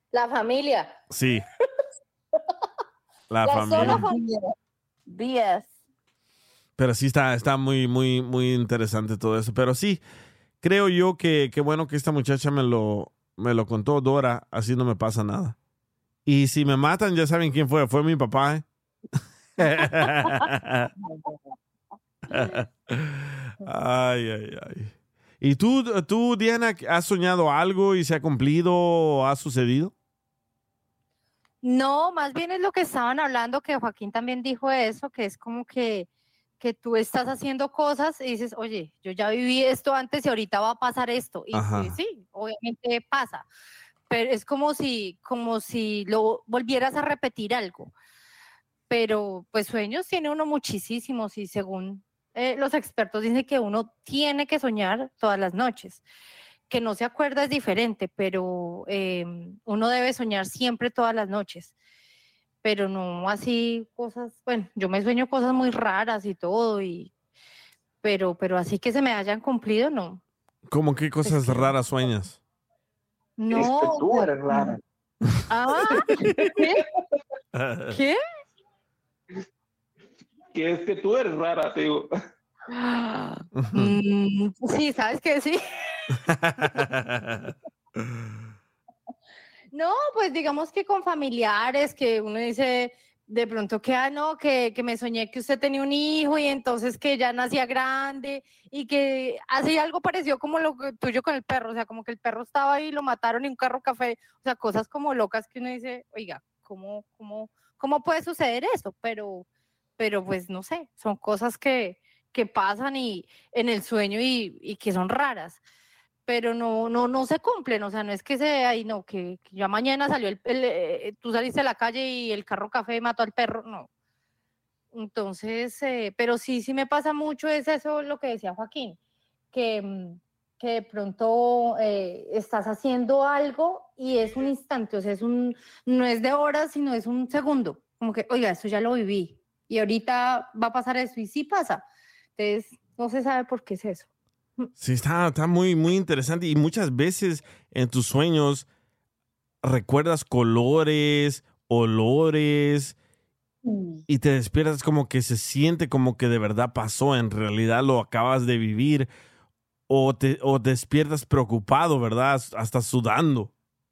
La familia. Sí. La, La familia. sola familia. B S. Pero sí está, está muy, muy, muy interesante todo eso. Pero sí, creo yo que, que bueno que esta muchacha me lo, me lo contó, Dora, así no me pasa nada. Y si me matan, ya saben quién fue. Fue mi papá, ¿eh? Ay, ay, ay. ¿Y tú, tú, Diana, has soñado algo y se ha cumplido o ha sucedido? No, más bien es lo que estaban hablando, que Joaquín también dijo eso, que es como que, que tú estás haciendo cosas y dices, oye, yo ya viví esto antes y ahorita va a pasar esto. Y Ajá. pues, sí, obviamente pasa, pero es como si, como si lo volvieras a repetir algo. Pero pues sueños tiene uno muchísimos y según eh, los expertos dicen que uno tiene que soñar todas las noches. Que no se acuerda es diferente, pero eh, uno debe soñar siempre todas las noches. Pero no así cosas, bueno, yo me sueño cosas muy raras y todo, y, pero, pero así que se me hayan cumplido, no. ¿Cómo qué cosas raras sueñas? No. Es que tú eres rara. Ah, ¿qué? ¿Qué? Que es que tú eres rara, te digo. Mm, sí, ¿sabes qué? Sí. No, pues digamos que con familiares, que uno dice de pronto que, ah, no, que, que me soñé que usted tenía un hijo y entonces que ya nacía grande y que hacía algo parecido como lo que- tuyo con el perro, o sea, como que el perro estaba ahí y lo mataron y un carro café, o sea, cosas como locas que uno dice, oiga, ¿cómo, cómo, cómo puede suceder eso? Pero, pero pues no sé, son cosas que, que pasan y en el sueño y, y que son raras. Pero no, no, no se cumplen, o sea, no es que se, ay, no, que, que ya mañana salió el, el, eh, tú saliste a la calle y el carro café mató al perro, no. Entonces, eh, pero sí, sí me pasa mucho, es eso lo que decía Joaquín, que, mm, que de pronto eh, estás haciendo algo y es un instante, o sea, es un, no es de horas, sino es un segundo, como que, oiga, esto ya lo viví y ahorita va a pasar eso y sí pasa. Entonces, no se sabe por qué es eso. Sí, está, está muy, muy interesante. Y muchas veces en tus sueños recuerdas colores, olores, y te despiertas como que se siente como que de verdad pasó, en realidad lo acabas de vivir, o te o despiertas preocupado, ¿verdad? Hasta sudando.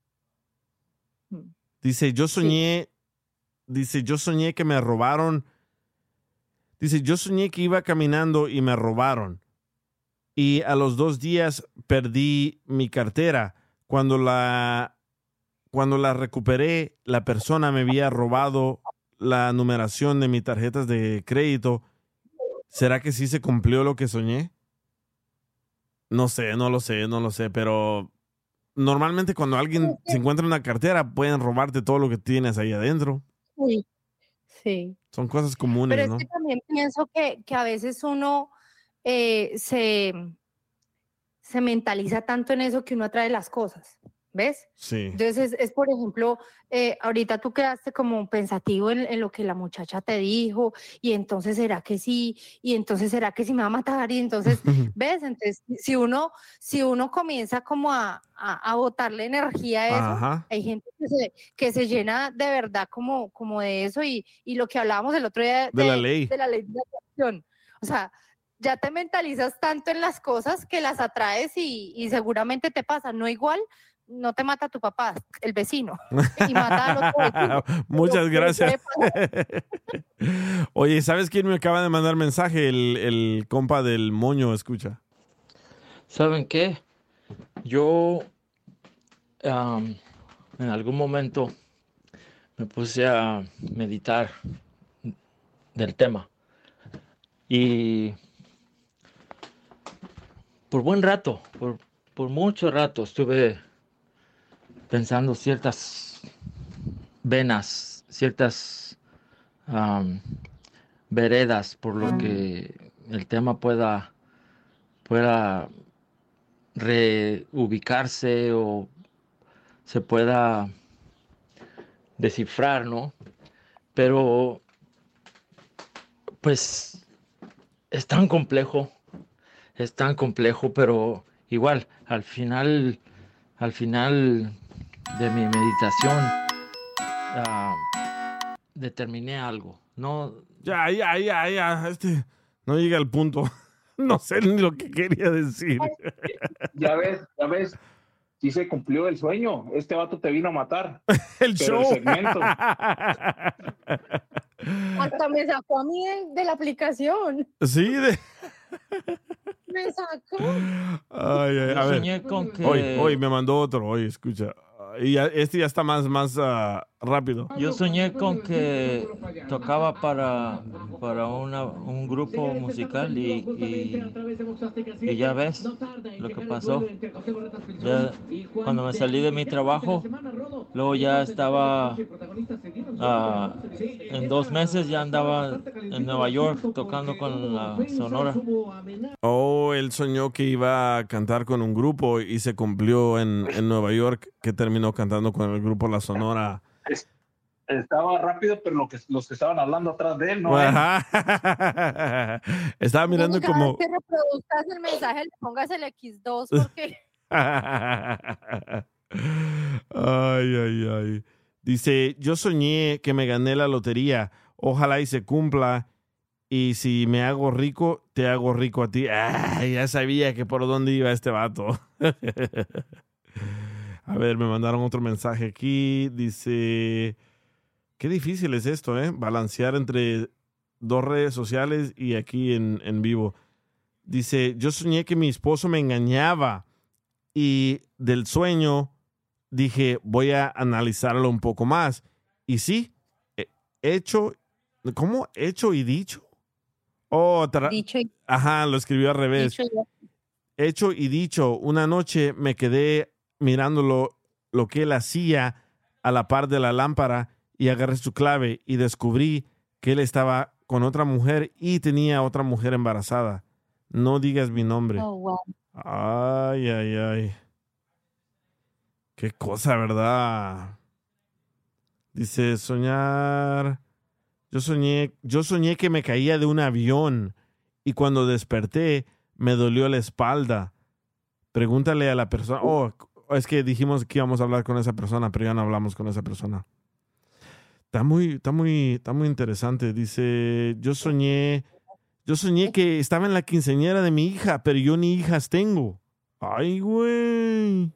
Dice, yo soñé, dice, yo soñé que me robaron, dice, yo soñé que iba caminando y me robaron. Y a los dos días perdí mi cartera. Cuando la, cuando la recuperé, la persona me había robado la numeración de mis tarjetas de crédito. ¿Será que sí se cumplió lo que soñé? No sé, no lo sé, no lo sé, pero normalmente cuando alguien se encuentra una cartera pueden robarte todo lo que tienes ahí adentro. Sí, sí. Son cosas comunes, Pero es ¿no? que también pienso que, que a veces uno eh, se, se mentaliza tanto en eso que uno atrae las cosas, ¿ves? Sí. Entonces es, es, por ejemplo, eh, ahorita tú quedaste como pensativo en, en lo que la muchacha te dijo, y entonces será que sí, y entonces será que sí me va a matar, y entonces, ¿ves? Entonces, si uno, si uno comienza como a, a, a botarle energía a eso, Ajá. hay gente que se, que se llena de verdad como, como de eso, y, y lo que hablábamos el otro día de, De la ley. de la ley de atracción. O sea, ya te mentalizas tanto en las cosas que las atraes y, y seguramente te pasa, no igual. No te mata tu papá, el vecino. Y mata al otro vecino. Muchas Pero, gracias. ¿qué Oye, ¿sabes quién me acaba de mandar mensaje? El, el compa del moño, escucha. ¿Saben qué? Yo um, en algún momento me puse a meditar del tema. Y por buen rato, por, por mucho rato estuve pensando ciertas venas, ciertas um, veredas por lo que el tema pueda, pueda reubicarse o se pueda descifrar, ¿no? Pero pues es tan complejo, es tan complejo, pero igual, al final, al final de mi meditación, ah, determiné algo. No, Ya, ya, ya, ya. Este no llega al punto. No sé ni lo que quería decir. Ya ves, ya ves. Sí se cumplió el sueño. Este vato te vino a matar. El Pero show. el segmento. Hasta me sacó a mí de, de la aplicación. Sí, de... Me sacó. Ay, ay, Yo a ver. soñé con que- Hoy, hoy me mandó otro. Hoy, escucha. Y ya- este ya está más, más ah, rápido. Yo soñé con que tocaba para, para una, un grupo musical y, y, y ya ves lo que pasó. Ya, cuando me salí de mi trabajo, luego ya estaba, ah, en dos meses ya andaba en Nueva York tocando con la Sonora. Oh, él soñó que iba a cantar con un grupo y se cumplió en, en Nueva York, que terminó cantando con el grupo La Sonora. Es- Estaba rápido, pero lo que, los que estaban hablando atrás de él, ¿no? él. Ajá. Estaba mirando Cada como... vez que reproduzcas el mensaje, le pongas el equis dos porque Ay, ay, ay. Dice, yo soñé que me gané la lotería. Ojalá y se cumpla. Y si me hago rico, te hago rico a ti. Ay, ya sabía que por dónde iba este vato. A ver, me mandaron otro mensaje aquí. Dice, qué difícil es esto, ¿eh? Balancear entre dos redes sociales y aquí en, en vivo. Dice, yo soñé que mi esposo me engañaba y del sueño dije, voy a analizarlo un poco más. Y sí, he- hecho, ¿cómo? Hecho y dicho. Oh, tra- dicho y, Ajá, lo escribió al revés. dicho y Hecho y dicho, una noche me quedé mirándolo lo que él hacía a la par de la lámpara y agarré su clave y descubrí que él estaba con otra mujer y tenía otra mujer embarazada. No digas mi nombre. oh, wow. Ay, ay, ay. Qué cosa, ¿verdad? Dice, soñar. Yo soñé, yo soñé que me caía de un avión y cuando desperté me dolió la espalda. Pregúntale a la persona. Oh, es que dijimos que íbamos a hablar con esa persona, pero ya no hablamos con esa persona. Está muy, está muy, está muy interesante. Dice, yo soñé, yo soñé que estaba en la quinceañera de mi hija, pero yo ni hijas tengo. Ay, güey.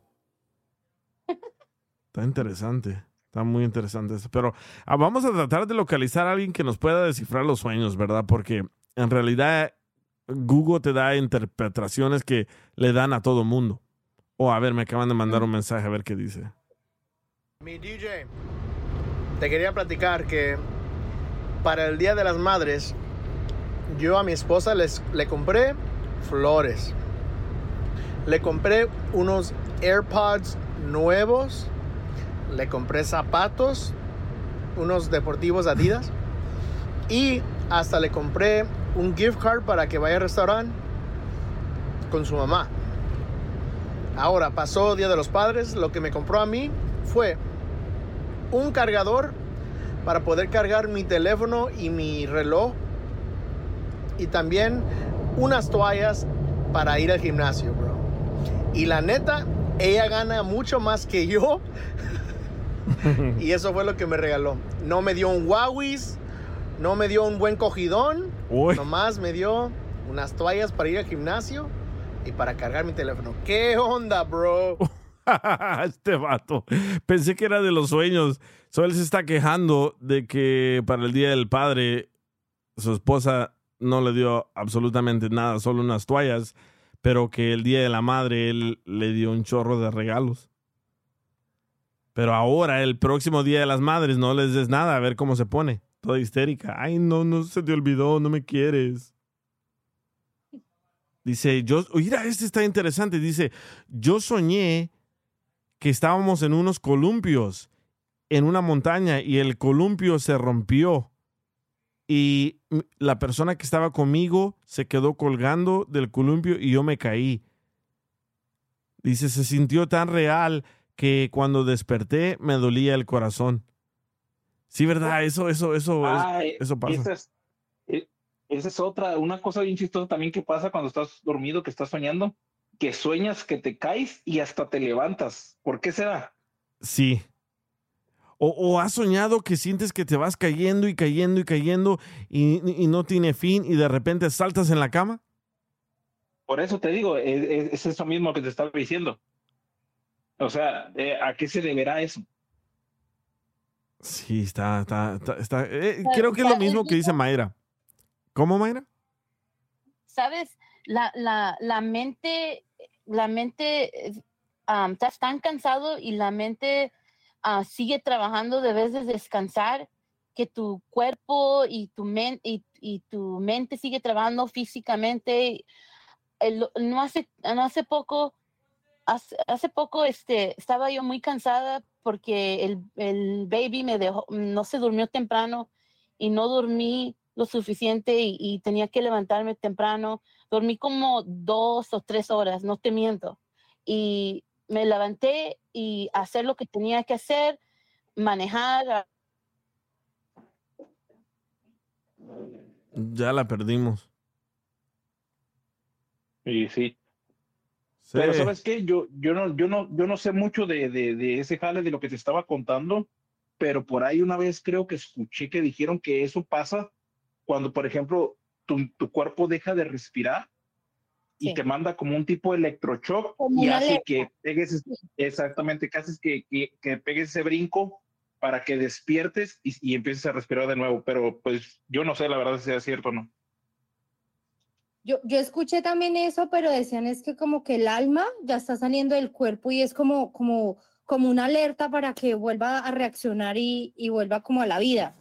Está interesante. Está muy interesante eso. Pero ah, vamos a tratar de localizar a alguien que nos pueda descifrar los sueños, ¿verdad? Porque en realidad Google te da interpretaciones que le dan a todo mundo. Oh, a ver, me acaban de mandar un mensaje a ver qué dice. Mi D J, te quería platicar que para el Día de las Madres, yo a mi esposa les, le compré flores. Le compré unos AirPods nuevos. Le compré zapatos, unos deportivos Adidas. Y hasta le compré un gift card para que vaya al restaurante con su mamá. Ahora, pasó Día de los Padres. Lo que me compró a mí fue un cargador para poder cargar mi teléfono y mi reloj. Y también unas toallas para ir al gimnasio, bro. Y la neta, ella gana mucho más que yo. Y eso fue lo que me regaló. No me dio un Huawei, no me dio un buen cogidón. Uy. Nomás me dio unas toallas para ir al gimnasio y para cargar mi teléfono. ¿Qué onda, bro? Este vato. Pensé que era de los sueños. So, él se está quejando de que para el Día del Padre su esposa no le dio absolutamente nada, solo unas toallas, pero que el Día de la Madre él le dio un chorro de regalos. Pero ahora, el próximo Día de las Madres, no les des nada, a ver cómo se pone. Toda histérica. Ay, no, no se te olvidó, no me quieres. Dice, yo, mira, este está interesante. Dice, yo soñé que estábamos en unos columpios en una montaña y el columpio se rompió. Y la persona que estaba conmigo se quedó colgando del columpio y yo me caí. Dice, se sintió tan real que cuando desperté me dolía el corazón. Sí, ¿verdad? Eso, eso, eso, Ay, eso pasa. Esa es, eh, esa es otra, una cosa bien chistosa también que pasa cuando estás dormido, que estás soñando, que sueñas que te caes y hasta te levantas. ¿Por qué será? Sí. O, o has soñado que sientes que te vas cayendo y cayendo y cayendo y, y no tiene fin y de repente saltas en la cama. Por eso te digo, es, es eso mismo que te estaba diciendo. O sea, eh, ¿a qué se deberá eso? Sí, está, está, está, está eh, creo que es lo mismo que dice Mayra. ¿Cómo, Mayra? ¿Sabes? La, la, la mente, la mente, um, estás tan cansado y la mente uh, sigue trabajando, debes de descansar, que tu cuerpo y tu, men, y, y tu mente sigue trabajando físicamente. El, no, hace, no hace poco, hace, hace poco este, estaba yo muy cansada porque el, el baby me dejó, no se durmió temprano y no dormí lo suficiente y, y tenía que levantarme temprano. Dormí como dos o tres horas, no te miento. Y me levanté y hacer lo que tenía que hacer, manejar. Ya la perdimos. Sí, sí. Sí. Pero ¿sabes qué? Yo, yo, no, yo, no, yo no sé mucho de, de, de ese jale de lo que te estaba contando, pero por ahí una vez creo que escuché que dijeron que eso pasa cuando, por ejemplo, tu, tu cuerpo deja de respirar y Sí. te manda como un tipo de electroshock Como y una hace alerta. que pegues, exactamente, que haces que, que, que pegues ese brinco para que despiertes y, y empieces a respirar de nuevo. Pero pues yo no sé la verdad si sea cierto o no. Yo, yo escuché también eso, pero decían es que como que el alma ya está saliendo del cuerpo y es como, como, como una alerta para que vuelva a reaccionar y, y vuelva como a la vida.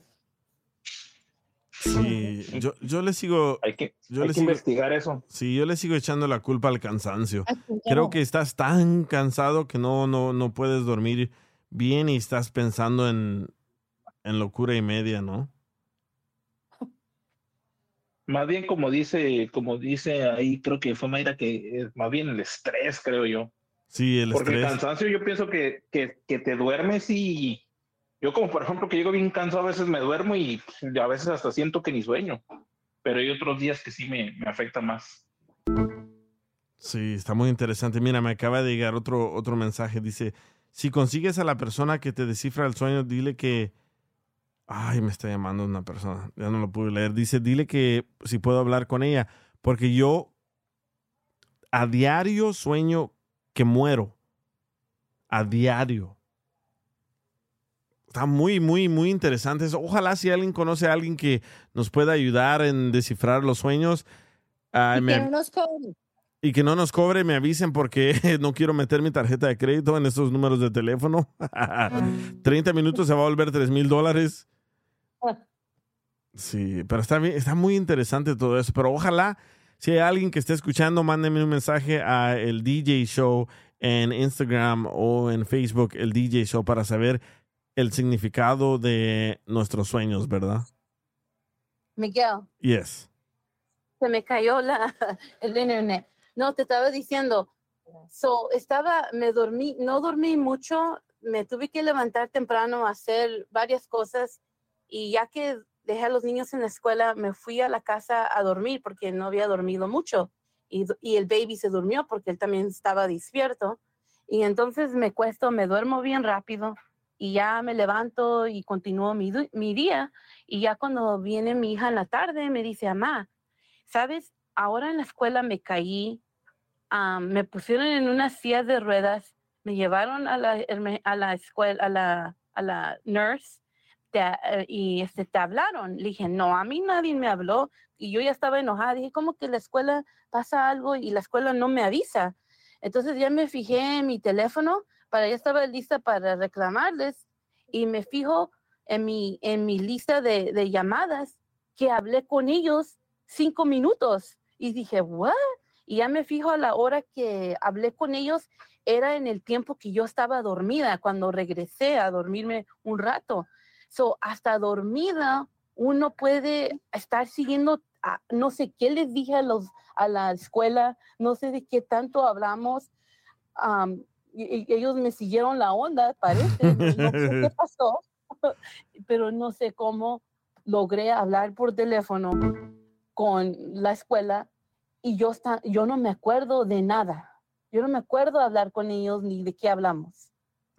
Sí, yo, yo le sigo... Hay que, yo hay le que sigo, investigar eso. Sí, yo le sigo echando la culpa al cansancio. Ay, claro. Creo que estás tan cansado que no, no, no puedes dormir bien y estás pensando en, en locura y media, ¿no? Más bien como dice, como dice ahí, creo que fue Mayra, que es más bien el estrés, creo yo. Sí, el Porque el estrés. cansancio yo pienso que, que, que te duermes y yo como por ejemplo que llego bien cansado, a veces me duermo y a veces hasta siento que ni sueño, pero hay otros días que sí me, me afecta más. Sí, está muy interesante. Mira, me acaba de llegar otro, otro mensaje. Dice, si consigues a la persona que te descifra el sueño, dile que... Ay, me está llamando una persona. Ya no lo pude leer. Dice, dile que si puedo hablar con ella. Porque yo a diario sueño que muero. A diario. Está muy, muy, muy interesante eso. Ojalá si alguien conoce a alguien que nos pueda ayudar en descifrar los sueños. Uh, Y me... que no nos cobren. Y que no nos cobre, me avisen porque no quiero meter mi tarjeta de crédito en estos números de teléfono. treinta minutos se va a volver tres mil dólares. Sí, pero está, bien, está muy interesante todo eso. Pero ojalá, si hay alguien que esté escuchando, mándenme un mensaje a el D J Show en Instagram o en Facebook, el D J Show, para saber el significado de nuestros sueños, ¿verdad? Miguel, Yes. se me cayó la, el internet. No, te estaba diciendo, so, estaba, me dormí, no dormí mucho, me tuve que levantar temprano a hacer varias cosas y ya que dejé a los niños en la escuela, me fui a la casa a dormir porque no había dormido mucho y, y el baby se durmió porque él también estaba despierto y entonces me cuesto, me duermo bien rápido y ya me levanto y continúo mi, mi día y ya cuando viene mi hija en la tarde me dice, mamá, ¿sabes? Ahora en la escuela me caí, um, me pusieron en una silla de ruedas, me llevaron a la, a la escuela, a la, a la nurse, te, uh, y este, te hablaron. Le dije, no, a mí nadie me habló, y yo ya estaba enojada. Dije, ¿cómo que la escuela pasa algo y la escuela no me avisa? Entonces ya me fijé en mi teléfono, para ya estaba lista para reclamarles, y me fijo en mi, en mi lista de, de llamadas, que hablé con ellos cinco minutos. Y dije, ¿what? Y ya me fijo a la hora que hablé con ellos, era en el tiempo que yo estaba dormida, cuando regresé a dormirme un rato. So, hasta dormida, uno puede estar siguiendo, a, no sé qué les dije a, los, a la escuela, no sé de qué tanto hablamos. Um, y, y ellos me siguieron la onda, parece, no sé qué pasó, pero no sé cómo logré hablar por teléfono con la escuela y yo, está, yo no me acuerdo de nada. Yo no me acuerdo de hablar con ellos ni de qué hablamos.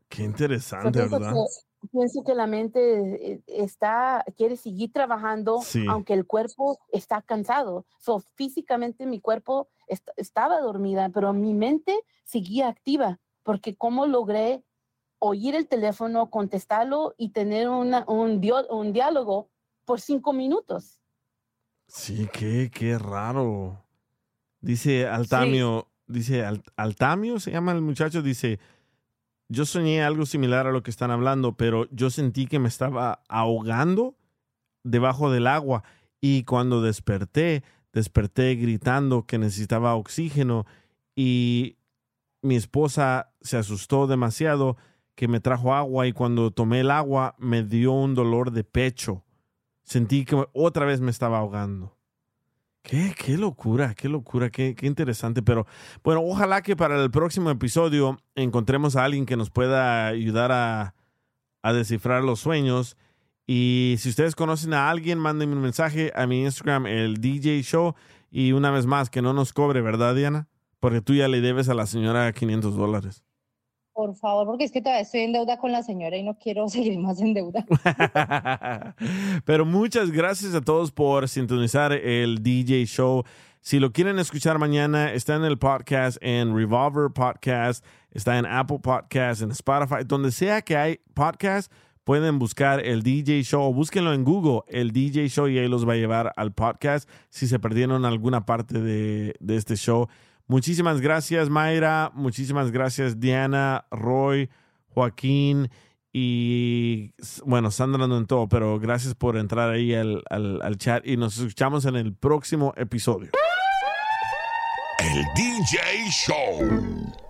Qué interesante, pienso ¿verdad? que, pienso que la mente eh, está, quiere seguir trabajando, Sí. aunque el cuerpo está cansado. So, físicamente mi cuerpo est- estaba dormida, pero mi mente seguía activa, porque cómo logré oír el teléfono, contestarlo y tener una, un, dio- un diálogo por cinco minutos. Sí, qué, qué raro. Dice Altamio, dice Al- Altamio, se llama el muchacho, dice, yo soñé algo similar a lo que están hablando, pero yo sentí que me estaba ahogando debajo del agua y cuando desperté, desperté gritando que necesitaba oxígeno y mi esposa se asustó demasiado que me trajo agua y cuando tomé el agua me dio un dolor de pecho. Sentí que otra vez me estaba ahogando. Qué, qué locura, qué locura, qué, qué interesante. Pero bueno, ojalá que para el próximo episodio encontremos a alguien que nos pueda ayudar a, a descifrar los sueños. Y si ustedes conocen a alguien, mándenme un mensaje a mi Instagram, el D J Show. Y una vez más, que no nos cobre, ¿verdad, Diana? Porque tú ya le debes a la señora quinientos dólares. Por favor, porque es que todavía estoy en deuda con la señora y no quiero seguir más en deuda. Pero muchas gracias a todos por sintonizar el D J Show. Si lo quieren escuchar mañana, está en el podcast, en Revolver Podcast, está en Apple Podcast, en Spotify, donde sea que hay podcast, pueden buscar el D J Show o búsquenlo en Google, el D J Show, y ahí los va a llevar al podcast si se perdieron alguna parte de, de este show. Muchísimas gracias, Mayra. Muchísimas gracias, Diana, Roy, Joaquín y, bueno, Sandra no entró, pero gracias por entrar ahí al, al, al chat y nos escuchamos en el próximo episodio. El D J Show.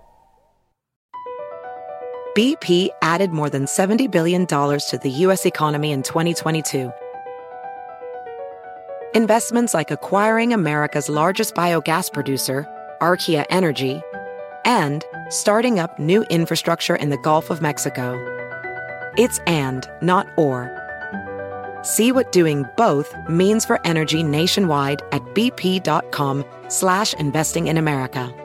B P added more than seventy billion dollars to the U S economy in twenty twenty-two. Investments like acquiring America's largest biogas producer, Archaea Energy, and starting up new infrastructure in the Gulf of Mexico. It's and, not or. See what doing both means for energy nationwide at bp.com slash investing in America.